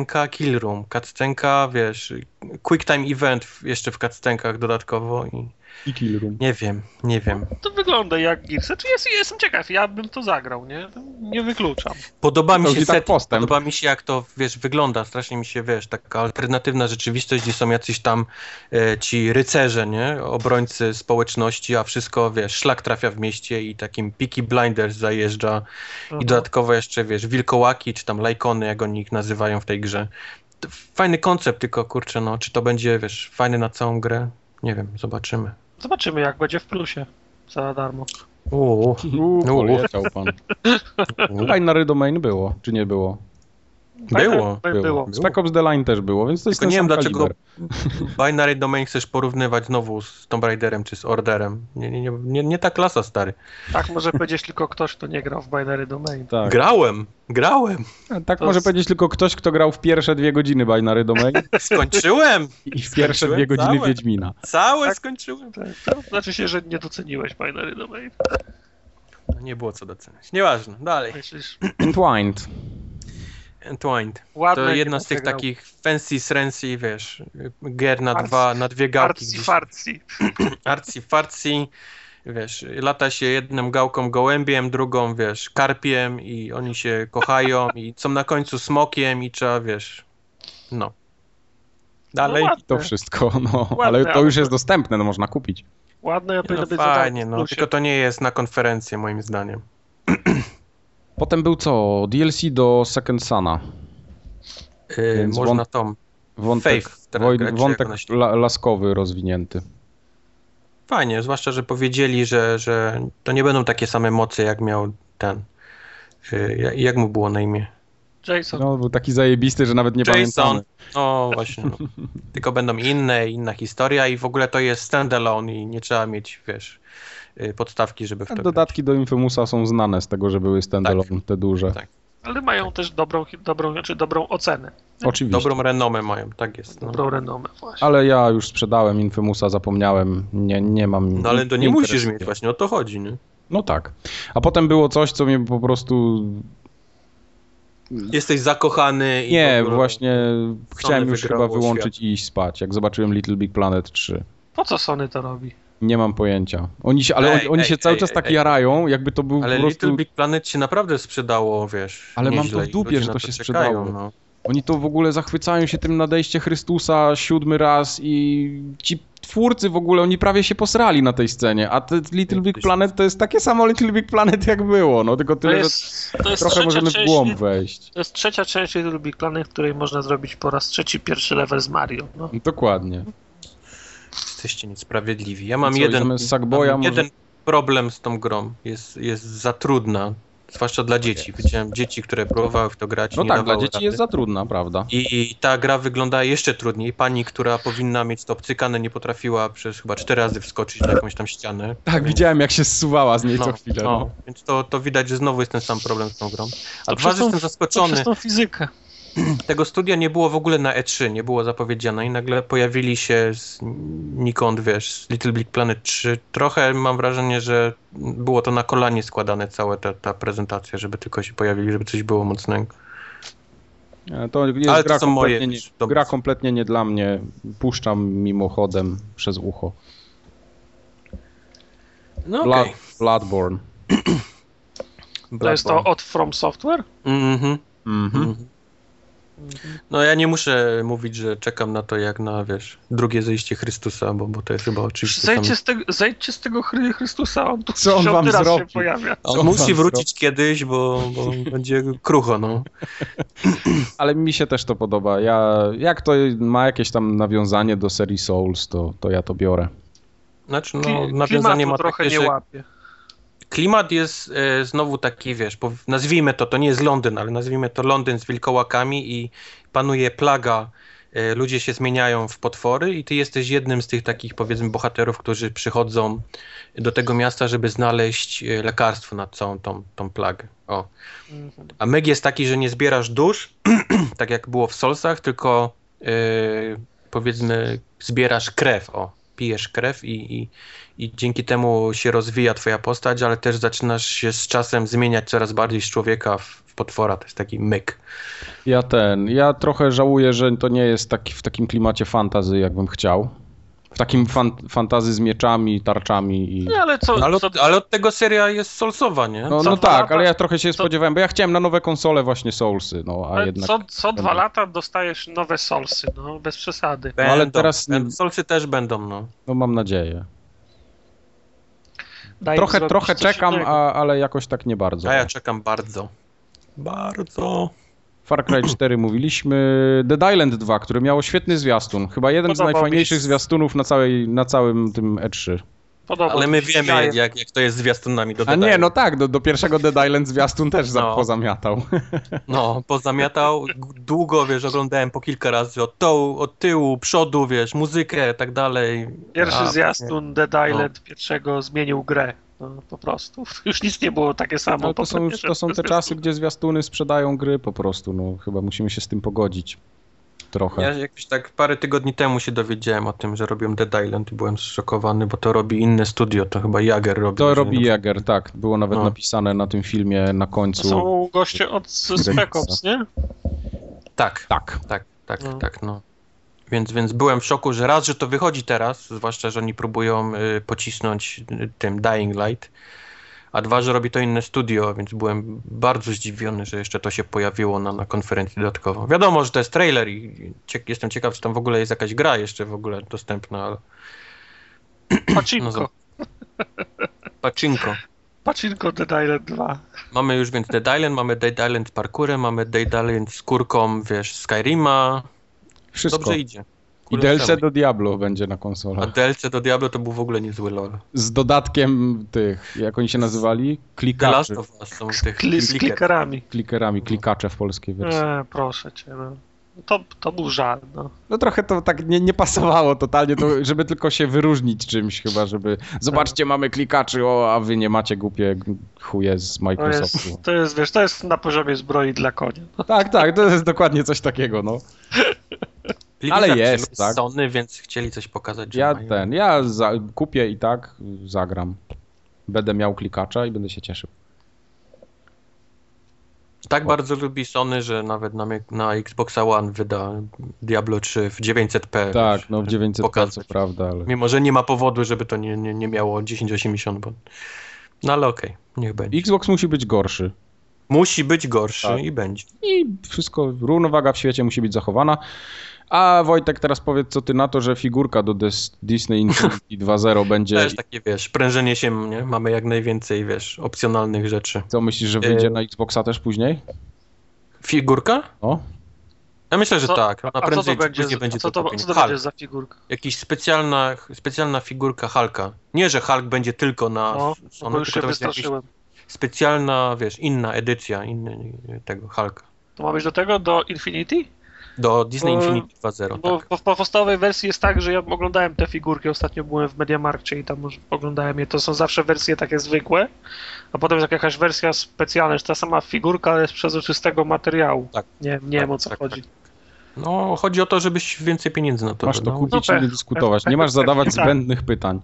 room, cutscenka, wiesz, quick time event jeszcze w cutscenkach dodatkowo i I Kill Room. Nie wiem. To wygląda jak Gears. Znaczy jestem ciekaw, ja bym to zagrał, nie? Nie wykluczam. Podoba mi się tak postęp. podoba mi się jak to, wiesz, wygląda. Strasznie mi się, wiesz, taka alternatywna rzeczywistość, gdzie są jacyś tam ci rycerze, nie? Obrońcy społeczności, a wszystko, wiesz, szlak trafia w mieście i takim Peaky Blinders zajeżdża. I dodatkowo jeszcze, wiesz, wilkołaki, czy tam lajkony, jak oni ich nazywają w tej grze. Fajny koncept, tylko kurczę, no, czy to będzie, wiesz, fajny na całą grę? Nie wiem, zobaczymy. Zobaczymy, jak będzie w plusie. Za darmo. Poleciał pan. Binary Domain było, czy nie było? Było. Spec Ops The Line też było, więc to jest Tylko ten nie wiem, sam dlaczego kaliber. Binary Domain chcesz porównywać znowu z Tomb Raiderem czy z Orderem. Nie ta klasa, stary. Tak może powiedzieć tylko ktoś, kto nie grał w Binary Domain. Tak. Grałem. Tak może powiedzieć tylko ktoś, kto grał w pierwsze 2 godziny Binary Domain Skończyłem. i w pierwsze 2 godziny Wiedźmina. Całe skończyłem. To znaczy się, że nie doceniłeś Binary Domain. Nie było co doceniać. Nieważne, dalej. Myślisz? Entwined. Ładne, To jedna z tych grał. takich fancy, wiesz, gier na dwie gałki. Artsy-fartsy, wiesz, lata się jedną gałką gołębiem, drugą, wiesz, karpiem i oni się kochają i są na końcu smokiem i trzeba, wiesz, no. Dalej. No ładne. To wszystko, no. Ładne, Ale to ale już to- jest dostępne, no można kupić. Ładne, ja powinno być Fajnie, zadane w no, plusie. tylko to nie jest na konferencję, moim zdaniem. Potem był co? DLC do Second Sona. Więc Można tą Wątek, Faith teraz grać, wątek jak ona się- laskowy rozwinięty. Fajnie, zwłaszcza, że powiedzieli, że to nie będą takie same moce, jak miał ten. Jak mu było na imię? Jason. No, był taki zajebisty, że nawet nie Jason. pamiętamy. No właśnie. No. Tylko będą inna historia i w ogóle to jest standalone i nie trzeba mieć, wiesz, podstawki, żeby w to grać. Dodatki do Infamousa są znane z tego, że były standalone, te duże. Tak. Ale mają też dobrą ocenę. Oczywiście. Dobrą renomę mają, tak jest. No, Dobrą renomę właśnie. Ale ja już sprzedałem Infamousa, zapomniałem, nie mam... no ale to nie musisz interesuje. mieć, właśnie o to chodzi, nie? No tak. A potem było coś, co mnie po prostu... Jesteś zakochany i Nie, w ogóle właśnie chciałem już wygrało chyba wyłączyć i iść spać, jak zobaczyłem Little Big Planet 3. Po co Sony to robi? Nie mam pojęcia. Oni się cały czas tak jarają, jakby to był Ale po prostu... Little Big Planet się naprawdę sprzedało, wiesz, Ale mam nieźle to w i dupie, ludzie że na to się czekają, sprzedało. no. Oni to w ogóle zachwycają się tym nadejście Chrystusa 7 raz i ci twórcy w ogóle, oni prawie się posrali na tej scenie, a te Little Big Planet to jest takie samo Little Big Planet jak było, no tylko tyle, że To jest trochę możemy w głąb wejść. To jest trzecia część Little Big Planet, w której można zrobić po raz trzeci pierwszy level z Mario. No. Dokładnie. Jesteście niesprawiedliwi. Ja mam Co, zamiast Sackboya może- jeden problem z tą grą. Jest za trudna, zwłaszcza dla dzieci. Widziałem dzieci, które próbowały w to grać i No nie tak, dla dawały dzieci rady. jest za trudna, prawda? I ta gra wygląda jeszcze trudniej. Pani, która powinna mieć to obcykane, nie potrafiła przez chyba 4 razy wskoczyć na jakąś tam ścianę. Tak, Więc- widziałem jak się zsuwała z niej co chwilę. No. Więc to widać, że znowu jest ten sam problem z tą grą. A To dwa, przez że jestem To zaskoczony. przez tą fizykę. Tego studia nie było w ogóle na E3, nie było zapowiedziane i nagle pojawili się znikąd, wiesz, z Little Big Planet 3. Trochę mam wrażenie, że było to na kolanie składane całe ta prezentacja, żeby tylko się pojawili, żeby coś było mocnego. To jest Ale to gra, są moje kompletnie domysły. gra kompletnie nie dla mnie. Puszczam mimochodem przez ucho. No okej. Bloodborne. To jest to od From Software? Mhm. Mhm. No ja nie muszę mówić, że czekam na to jak na, wiesz, drugie zejście Chrystusa, bo to jest chyba oczywiście... Zejdźcie z tego Chrystusa, on tu Co on wam 10 raz zrobi? się pojawia. Co On on musi wam wrócić kiedyś, bo będzie krucho, no. Ale mi się też to podoba. Jak to ma jakieś tam nawiązanie do serii Souls, to ja to biorę. Znaczy, no, nawiązanie Klimatu ma trochę takie, nie że łapie. klimat jest znowu taki, wiesz, nazwijmy to nie jest Londyn, ale nazwijmy to Londyn z wilkołakami i panuje plaga, ludzie się zmieniają w potwory i ty jesteś jednym z tych takich, powiedzmy, bohaterów, którzy przychodzą do tego miasta, żeby znaleźć lekarstwo na całą tą plagę. O. A myg jest taki, że nie zbierasz dusz, tak jak było w Soulsach, tylko powiedzmy zbierasz krew, pijesz krew i dzięki temu się rozwija twoja postać, ale też zaczynasz się z czasem zmieniać coraz bardziej z człowieka w potwora. To jest taki myk. Ja trochę żałuję, że to nie jest w takim klimacie fantasy, jakbym chciał. W takim fantazy z mieczami, tarczami i... No, ale od tego seria jest Soulsowa, nie? No tak, ale ja trochę się spodziewałem, bo ja chciałem na nowe konsole właśnie Soulsy, no a jednak... Co 2 lata dostajesz nowe Soulsy, no bez przesady. Będą, ale teraz... Soulsy też będą, no. No mam nadzieję. Trochę czekam, ale jakoś tak nie bardzo. A ja czekam bardzo. Bardzo. Far Cry 4 mówiliśmy. Dead Island 2, które miało świetny zwiastun. Chyba jeden z najfajniejszych zwiastunów na całym tym E3. Ale my wiemy, jak to jest z zwiastunami do Dead Island. Nie, no tak, do pierwszego Dead Island zwiastun też pozamiatał. No, pozamiatał. Długo, wiesz, oglądałem po kilka razy od tyłu, przodu, wiesz, muzykę i tak dalej. Pierwszy zwiastun Dead Island pierwszego zmienił grę. No, po prostu. Już nic nie było takie samo. Ale to są te czasy, gdzie zwiastuny sprzedają gry po prostu. No, chyba musimy się z tym pogodzić. Trochę. Ja jakoś tak parę tygodni temu się dowiedziałem o tym, że robią Dead Island i byłem zszokowany, bo to robi inne studio, to chyba Jager robi. To robi Jager, tak. Było nawet napisane na tym filmie na końcu. To są goście od Spec Ops, nie? Tak, no. Więc byłem w szoku, że raz, że to wychodzi teraz, zwłaszcza, że oni próbują pocisnąć tym Dying Light, a dwa, że robi to inne studio, więc byłem bardzo zdziwiony, że jeszcze to się pojawiło na konferencji dodatkowo. Wiadomo, że to jest trailer i jestem ciekaw, czy tam w ogóle jest jakaś gra jeszcze w ogóle dostępna, ale... Pachinko. Pachinko Dead Island 2. Mamy już więc Dead Island, mamy Dead Island z parkourem, mamy Dead Island z kurką, wiesz, Skyrima. Wszystko. Dobrze idzie. I DLC do Diablo będzie na konsolach. A DLC do Diablo to był w ogóle niezły lol. Z dodatkiem tych, jak oni się nazywali? Klikaczy. The Last of Us są tych z klikerami. Klikerami, klikacze w polskiej wersji. Proszę cię, no. To był żal, no. No trochę to tak nie pasowało totalnie, żeby tylko się wyróżnić czymś chyba, żeby... Zobaczcie, mamy klikaczy, a wy nie macie głupie chuje z Microsoftu. To jest na poziomie zbroi dla konia. No. Tak, to jest dokładnie coś takiego, no. Ale jest, tak. Sony, więc chcieli coś pokazać. Ja kupię i tak zagram. Będę miał klikacza i będę się cieszył. Tak bardzo lubi Sony, że nawet na Xboxa One wyda Diablo 3 w 900p. Tak, no w 900p co prawda, ale... Mimo, że nie ma powodu, żeby to nie miało 1080, bo... No ale okej, niech będzie. Xbox musi być gorszy. Musi być gorszy i będzie. I wszystko, równowaga w świecie musi być zachowana. A Wojtek, teraz powiedz, co ty na to, że figurka do Disney Infinity 2.0 będzie... Też takie, wiesz, prężenie się, nie? Mamy jak najwięcej, wiesz, opcjonalnych rzeczy. Co myślisz, że wyjdzie na Xboxa też później? Figurka? O. Ja myślę, że tak. Na prędzej czy później będzie to będzie za figurka? Jakaś specjalna figurka Hulka. Nie, że Hulk będzie tylko na Sony, tylko to będzie specjalna, wiesz, inna edycja tego Hulka. To ma być do tego, do Infinity? Do Disney Infinity 2.0, Bo w podstawowej wersji jest tak, że ja oglądałem te figurki, ostatnio byłem w MediaMarkcie i tam oglądałem je, to są zawsze wersje takie zwykłe, a potem jest jakaś wersja specjalna, że ta sama figurka jest przezroczystego materiału. Tak. Nie wiem o co chodzi. Tak. No, chodzi o to, żebyś więcej pieniędzy na to masz to kupić i nie dyskutować, nie masz zadawać zbędnych pytań.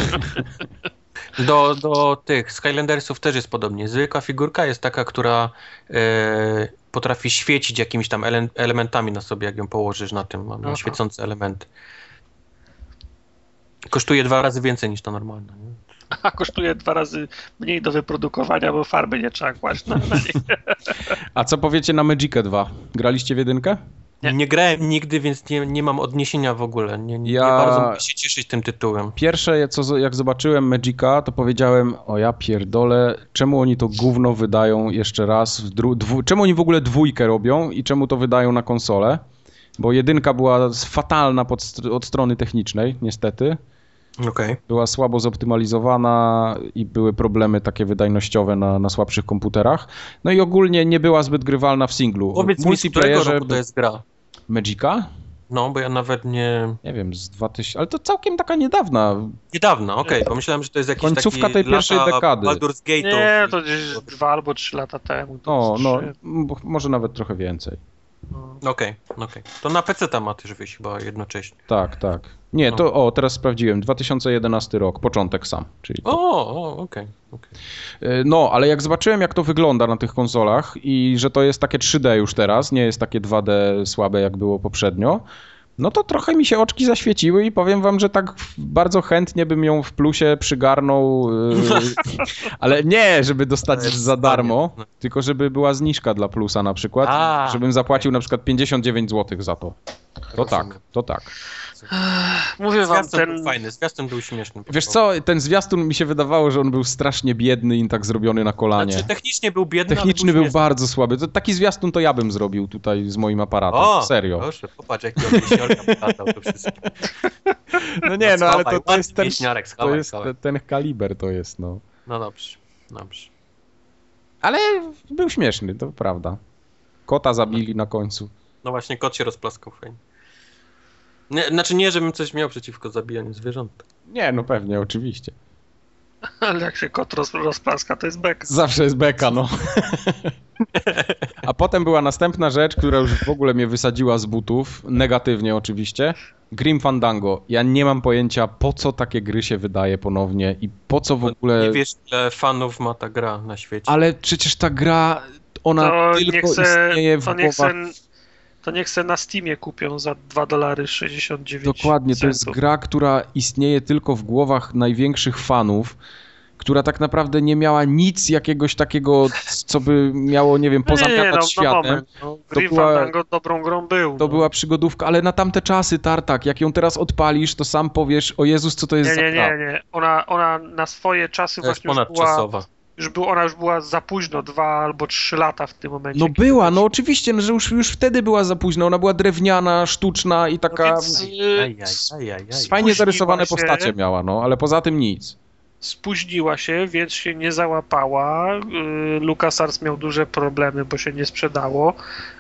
Do tych Skylandersów też jest podobnie. Zwykła figurka jest taka, która potrafi świecić jakimiś tam elementami na sobie, jak ją położysz na tym. Mam świecące elementy. Kosztuje 2 razy więcej niż to normalne. Nie? A kosztuje 2 razy mniej do wyprodukowania, bo farby nie trzeba kłaść na nie. A co powiecie na Magicę 2? Graliście w jedynkę? Nie grałem nigdy, więc nie mam odniesienia w ogóle. Nie bardzo mogę się cieszyć tym tytułem. Pierwsze, jak zobaczyłem Magica, to powiedziałem, o ja pierdolę, czemu oni to gówno wydają jeszcze raz, czemu oni w ogóle 2 robią i czemu to wydają na konsolę? Bo jedynka była fatalna od strony technicznej, niestety. Okay. Była słabo zoptymalizowana i były problemy takie wydajnościowe na słabszych komputerach. No i ogólnie nie była zbyt grywalna w singlu. Powiedz mi, z którego roku to jest gra? Magica? No, bo ja nawet nie... Nie wiem, z 2000... Ale to całkiem taka niedawna. Niedawna, okej. Pomyślałem, że to jest jakiś końcówka taki tej pierwszej dekady. Baldur's Gate'ów. Nie, to gdzieś 2 albo 3 lata temu. Może nawet trochę więcej. Okej. To na PC ma też wyjść chyba jednocześnie. Tak. Nie, teraz sprawdziłem. 2011 rok, początek sam. Czyli okej. No, ale jak zobaczyłem, jak to wygląda na tych konsolach i że to jest takie 3D już teraz, nie jest takie 2D słabe, jak było poprzednio, No to trochę mi się oczki zaświeciły i powiem wam, że tak bardzo chętnie bym ją w plusie przygarnął, ale nie, żeby dostać za darmo, tylko żeby była zniżka dla plusa na przykład, żebym zapłacił na przykład 59 zł za to. To tak. Mówię wam, zwiastun był fajny, zwiastun był śmieszny. Wiesz co, ten zwiastun mi się wydawało, że on był strasznie biedny i tak zrobiony na kolanie. Znaczy technicznie był biedny, techniczny był bardzo słaby. Taki zwiastun to ja bym zrobił tutaj z moim aparatem. Serio. Proszę, popatrz, jaki on wieśniorka pokazał to wszystko. No nie, no ale to jest ten, ten kaliber to jest, no. No dobrze. Ale był śmieszny, to prawda. Kota zabili na końcu. No właśnie, kot się rozplaskał fajnie. Znaczy nie, żebym coś miał przeciwko zabijaniu zwierząt. Nie, no pewnie, oczywiście. Ale jak się kot rozplaska, to jest beka. Zawsze jest beka, no. A potem była następna rzecz, która już w ogóle mnie wysadziła z butów, negatywnie oczywiście. Grim Fandango. Ja nie mam pojęcia, po co takie gry się wydaje ponownie i po co w ogóle... Nie wiesz, ile fanów ma ta gra na świecie. Ale przecież ta gra, ona to tylko istnieje w głowach... To niech se na Steamie kupią za $2.69. Dokładnie, to jest gra, która istnieje tylko w głowach największych fanów, która tak naprawdę nie miała nic jakiegoś takiego, co by miało, nie wiem, pozamiatać światem. Grim Fandango dobrą grą był. To była przygodówka, ale na tamte czasy, Tartak, jak ją teraz odpalisz, to sam powiesz, o Jezus, co to jest za gra. Nie. Ona na swoje czasy to właśnie jest ponadczasowa. Ona już była za późno, 2 albo 3 lata w tym momencie. No była, no oczywiście, no, że już wtedy była za późno. Ona była drewniana, sztuczna i taka... Fajnie zarysowane postacie miała, no, ale poza tym nic. Spóźniła się, więc się nie załapała. LucasArts miał duże problemy, bo się nie sprzedało.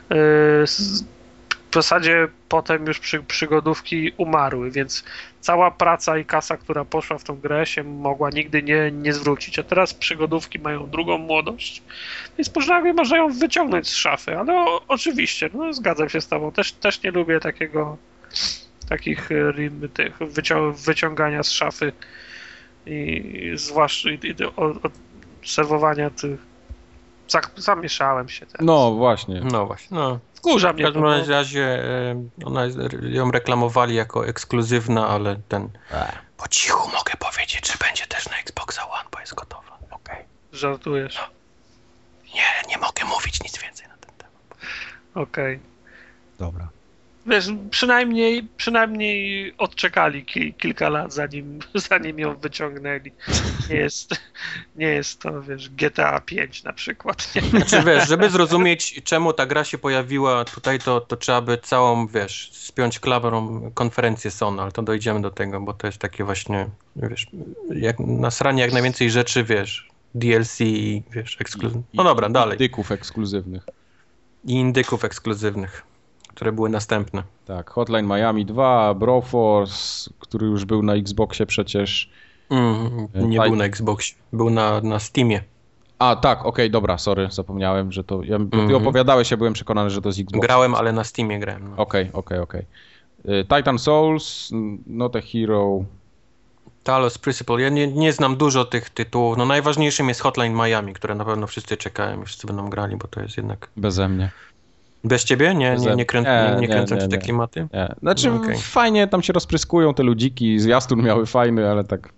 W zasadzie potem już przygodówki umarły, więc cała praca i kasa, która poszła w tą grę, się mogła nigdy nie zwrócić. A teraz przygodówki mają drugą młodość, więc można ją wyciągnąć z szafy, ale oczywiście, no zgadzam się z tobą, też nie lubię takich wyciągania z szafy i zwłaszcza serwowania tych. Zamieszałem się teraz. No właśnie. Wkurza mnie. W każdym razie ją reklamowali jako ekskluzywna, ale po cichu mogę powiedzieć, że będzie też na Xboxa One, bo jest gotowa. Okay. Żartujesz? No. Nie mogę mówić nic więcej na ten temat. Okej. Dobra. Wiesz, przynajmniej odczekali kilka lat, zanim ją wyciągnęli. Nie jest to, wiesz, GTA 5 na przykład. Nie? Znaczy, wiesz, żeby zrozumieć, czemu ta gra się pojawiła tutaj, to trzeba by całą, wiesz, spiąć klawą konferencję Sony, ale to dojdziemy do tego, bo to jest takie właśnie, wiesz, nasranie jak najwięcej rzeczy, wiesz, DLC i, wiesz, ekskluzywnych. No dobra, dalej. Indyków ekskluzywnych. Które były następne. Tak, Hotline Miami 2, Broforce, który już był na Xboxie przecież. Nie był na Xboxie, był na Steamie. A, tak, okej, dobra, sorry, zapomniałem, że to... Ty opowiadałeś, ja byłem przekonany, że to z Xboxa. Grałem, ale na Steamie grałem. No. Okej. Titan Souls, Not a Hero... Talos Principle, ja nie znam dużo tych tytułów, no najważniejszym jest Hotline Miami, które na pewno wszyscy czekają i wszyscy będą grali, bo to jest jednak... Beze mnie. Bez ciebie? Nie kręcą ci te klimaty? Nie. Znaczy fajnie tam się rozpryskują te ludziki, zwiastun miały fajny, ale tak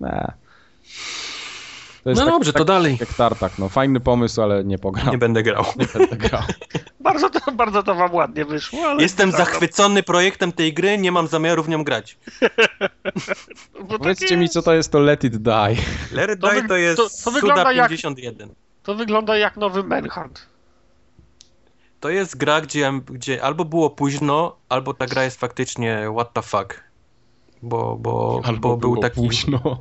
To jest dobrze, to dalej. Jak Tartak, no fajny pomysł, ale nie pogram. Nie będę grał. Bardzo to wam ładnie wyszło. Ale jestem zachwycony projektem tej gry, nie mam zamiaru w nią grać. Powiedzcie mi, co to jest to Let It Die. Let It Die to jest Suda 51. To wygląda jak nowy Manhunt. To jest gra, gdzie albo było późno, albo ta gra jest faktycznie what the fuck. Bo był taki... późno.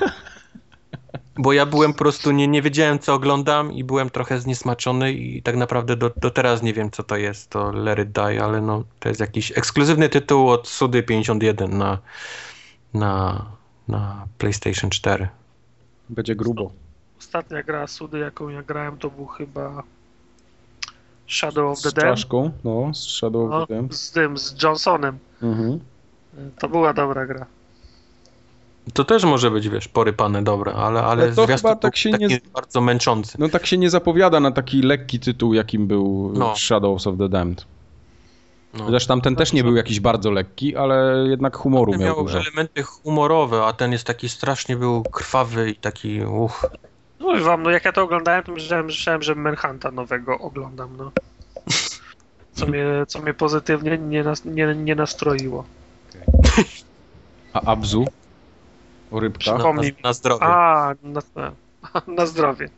Bo ja byłem po prostu, nie wiedziałem co oglądam i byłem trochę zniesmaczony i tak naprawdę do teraz nie wiem co to jest, to Let It Die, ale no to jest jakiś ekskluzywny tytuł od Sudy 51 na PlayStation 4. Będzie grubo. Ostatnia gra Sudy, jaką ja grałem, to był chyba Shadow of the Dam. Z czaszką, z Shadow of the Dam. Z Johnsonem. To była dobra gra. To też może być, wiesz, porypane dobra, ale to chyba tak się taki bardzo męczący. No tak się nie zapowiada na taki lekki tytuł, jakim był Shadows of the Damned. No. Chociaż tamten też nie był jakiś bardzo lekki, ale jednak humoru miał dużo. Elementy humorowe, a ten jest taki strasznie był krwawy i taki No i wam, jak ja to oglądałem, to myślałem, że Manhunta nowego oglądam, no. Co mnie pozytywnie nie nastroiło. Okay. A Abzu? O rybkach? Na zdrowie. Na zdrowie.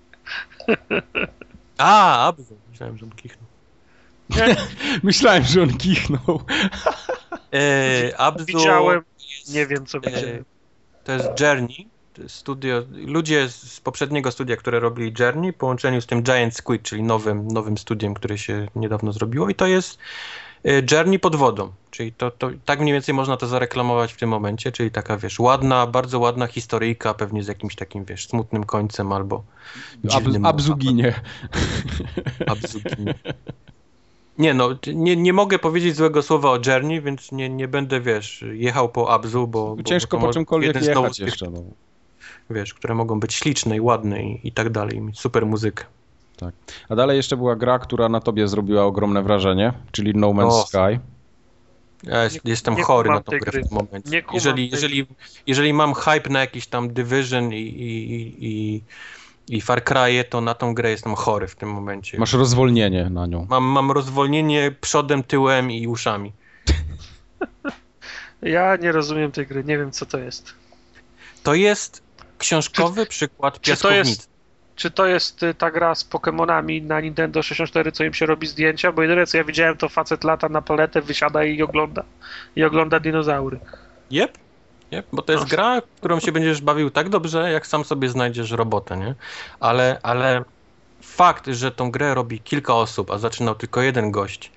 Abzu. Myślałem, że on kichnął. Myślałem, że on kichnął. Abzu... Widziałem, nie wiem co widziałem. To jest Journey. To jest studio, ludzie z poprzedniego studia, które robili Journey, w połączeniu z tym Giant Squid, czyli nowym studiem, które się niedawno zrobiło, i to jest Journey pod wodą, czyli to tak mniej więcej można to zareklamować w tym momencie, czyli taka, wiesz, bardzo ładna historyjka, pewnie z jakimś takim, wiesz, smutnym końcem albo dziwnym... Abzuginie. Abzuginie. Nie no, nie mogę powiedzieć złego słowa o Journey, więc nie będę, wiesz, jechał po Abzu, bo... Ciężko po czymkolwiek jechać jeszcze, no. Wiesz, które mogą być śliczne i ładne i tak dalej, mieć super muzykę. Tak. A dalej jeszcze była gra, która na tobie zrobiła ogromne wrażenie, czyli No Man's Sky. Ja jestem chory na tą grę w tym momencie. Jeżeli mam hype na jakiś tam Division i Far Cry'e, to na tą grę jestem chory w tym momencie. Masz rozwolnienie na nią. Mam rozwolnienie przodem, tyłem i uszami. Ja nie rozumiem tej gry, nie wiem co to jest. To jest książkowy przykład piaskownicy. Czy to jest ta gra z Pokemonami na Nintendo 64, co im się robi zdjęcia? Bo jedyne co ja widziałem, to facet lata na paletę, wysiada i ogląda. I ogląda dinozaury. Yep, bo to jest gra, którą się będziesz bawił tak dobrze, jak sam sobie znajdziesz robotę, nie? Ale fakt, że tą grę robi kilka osób, a zaczynał tylko jeden gość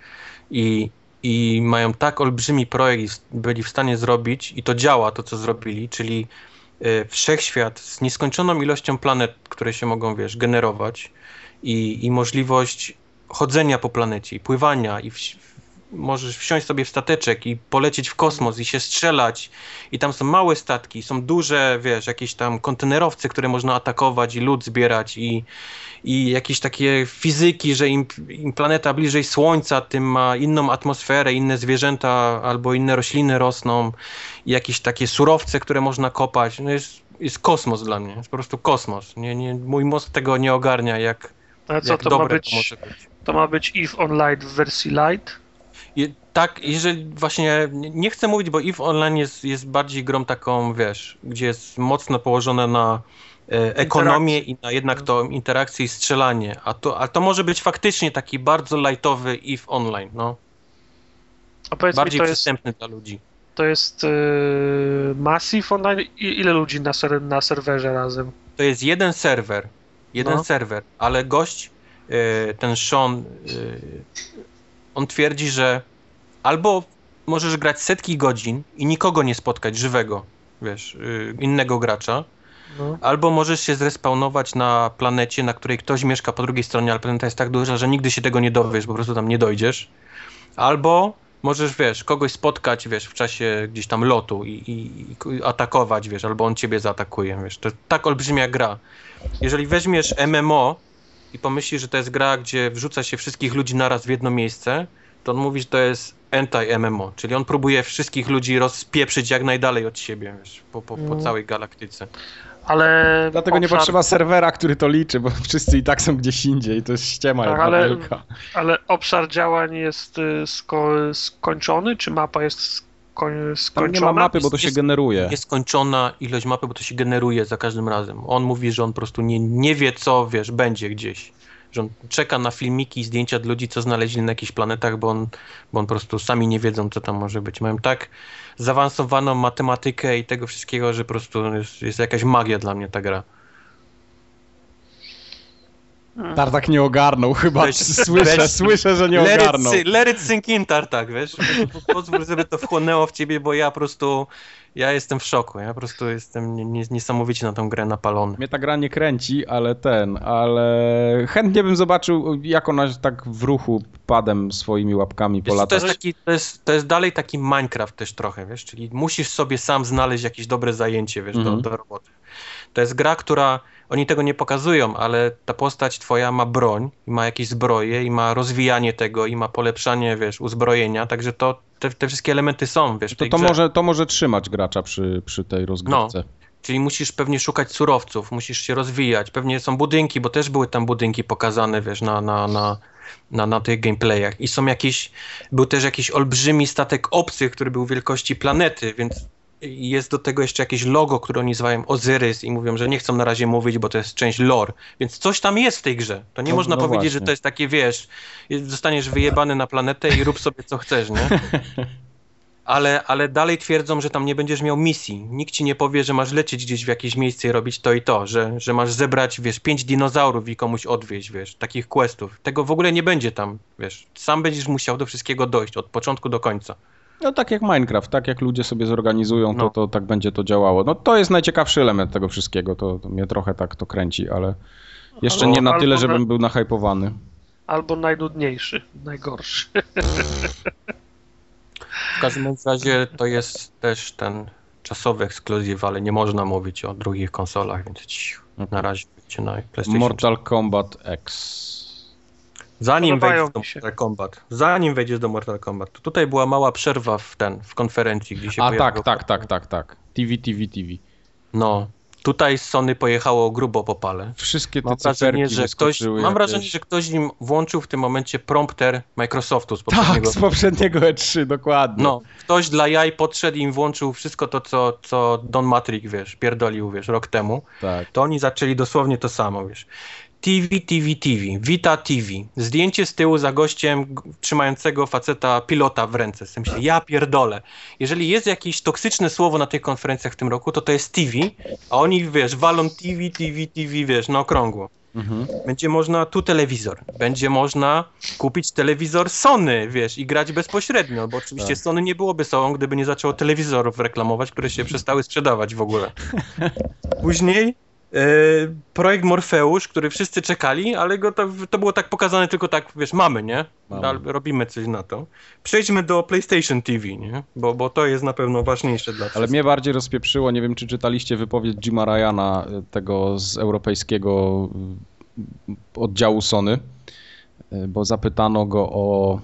i mają tak olbrzymi projekt, byli w stanie zrobić i to działa, to co zrobili, czyli wszechświat z nieskończoną ilością planet, które się mogą, wiesz, generować i możliwość chodzenia po planecie i pływania i możesz wsiąść sobie w stateczek i polecieć w kosmos i się strzelać i tam są małe statki, są duże, wiesz, jakieś tam kontenerowce, które można atakować i lód zbierać i jakieś takie fizyki, że im planeta bliżej Słońca, tym ma inną atmosferę, inne zwierzęta albo inne rośliny rosną i jakieś takie surowce, które można kopać. No jest kosmos dla mnie, jest po prostu kosmos. Mój mózg tego nie ogarnia, jak dobre to może być. To ma być EVE Online w wersji light? Tak, jeżeli właśnie, nie chcę mówić, bo EVE Online jest bardziej grą taką, wiesz, gdzie jest mocno położone na ekonomię i na jednak to interakcję i strzelanie, a to może być faktycznie taki bardzo lightowy EVE Online, no. A bardziej przystępny dla ludzi. To jest Massive Online? Ile ludzi na serwerze razem? To jest jeden serwer, ale gość, ten Sean, on twierdzi, że albo możesz grać setki godzin i nikogo nie spotkać żywego, wiesz, innego gracza, albo możesz się zrespawnować na planecie, na której ktoś mieszka po drugiej stronie, ale planeta jest tak duża, że nigdy się tego nie dowiesz, po prostu tam nie dojdziesz. Albo możesz, wiesz, kogoś spotkać, wiesz, w czasie gdzieś tam lotu i atakować, wiesz, albo on ciebie zaatakuje, wiesz. To tak olbrzymia gra. Jeżeli weźmiesz MMO i pomyślisz, że to jest gra, gdzie wrzuca się wszystkich ludzi naraz w jedno miejsce, to on mówi, że to jest anti-MMO, czyli on próbuje wszystkich ludzi rozpieprzyć jak najdalej od siebie, wiesz, po całej galaktyce. Ale dlatego nie potrzeba serwera, który to liczy, bo wszyscy i tak są gdzieś indziej, to jest ściema jedna wielka. Ale obszar działań jest skończony, czy mapa jest skończona? Tam nie ma mapy, bo to się generuje. Jest skończona ilość mapy, bo to się generuje za każdym razem. On mówi, że on po prostu nie wie, co, wiesz, będzie gdzieś. Że on czeka na filmiki i zdjęcia od ludzi, co znaleźli na jakichś planetach, bo on po prostu sami nie wiedzą, co tam może być. Mają tak zaawansowaną matematykę i tego wszystkiego, że po prostu jest jakaś magia dla mnie ta gra. Tartak nie ogarnął chyba. Słyszę, że nie ogarnął. Let it sink in, Tartak, wiesz? Pozwól, żeby to wchłonęło w ciebie, bo ja jestem w szoku. Ja po prostu jestem niesamowicie na tą grę napalony. Mnie ta gra nie kręci, ale chętnie bym zobaczył, jak ona tak w ruchu padem swoimi łapkami polata. To jest dalej taki Minecraft też trochę, wiesz? Czyli musisz sobie sam znaleźć jakieś dobre zajęcie, wiesz, do roboty. To jest gra, która oni tego nie pokazują, ale ta postać twoja ma broń, i ma jakieś zbroje, i ma rozwijanie tego, i ma polepszanie, wiesz, uzbrojenia, także te wszystkie elementy są, wiesz, w tej grze. To może trzymać gracza przy tej rozgrywce. No, czyli musisz pewnie szukać surowców, musisz się rozwijać, pewnie są budynki, bo też były tam budynki pokazane, wiesz, na tych gameplayach i był też jakiś olbrzymi statek obcych, który był wielkości planety, więc jest do tego jeszcze jakieś logo, które oni nazywają Ozyrys i mówią, że nie chcą na razie mówić, bo to jest część lore, więc coś tam jest w tej grze. To nie można powiedzieć, że to jest takie, wiesz, zostaniesz wyjebany na planetę i rób sobie co chcesz, nie? Ale dalej twierdzą, że tam nie będziesz miał misji. Nikt ci nie powie, że masz lecieć gdzieś w jakieś miejsce i robić to i to, że masz zebrać, wiesz, 5 dinozaurów i komuś odwieźć, wiesz, takich questów. Tego w ogóle nie będzie tam, wiesz. Sam będziesz musiał do wszystkiego dojść, od początku do końca. No tak jak Minecraft, tak jak ludzie sobie zorganizują, to tak będzie to działało. No to jest najciekawszy element tego wszystkiego, to mnie trochę tak to kręci, ale jeszcze nie na tyle, żebym był nahypowany. Albo najnudniejszy, najgorszy. W każdym razie to jest też ten czasowy ekskluzyw, ale nie można mówić o drugich konsolach, więc na razie będzie na PlayStation. Mortal Kombat X. Zanim wejdziesz do Mortal Kombat, to tutaj była mała przerwa w konferencji, gdzie się pojawiło. Tak. TV. No, tutaj Sony pojechało grubo po pale. Wszystkie te cyferki wyskoczyły. Mam wrażenie, że ktoś im włączył w tym momencie prompter Microsoftu z poprzedniego E3, dokładnie. No, ktoś dla jaj podszedł i im włączył wszystko to, co Don Matrick, wiesz, pierdolił, wiesz, rok temu. Tak. To oni zaczęli dosłownie to samo, wiesz. TV, Vita TV. Zdjęcie z tyłu za gościem trzymającego faceta pilota w ręce. Z tym się, ja pierdolę. Jeżeli jest jakieś toksyczne słowo na tych konferencjach w tym roku, to jest TV, a oni, wiesz, walą TV, wiesz, na okrągło. Będzie można telewizor. Będzie można kupić telewizor Sony, wiesz, i grać bezpośrednio, bo oczywiście Sony nie byłoby Sony, gdyby nie zaczęło telewizorów reklamować, które się przestały sprzedawać w ogóle. Później projekt Morfeusz, który wszyscy czekali, ale to było tak pokazane tylko tak, wiesz, mamy, nie? Robimy coś na to. Przejdźmy do PlayStation TV, nie? Bo to jest na pewno ważniejsze dla wszystkich. Ale mnie bardziej rozpieprzyło, nie wiem, czy czytaliście wypowiedź Jima Ryana, tego z europejskiego oddziału Sony, bo zapytano go o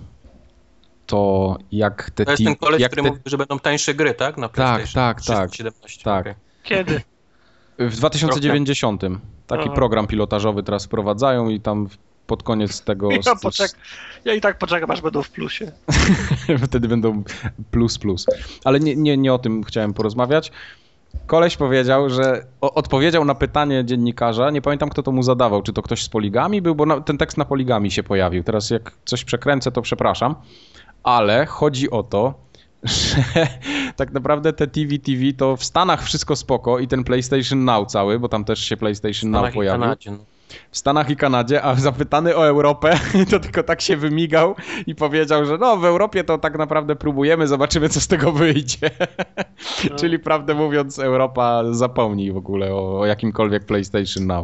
to, jak te... To jest ten koleś, który mówił, że będą tańsze gry, tak? Na PlayStation. Tak. Okay. Kiedy? W 2090. Taki program pilotażowy teraz wprowadzają i tam pod koniec tego... Ja i tak poczekam, aż będą w plusie. Wtedy będą plus. Ale nie o tym chciałem porozmawiać. Koleś powiedział, że odpowiedział na pytanie dziennikarza, nie pamiętam kto to mu zadawał, czy to ktoś z Poligami był, bo ten tekst na Poligami się pojawił. Teraz jak coś przekręcę, to przepraszam. Ale chodzi o to, że tak naprawdę te TV to w Stanach wszystko spoko i ten PlayStation Now cały, bo tam też się PlayStation Now pojawił. W Stanach i Kanadzie, a zapytany o Europę, to tylko tak się wymigał i powiedział, że no w Europie to tak naprawdę próbujemy, zobaczymy co z tego wyjdzie. No. Czyli prawdę mówiąc Europa zapomni w ogóle o jakimkolwiek PlayStation Now.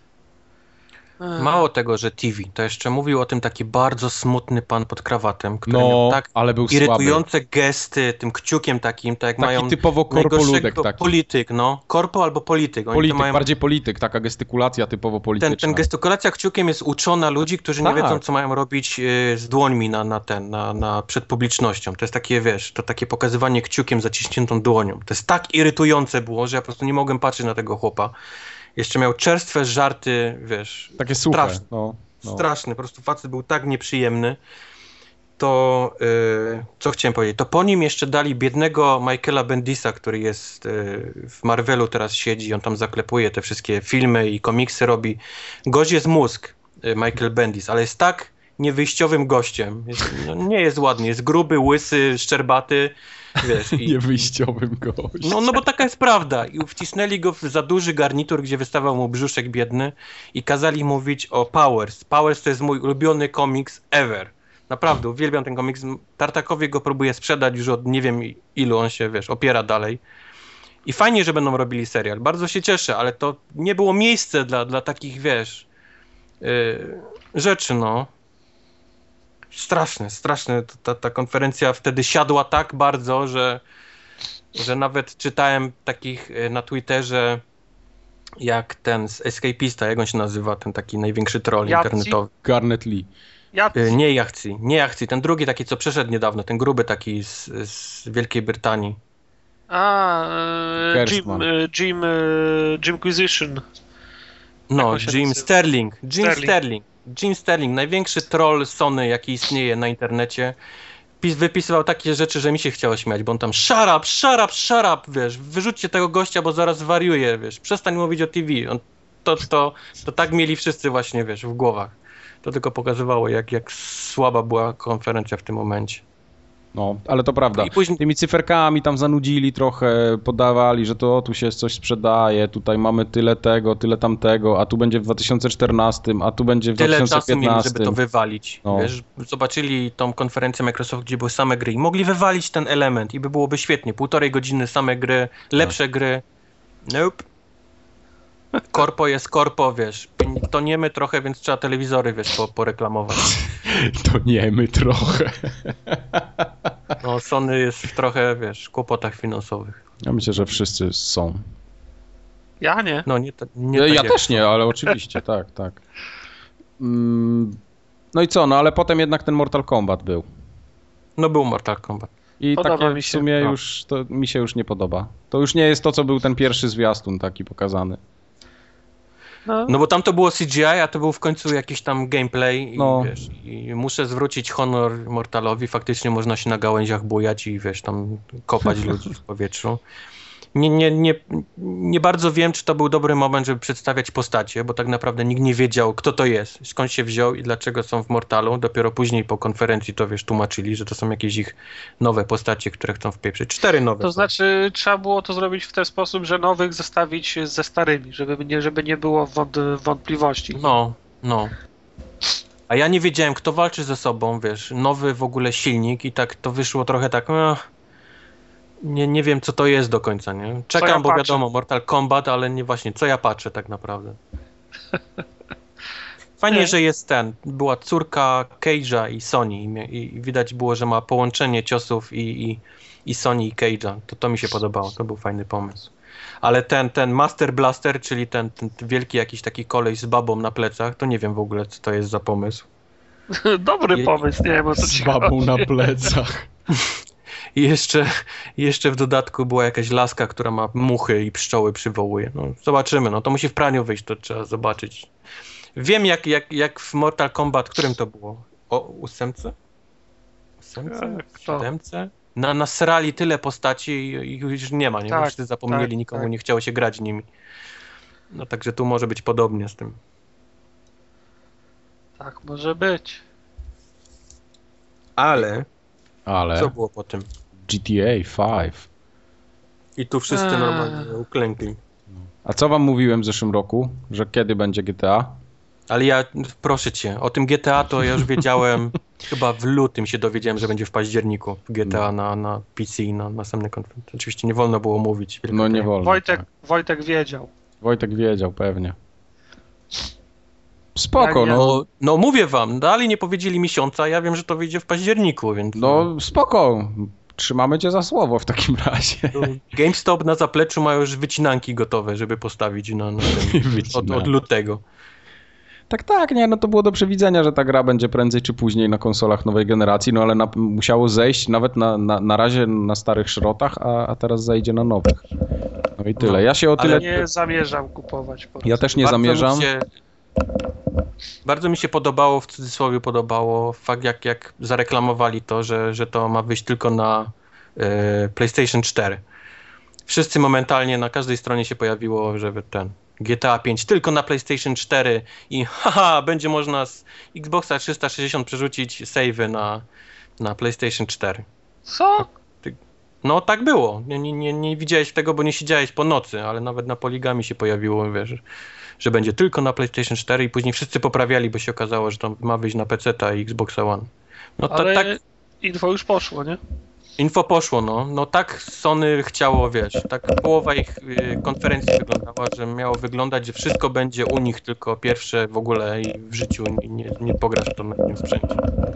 Mało tego, że TV, to jeszcze mówił o tym taki bardzo smutny pan pod krawatem, który miał tak ale był irytujące słaby. gesty, tym kciukiem takim, tak jak taki mają typowo korpoludek taki. Polityk, no. Korpo albo polityk. Bardziej polityk, taka gestykulacja typowo polityczna. Ten gestykulacja kciukiem jest uczona ludzi, którzy nie wiedzą, co mają robić z dłońmi przed publicznością. To jest takie, wiesz, to takie pokazywanie kciukiem zaciśniętą dłonią. To jest tak irytujące było, że ja po prostu nie mogłem patrzeć na tego chłopa. Jeszcze miał czerstwe żarty, wiesz, takie suche. Straszny, po prostu facet był tak nieprzyjemny. To, co chciałem powiedzieć, to po nim jeszcze dali biednego Michaela Bendisa, który jest w Marvelu teraz siedzi, on tam zaklepuje te wszystkie filmy i komiksy robi. Gość jest mózg, Michael Bendis, ale jest tak niewyjściowym gościem. Nie jest ładny, jest gruby, łysy, szczerbaty. Wiesz, niewyjściowym gościem. No bo taka jest prawda. I wcisnęli go w za duży garnitur, gdzie wystawał mu brzuszek biedny i kazali mówić o Powers. Powers to jest mój ulubiony komiks ever. Naprawdę, uwielbiam ten komiks. Tartakowie go próbuje sprzedać już od nie wiem ilu on się, wiesz, opiera dalej. I fajnie, że będą robili serial. Bardzo się cieszę, ale to nie było miejsce dla takich, wiesz, rzeczy, no. Straszne. Ta konferencja wtedy siadła tak bardzo, że nawet czytałem takich na Twitterze jak ten z Escapista, jak on się nazywa, ten taki największy troll Yahtzee? internetowy. Garnet Lee. Nie Yahtzee, ten drugi taki, co przeszedł niedawno, ten gruby taki z Wielkiej Brytanii. Jimquisition. No, Jim Sterling. Jim Sterling, największy troll Sony, jaki istnieje na internecie. Wypisywał takie rzeczy, że mi się chciało śmiać, bo on tam shut up, wiesz, wyrzućcie tego gościa, bo zaraz wariuje, wiesz, przestań mówić o TV. To tak mieli wszyscy właśnie, wiesz, w głowach. To tylko pokazywało, jak słaba była konferencja w tym momencie. No, ale to prawda. I później... Tymi cyferkami tam zanudzili trochę, podawali, że to tu się coś sprzedaje, tutaj mamy tyle tego, tyle tamtego, a tu będzie w 2014, a tu będzie w 2015. Tyle czasu mieli, żeby to wywalić. No. Wiesz, zobaczyli tą konferencję Microsoft, gdzie były same gry i mogli wywalić ten element i byłoby świetnie. 1,5 godziny same gry, lepsze gry. Nope. Korpo jest korpo, wiesz. Toniemy trochę, więc trzeba telewizory, wiesz, poreklamować. Toniemy trochę. No, Sony jest w trochę, wiesz, kłopotach finansowych. Ja myślę, że wszyscy są. Ja nie. No, ja też nie, ale oczywiście, tak. No i co, no ale potem jednak ten Mortal Kombat był. No był Mortal Kombat. I podoba takie mi w się. sumie już, to mi się już nie podoba. To już nie jest to, co był ten pierwszy zwiastun taki pokazany. No bo tam to było CGI, a to był w końcu jakiś tam gameplay No. Wiesz, i muszę zwrócić honor Mortalowi, faktycznie można się na gałęziach bujać i wiesz, tam kopać ludzi w powietrzu. Nie bardzo wiem, czy to był dobry moment, żeby przedstawiać postacie, bo tak naprawdę nikt nie wiedział, kto to jest, skąd się wziął i dlaczego są w Mortalu. Dopiero później po konferencji to, wiesz, tłumaczyli, że to są jakieś ich nowe postacie, które chcą wpieprzyć. 4 nowe. To znaczy, trzeba było to zrobić w ten sposób, że nowych zestawić ze starymi, żeby nie było wątpliwości. No. A ja nie wiedziałem, kto walczy ze sobą, wiesz, nowy w ogóle silnik i tak to wyszło trochę tak, nie wiem, co to jest do końca, nie? Czekam, bo wiadomo, Mortal Kombat, ale nie właśnie, co ja patrzę tak naprawdę. Fajnie, że jest była córka Cage'a i Sony i widać było, że ma połączenie ciosów i Sony i Cage'a. To mi się podobało, to był fajny pomysł. Ale ten Master Blaster, czyli ten wielki jakiś taki koleś z babą na plecach, to nie wiem w ogóle, co to jest za pomysł. Dobry pomysł, nie wiem o co ci z babą na plecach. I jeszcze w dodatku była jakaś laska, która ma muchy i pszczoły przywołuje. No, zobaczymy, no to musi w praniu wyjść, to trzeba zobaczyć. Wiem jak w Mortal Kombat, którym to było? O 8? 7? Nasrali tyle postaci i już nie ma, nie? Tak, wszyscy zapomnieli, nikomu nie chciało się grać nimi. No także tu może być podobnie z tym. Tak może być. Ale co było po tym? GTA 5. I tu wszyscy normalnie uklękli. A co wam mówiłem w zeszłym roku? Że kiedy będzie GTA? Ale ja, proszę cię, o tym GTA to ja już wiedziałem, chyba w lutym się dowiedziałem, że będzie w październiku GTA na PC i na następny konferencji. Oczywiście nie wolno było mówić. No nie wolno. Wojtek wiedział. Wojtek wiedział, pewnie. Spoko, no mówię wam, dalej nie powiedzieli miesiąca, ja wiem, że to wyjdzie w październiku, więc... No spoko, trzymamy cię za słowo w takim razie. GameStop na zapleczu ma już wycinanki gotowe, żeby postawić na ten, od lutego. Tak, nie, no to było do przewidzenia, że ta gra będzie prędzej czy później na konsolach nowej generacji, no ale musiało zejść nawet na razie na starych szrotach, a teraz zejdzie na nowych. No i tyle. Ja się o tyle... Ale nie zamierzam kupować. Ja też nie zamierzam. Bardzo mi się podobało, w cudzysłowie fakt jak zareklamowali to, że to ma wyjść tylko na PlayStation 4. Wszyscy momentalnie na każdej stronie się pojawiło, żeby GTA 5 tylko na PlayStation 4 i będzie można z Xboxa 360 przerzucić save'y na PlayStation 4. Co? No tak było. Nie widziałeś tego, bo nie siedziałeś po nocy, ale nawet na Poligami się pojawiło, wiesz, że będzie tylko na PlayStation 4 i później wszyscy poprawiali, bo się okazało, że to ma wyjść na PC-ta i Xboxa One. No ale tak info już poszło, nie? Info poszło, no tak Sony chciało, wiesz, tak połowa ich konferencji wyglądała, że miało wyglądać, że wszystko będzie u nich tylko pierwsze w ogóle i w życiu nie pograsz w to na tym sprzęcie.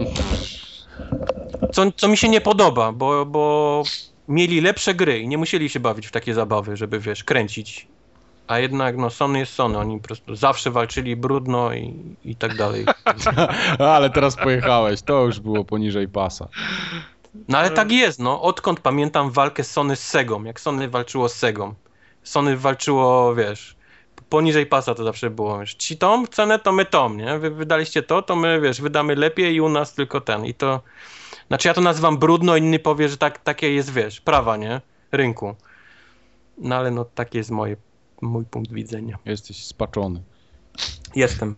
Co mi się nie podoba, bo mieli lepsze gry i nie musieli się bawić w takie zabawy, żeby, wiesz, kręcić. A jednak no Sony jest Sony, oni po prostu zawsze walczyli brudno i tak dalej. Ale teraz pojechałeś, to już było poniżej pasa. No ale tak jest, no. Odkąd pamiętam walkę Sony z Segą, jak Sony walczyło z Segą. Sony walczyło, wiesz, poniżej pasa to zawsze było, wiesz, ci tą cenę, to my tą, nie? Wy wydaliście to my, wiesz, wydamy lepiej i u nas tylko ten. I to, znaczy ja to nazywam brudno, inny powie, że takie jest, wiesz, prawa, nie? Rynku. No ale no taki jest mój punkt widzenia. Jesteś spaczony. Jestem.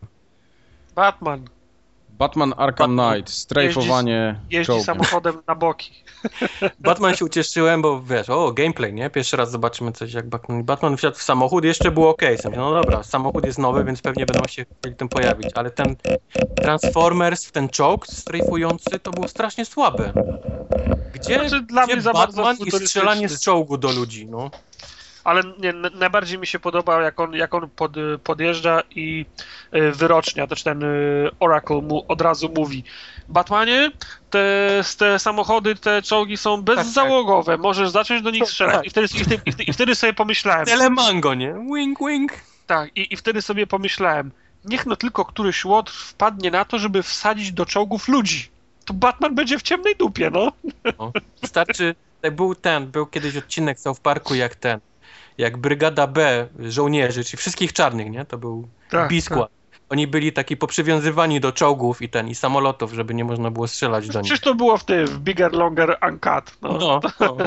Batman Arkham Knight, strajfowanie jeździ czołgiem. samochodem na boki. Batman się ucieszyłem, bo wiesz, gameplay, nie? Pierwszy raz zobaczymy coś jak Batman wsiadł w samochód, jeszcze było okej. No dobra, samochód jest nowy, więc pewnie będą się chcieli tym pojawić, ale ten Transformers, ten czołg strajfujący, to było strasznie słabe. Gdzie dla mnie za bardzo Batman i strzelanie z czołgu do ludzi, no? Ale nie, najbardziej mi się podoba, jak on podjeżdża i wyrocznia, też ten Oracle mu od razu mówi: Batmanie, te samochody, te czołgi są bezzałogowe, tak. Możesz zacząć do nich strzelać. I wtedy sobie pomyślałem... Telemango, nie? Wink, wink. Tak, i wtedy sobie pomyślałem, niech no tylko któryś łotr wpadnie na to, żeby wsadzić do czołgów ludzi. To Batman będzie w ciemnej dupie, no. Wystarczy, był kiedyś odcinek South Parku jak Brygada B żołnierzy, czyli wszystkich czarnych, nie? To był B-Squad. Oni byli taki poprzywiązywani do czołgów i samolotów, żeby nie można było strzelać do nich. Przecież to było w Bigger, Longer, Uncut. No.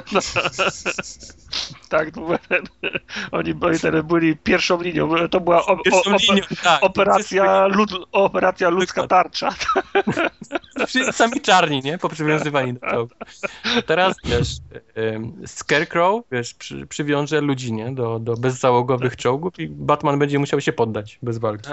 Tak, to oni byli pierwszą linią. To była operacja ludzka tarcza. Sami czarni, nie? Poprzywiązywani do czołgów. Teraz, wiesz, Scarecrow, wiesz, przywiąże ludzi, nie? Do bezzałogowych czołgów i Batman będzie musiał się poddać bez walki.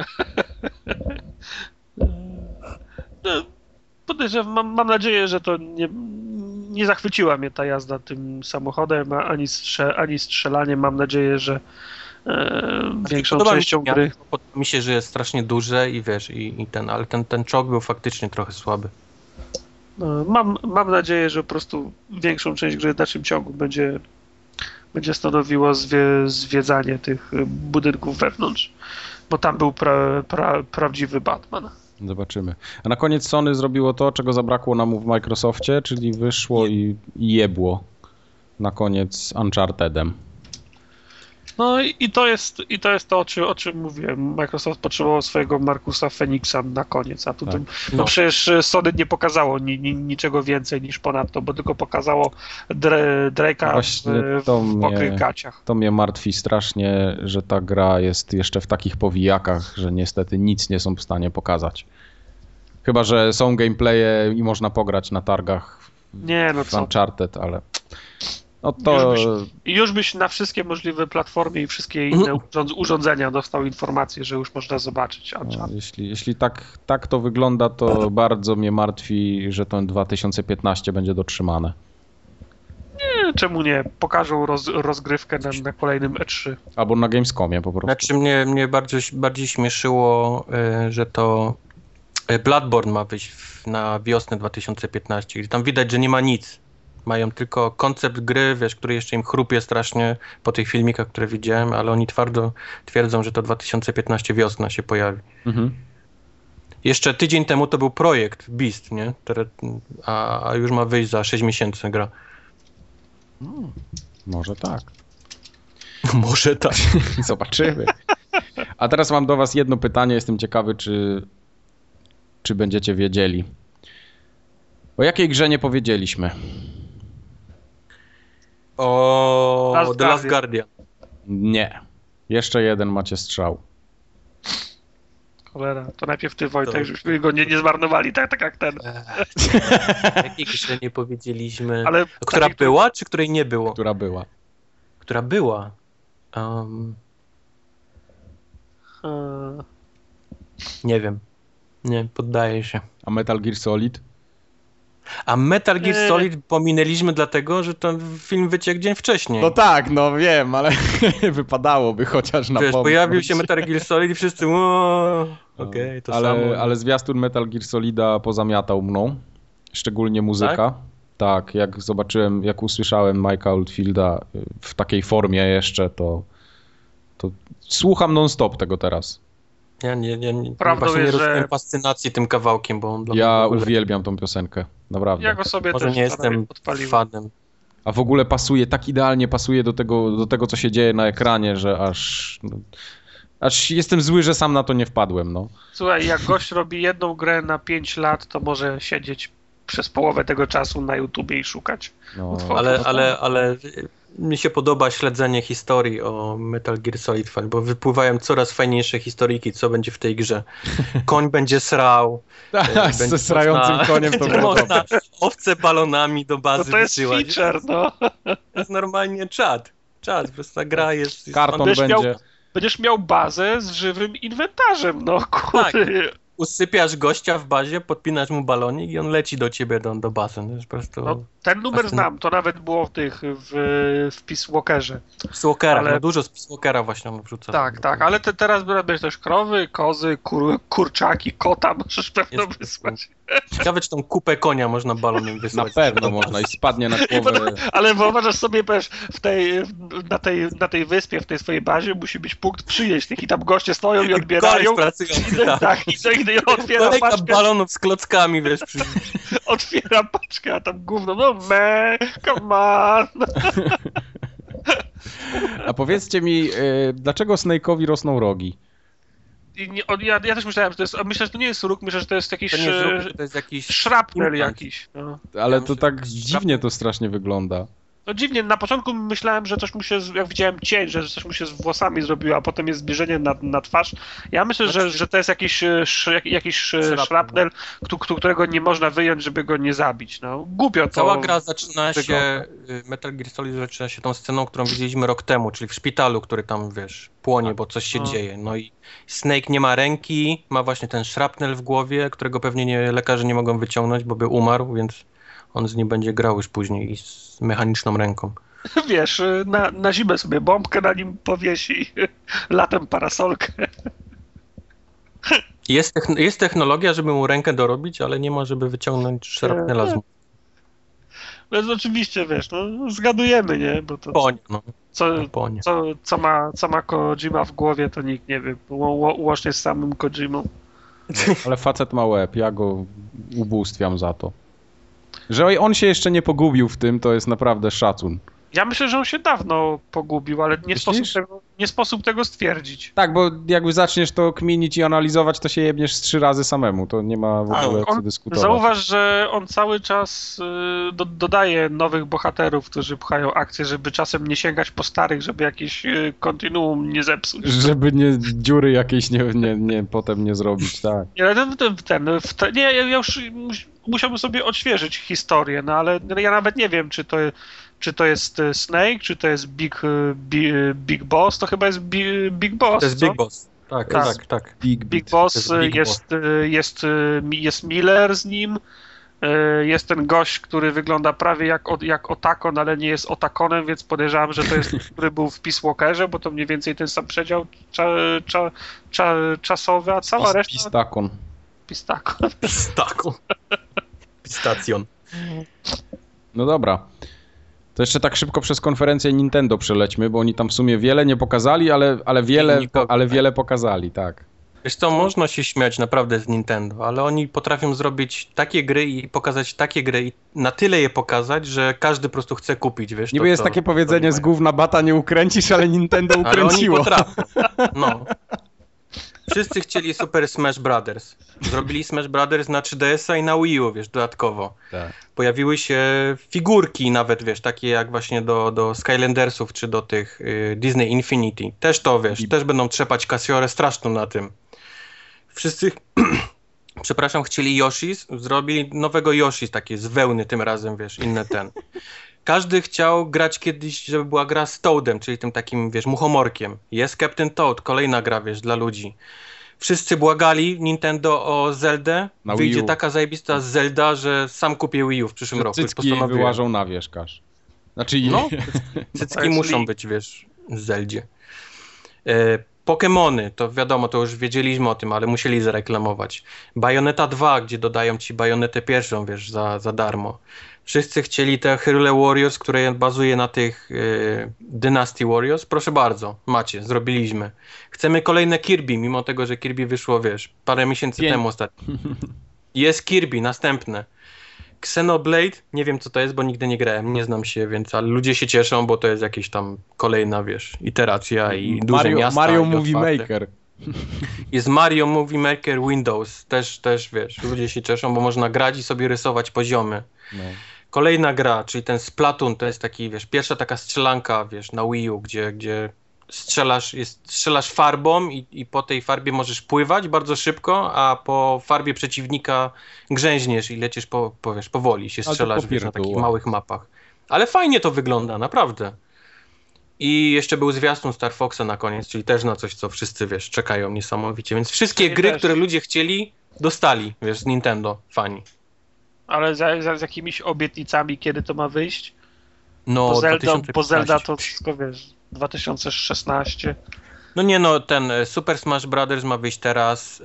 Podejrzewam, mam nadzieję, że to nie zachwyciła mnie ta jazda tym samochodem, ani strzelanie. Mam nadzieję, że większą częścią gry... Podoba mi się, że jest strasznie duże i wiesz, ale ten czołg był faktycznie trochę słaby. Mam nadzieję, że po prostu większą część gry w dalszym ciągu będzie stanowiło zwiedzanie tych budynków wewnątrz, bo tam był prawdziwy Batman. Zobaczymy. A na koniec Sony zrobiło to, czego zabrakło nam w Microsoftie, czyli wyszło i jebło na koniec Unchartedem. No i to jest to, o czym mówiłem. Microsoft potrzebował swojego Markusa Phoenixa na koniec, a tu tak. Przecież Sony nie pokazało niczego więcej niż ponadto, bo tylko pokazało Drake'a w mokrych gaciach. To mnie martwi strasznie, że ta gra jest jeszcze w takich powijakach, że niestety nic nie są w stanie pokazać. Chyba że są gameplaye i można pograć na targach w Uncharted, ale... No to... Już byś na wszystkie możliwe platformy i wszystkie inne urządzenia dostał informację, że już można zobaczyć. No, jeśli tak to wygląda, to bardzo mnie martwi, że ten 2015 będzie dotrzymane. Nie, czemu nie? Pokażą rozgrywkę na kolejnym E3. Albo na Gamescomie po prostu. Znaczy mnie bardziej śmieszyło, że to Bloodborne ma wyjść na wiosnę 2015, gdzie tam widać, że nie ma nic. Mają tylko koncept gry, wiesz, który jeszcze im chrupie strasznie po tych filmikach, które widziałem, ale oni twardo twierdzą, że to 2015 wiosna się pojawi. Mhm. Jeszcze tydzień temu to był projekt Beast, nie? A już ma wyjść za 6 miesięcy gra. Może tak. Może tak. Zobaczymy. A teraz mam do was jedno pytanie. Jestem ciekawy, czy będziecie wiedzieli. O jakiej grze nie powiedzieliśmy? O The Last Guardian. Nie. Jeszcze jeden macie strzał. Cholera, to najpierw ty, Wojtek, żebyśmy go nie zmarnowali, tak jak ten. Jakiej grze nie powiedzieliśmy? Ale która była, czy której nie było? Która była. Która była? Nie wiem. Nie, poddaję się. A Metal Gear Solid? A Metal Gear Solid pominęliśmy dlatego, że ten film wyciekł dzień wcześniej. No tak, no wiem, ale wypadałoby chociaż na pomysł. Pojawił się Metal Gear Solid i wszyscy okej, to samo. Ale zwiastun Metal Gear Solida pozamiatał mną, szczególnie muzyka. Tak, jak usłyszałem Mike'a Oldfielda w takiej formie jeszcze, To słucham non-stop tego teraz. Ja nie Prawdą właśnie jest, nie rozumiem że- fascynacji tym kawałkiem, bo on dla mnie Ja w ogóle... uwielbiam tą piosenkę, naprawdę. Ja go sobie Może też nie jestem odpaliłem. fanem. A w ogóle tak idealnie pasuje do tego, co się dzieje na ekranie, że aż jestem zły, że sam na to nie wpadłem, no. Słuchaj, jak gość robi jedną grę na 5 lat, to może siedzieć przez połowę tego czasu na YouTubie i szukać utworów. Ale mi się podoba śledzenie historii o Metal Gear Solid 5, bo wypływają coraz fajniejsze historyjki, co będzie w tej grze. Koń będzie srał. Ze srającym koniem to będzie było można owce balonami do bazy No to jest wysyłać. feature, no. To jest normalnie czad. Po prostu ta gra jest... Karton Będziesz będzie... Będziesz miał bazę z żywym inwentarzem, no kurde. Usypiasz gościa w bazie, podpinasz mu balonik i on leci do ciebie do bazy. To jest po prostu... No, ten numer znam, to nawet było w Peace Walkerze. Peace Walkera, ale... no dużo z Peace Walkera właśnie on wrzuca. Tak, ale teraz będziesz też krowy, kozy, kurczaki, kota możesz pewno wysłać. Ciekawe, czy tą kupę konia można balonem wysłać. Na pewno można i spadnie na głowę. Ale wyobrażasz sobie, wiesz, na tej wyspie, w tej swojej bazie musi być punkt przyjeźdźnych i tam goście stoją i odbierają. I otwiera kolejka paczkę. balonów z klockami, wiesz. Otwiera paczkę, a tam gówno, no come on. A powiedzcie mi, dlaczego Snake'owi rosną rogi? Ja też myślałem, że to jest. Myślę, że to nie jest róg, myślę, że to jest jakiś. To nie jest róg, to jest jakiś szrapnel implant. jakiś. No. Ale to tak dziwnie to strasznie wygląda. No dziwnie, na początku myślałem, że coś mu się, jak widziałem cień, że coś mu się z włosami zrobiło, a potem jest zbliżenie na twarz. Ja myślę, że to jest jakiś szrapnel, którego nie można wyjąć, żeby go nie zabić. No, głupio to. Cała gra zaczyna się, Metal Gear Solid zaczyna się tą sceną, którą widzieliśmy rok temu, czyli w szpitalu, który tam, wiesz, płonie, bo coś się dzieje. No i Snake nie ma ręki, ma właśnie ten szrapnel w głowie, którego pewnie lekarze nie mogą wyciągnąć, bo by umarł, więc on z nim będzie grał już później i z mechaniczną ręką. Wiesz, na zimę sobie bombkę na nim powiesi, latem parasolkę. Jest technologia, żeby mu rękę dorobić, ale nie ma, żeby wyciągnąć szrapnela z mózgu. Więc oczywiście, wiesz, no, zgadujemy, nie? Bo to Ponie, no. Co ma Kojima w głowie, to nikt nie wie, łącznie z samym Kojimą. Ale facet ma łeb, ja go ubóstwiam za to. Że on się jeszcze nie pogubił w tym, to jest naprawdę szacun. Ja myślę, że on się dawno pogubił, ale nie sposób tego stwierdzić. Tak, bo jakby zaczniesz to kminić i analizować, to się jebniesz z 3 razy samemu. To nie ma w ogóle co dyskutować. Zauważ, że on cały czas dodaje nowych bohaterów, którzy pchają akcję, żeby czasem nie sięgać po starych, żeby jakieś kontinuum nie zepsuć. Żeby dziury jakieś potem nie zrobić, tak. Ja już musiałbym sobie odświeżyć historię, no ale ja nawet nie wiem, czy to jest Snake, czy to jest Big Boss, to chyba jest Big Boss. To jest Big Boss. Tak. Big Boss, jest Miller z nim, jest ten gość, który wygląda prawie jak Otakon, ale nie jest Otakonem, więc podejrzewam, że to jest, który był w Peace Walkerze, bo to mniej więcej ten sam przedział czasowy, a cała reszta... Pistacjon. No dobra. To jeszcze tak szybko przez konferencję Nintendo przelećmy, bo oni tam w sumie wiele nie pokazali, ale wiele pokazali, tak. Wiesz co, można się śmiać naprawdę z Nintendo, ale oni potrafią zrobić takie gry i pokazać takie gry i na tyle je pokazać, że każdy po prostu chce kupić, wiesz. Niby jest takie powiedzenie, z gówna bata nie ukręcisz, ale Nintendo ukręciło. Ale oni potrafią. No. Wszyscy chcieli Super Smash Brothers. Zrobili Smash Brothers na 3DS-a i na Wii U, wiesz, dodatkowo. Tak. Pojawiły się figurki nawet, wiesz, takie jak właśnie do Skylandersów, czy do tych Disney Infinity. Też to, wiesz, też będą trzepać kasiorę straszną na tym. Wszyscy, przepraszam, chcieli Yoshi's, zrobili nowego Yoshi, takie z wełny tym razem, wiesz, inne ten. Każdy chciał grać kiedyś, żeby była gra z Toadem, czyli tym takim, wiesz, muchomorkiem. Jest Captain Toad, kolejna gra, wiesz, dla ludzi. Wszyscy błagali Nintendo o Zeldę. Wyjdzie taka zajebista Zelda, że sam kupię Wii U w przyszłym roku. Cycki wyłażą na wierzch, aż. Znaczy... No, cycki muszą być, wiesz, w Zeldzie. Pokemony, to wiadomo, to już wiedzieliśmy o tym, ale musieli zareklamować. Bayonetta 2, gdzie dodają ci Bayonetę pierwszą, wiesz, za darmo. Wszyscy chcieli te Hyrule Warriors, które bazuje na tych Dynasty Warriors. Proszę bardzo, macie, zrobiliśmy. Chcemy kolejne Kirby, mimo tego, że Kirby wyszło, wiesz, parę miesięcy temu ostatnio. Jest Kirby, następne. Xenoblade, nie wiem co to jest, bo nigdy nie grałem, nie znam się, więc ale ludzie się cieszą, bo to jest jakieś tam kolejna, wiesz, iteracja i duże miasta. Mario Movie Maker. Jest Mario Movie Maker Windows, też wiesz, ludzie się cieszą, bo można grać i sobie rysować poziomy. No. Kolejna gra, czyli ten Splatoon, to jest taki, wiesz, pierwsza taka strzelanka, wiesz, na Wii U, gdzie strzelasz farbą i po tej farbie możesz pływać bardzo szybko, a po farbie przeciwnika grzęźniesz i lecisz wiesz, powoli się strzelasz, wiesz, na takich małych mapach. Ale fajnie to wygląda, naprawdę. I jeszcze był zwiastun Star Foxa na koniec, czyli też na coś, co wszyscy, wiesz, czekają niesamowicie. Więc wszystkie gry, które ludzie chcieli, dostali, wiesz, z Nintendo, fani. Ale z jakimiś obietnicami, kiedy to ma wyjść? No, bo Zelda to wszystko, wiesz, 2016. No nie, no, ten Super Smash Brothers ma wyjść teraz.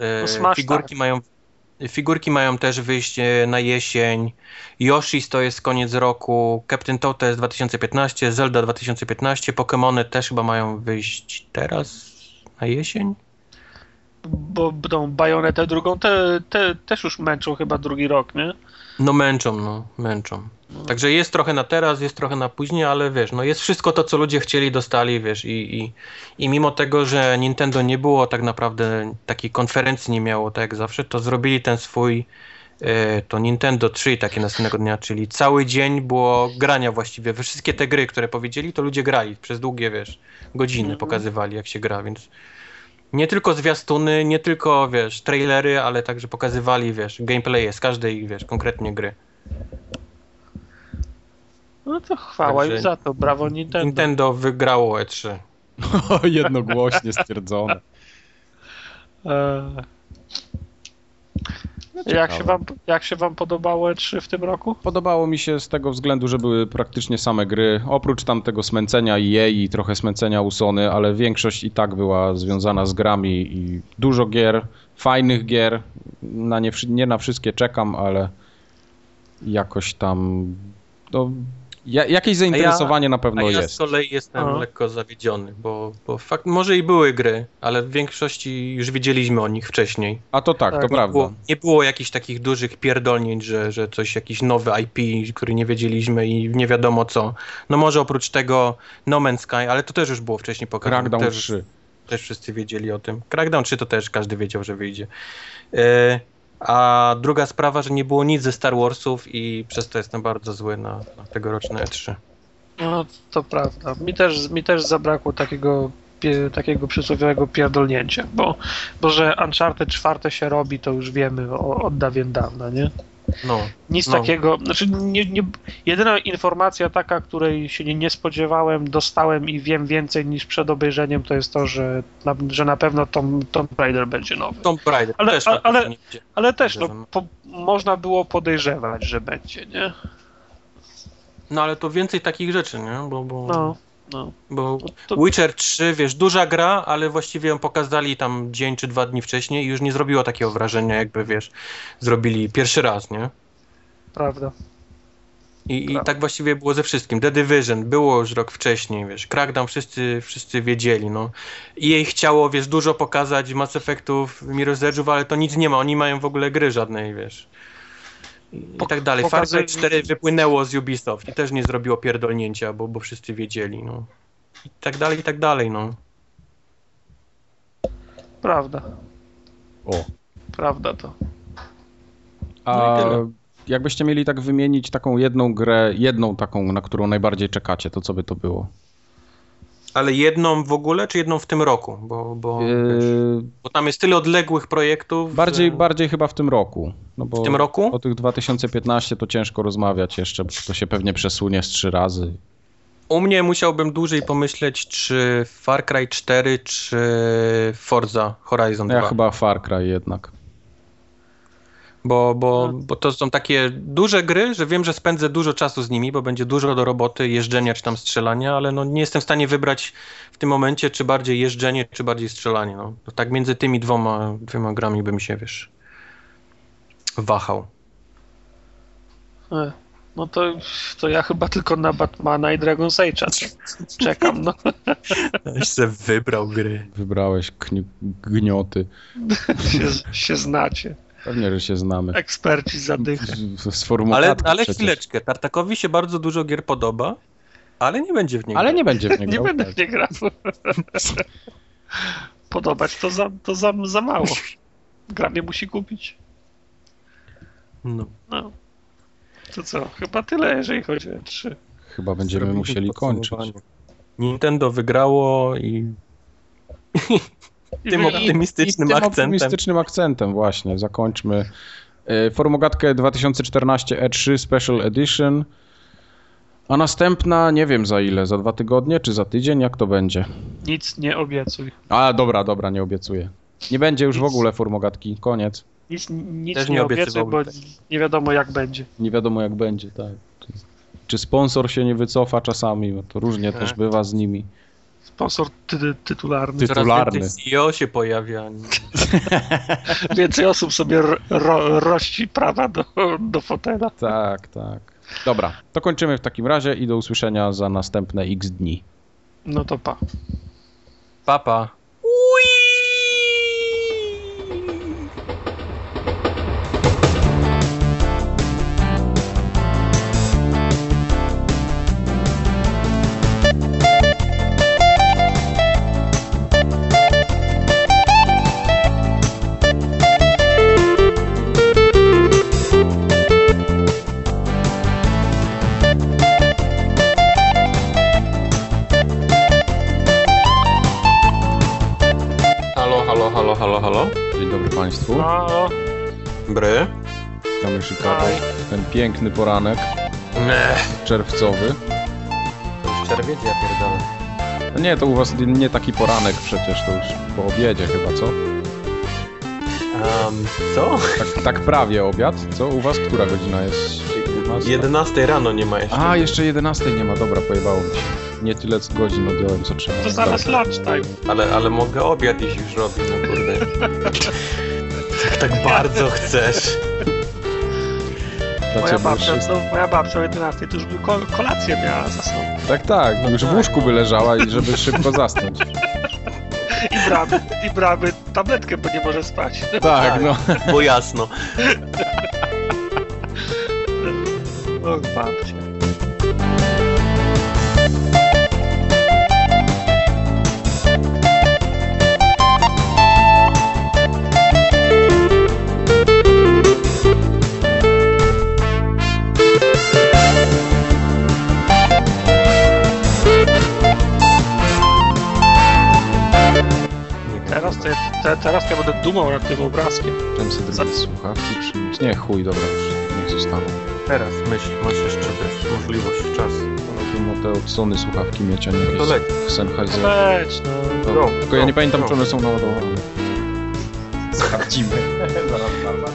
Figurki mają też wyjść na jesień. Yoshi's to jest koniec roku. Captain Toad to jest 2015. Zelda 2015. Pokémony też chyba mają wyjść teraz na jesień. Bo tą Bajonetę drugą też już męczą chyba drugi rok, nie? No męczą. Także jest trochę na teraz, jest trochę na później, ale wiesz, no jest wszystko to, co ludzie chcieli, dostali, wiesz, i mimo tego, że Nintendo nie było tak naprawdę, takiej konferencji nie miało, tak jak zawsze, to zrobili ten swój, to Nintendo 3 takie następnego dnia, czyli cały dzień było grania właściwie. We wszystkie te gry, które powiedzieli, to ludzie grali przez długie, wiesz, godziny pokazywali, jak się gra, więc nie tylko zwiastuny, nie tylko, wiesz, trailery, ale także pokazywali, wiesz, gameplaye z każdej, wiesz, konkretnie gry. No to chwała im za to, brawo Nintendo. Nintendo wygrało E3. Jednogłośnie stwierdzone. Jak się wam podobało E3 w tym roku? Podobało mi się z tego względu, że były praktycznie same gry. Oprócz tam tego smęcenia EA i trochę smęcenia u Sony, ale większość i tak była związana z grami i dużo gier, fajnych gier. Nie na wszystkie czekam, ale jakoś tam... No, jakieś zainteresowanie na pewno jest. Ja z kolei jestem lekko zawiedziony, bo fakt, może i były gry, ale w większości już wiedzieliśmy o nich wcześniej. A to tak, to prawda. Nie było jakichś takich dużych pierdolnięć, że coś, jakiś nowy IP, który nie wiedzieliśmy i nie wiadomo co. No może oprócz tego No Man's Sky, ale to też już było wcześniej pokazane. Crackdown 3. Też wszyscy wiedzieli o tym. Crackdown 3 to też każdy wiedział, że wyjdzie. A druga sprawa, że nie było nic ze Star Warsów i przez to jestem bardzo zły na tegoroczne E3. No, to prawda. Mi też zabrakło takiego przysłowiowego pierdolnięcia, bo że Uncharted 4 się robi, to już wiemy od dawien dawna, nie? Nic takiego, znaczy jedyna informacja taka, której się nie spodziewałem, dostałem i wiem więcej niż przed obejrzeniem, to jest to, że na pewno Tomb Raider będzie nowy. Tomb Raider ale też można było podejrzewać, że będzie, nie? No ale to więcej takich rzeczy, nie? Bo Witcher 3, wiesz, duża gra, ale właściwie ją pokazali tam dzień czy 2 dni wcześniej i już nie zrobiło takiego wrażenia, jakby, wiesz, zrobili pierwszy raz, nie? Prawda. I tak właściwie było ze wszystkim. The Division było już rok wcześniej, wiesz, Crackdown wszyscy wiedzieli, no. I jej chciało, wiesz, dużo pokazać Mass Effectów, Mirror's Edge'ów, ale to nic nie ma, oni mają w ogóle gry żadnej, wiesz. I tak dalej. Far Cry 4 wypłynęło z Ubisoft i też nie zrobiło pierdolnięcia, bo wszyscy wiedzieli, no. I tak dalej, no. Prawda. O. Prawda to. A jakbyście mieli tak wymienić taką jedną grę, taką, na którą najbardziej czekacie, to co by to było? Ale jedną w ogóle, czy jedną w tym roku? Bo tam jest tyle odległych projektów. Bardziej chyba w tym roku. No bo w tym roku? O tych 2015 to ciężko rozmawiać jeszcze, bo to się pewnie przesunie z 3 razy. U mnie musiałbym dłużej pomyśleć, czy Far Cry 4, czy Forza Horizon 2. Ja chyba Far Cry jednak. Bo to są takie duże gry, że wiem, że spędzę dużo czasu z nimi, bo będzie dużo do roboty, jeżdżenia czy tam strzelania, ale no nie jestem w stanie wybrać w tym momencie, czy bardziej jeżdżenie, czy bardziej strzelanie. No. Tak między tymi dwoma grami bym się, wiesz, wahał. No to ja chyba tylko na Batmana i Dragon's Age'a czekam, no. Już se wybrał gry. Wybrałeś gnioty. się znacie. Pewnie, że się znamy. Eksperci zadychy. Ale chwileczkę, Tartakowi się bardzo dużo gier podoba, ale nie będzie w nie grał. Ale nie będzie w nie grał. Nie będę w nie grał. Podobać to za mało. Gra mnie musi kupić. No. To co? Chyba tyle, jeżeli chodzi o 3. Chyba będziemy musieli kończyć. Nintendo wygrało i tym optymistycznym akcentem właśnie zakończmy Formogatkę 2014 E3 Special Edition. A następna, nie wiem za ile, za 2 tygodnie czy za tydzień, jak to będzie? Nic nie obiecuj. A, dobra, nie obiecuję. Nie będzie już w ogóle Formogatki, koniec. Nic nie obiecuj, bo nie wiadomo jak będzie. Nie wiadomo jak będzie, tak. Czy sponsor się nie wycofa czasami, bo to różnie też bywa z nimi. Sponsor tytularny. CEO się pojawia. Więcej osób sobie rości prawa do fotela. Tak. Dobra, to kończymy w takim razie i do usłyszenia za następne X dni. No to pa. Pa. Halo. Dzień dobry Państwu. Halo. Bry. Witamy Chicago. Ten piękny poranek. Czerwcowy. To już czerwiec, ja pierdolę. No nie, to u was nie taki poranek przecież, to już po obiedzie chyba, co? Co? Tak prawie obiad, co? U was która godzina jest? 11 rano nie ma jeszcze. A, jeszcze 11 nie ma, dobra, pojebało mi się. Nie tyle godzin odjąłem, co trzeba. To zaraz lunchtime. Ale mogę obiad iść już robić, no kurde. tak bardzo chcesz. Moja babcia o 11 to już by kolację miała za sobą. Tak, już w łóżku by leżała i żeby szybko zasnąć. I braby tabletkę, bo nie może spać. Tak, no. Bo jasno. O, babcia. Teraz ja będę dumał nad tym obrazkiem. Chciałem sobie zrobić słuchawki przyjąć. Nie, chuj, dobra, już niech zostaną. Teraz myśl, masz jeszcze też możliwość, czas. Wolałbym te od Sony słuchawki mieć, a nie jakieś Sennheiser. Leć, no. Tylko ja nie pamiętam, czy one są naładowane. Sprawdzimy. Zaraz.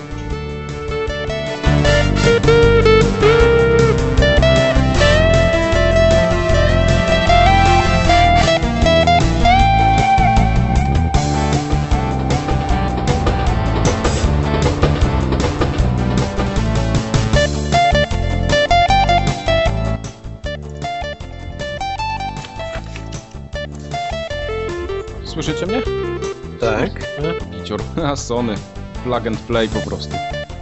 Słyszycie mnie? Tak. Gicior. A Sony. Plug and play po prostu.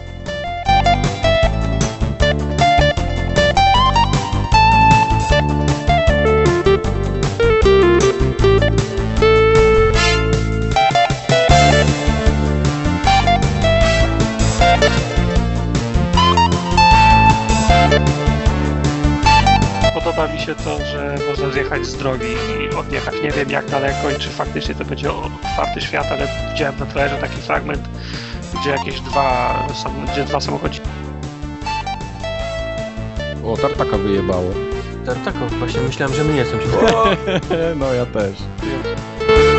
Podoba mi się to, że można zjechać z drogi i odjechać nie wiem jak daleko i czy faktycznie to będzie otwarty świat, ale widziałem na trailerze taki fragment, gdzie jakieś dwa samochody. O, Tartaka wyjebało. Tartaka, właśnie myślałem, że mnie są. No ja też.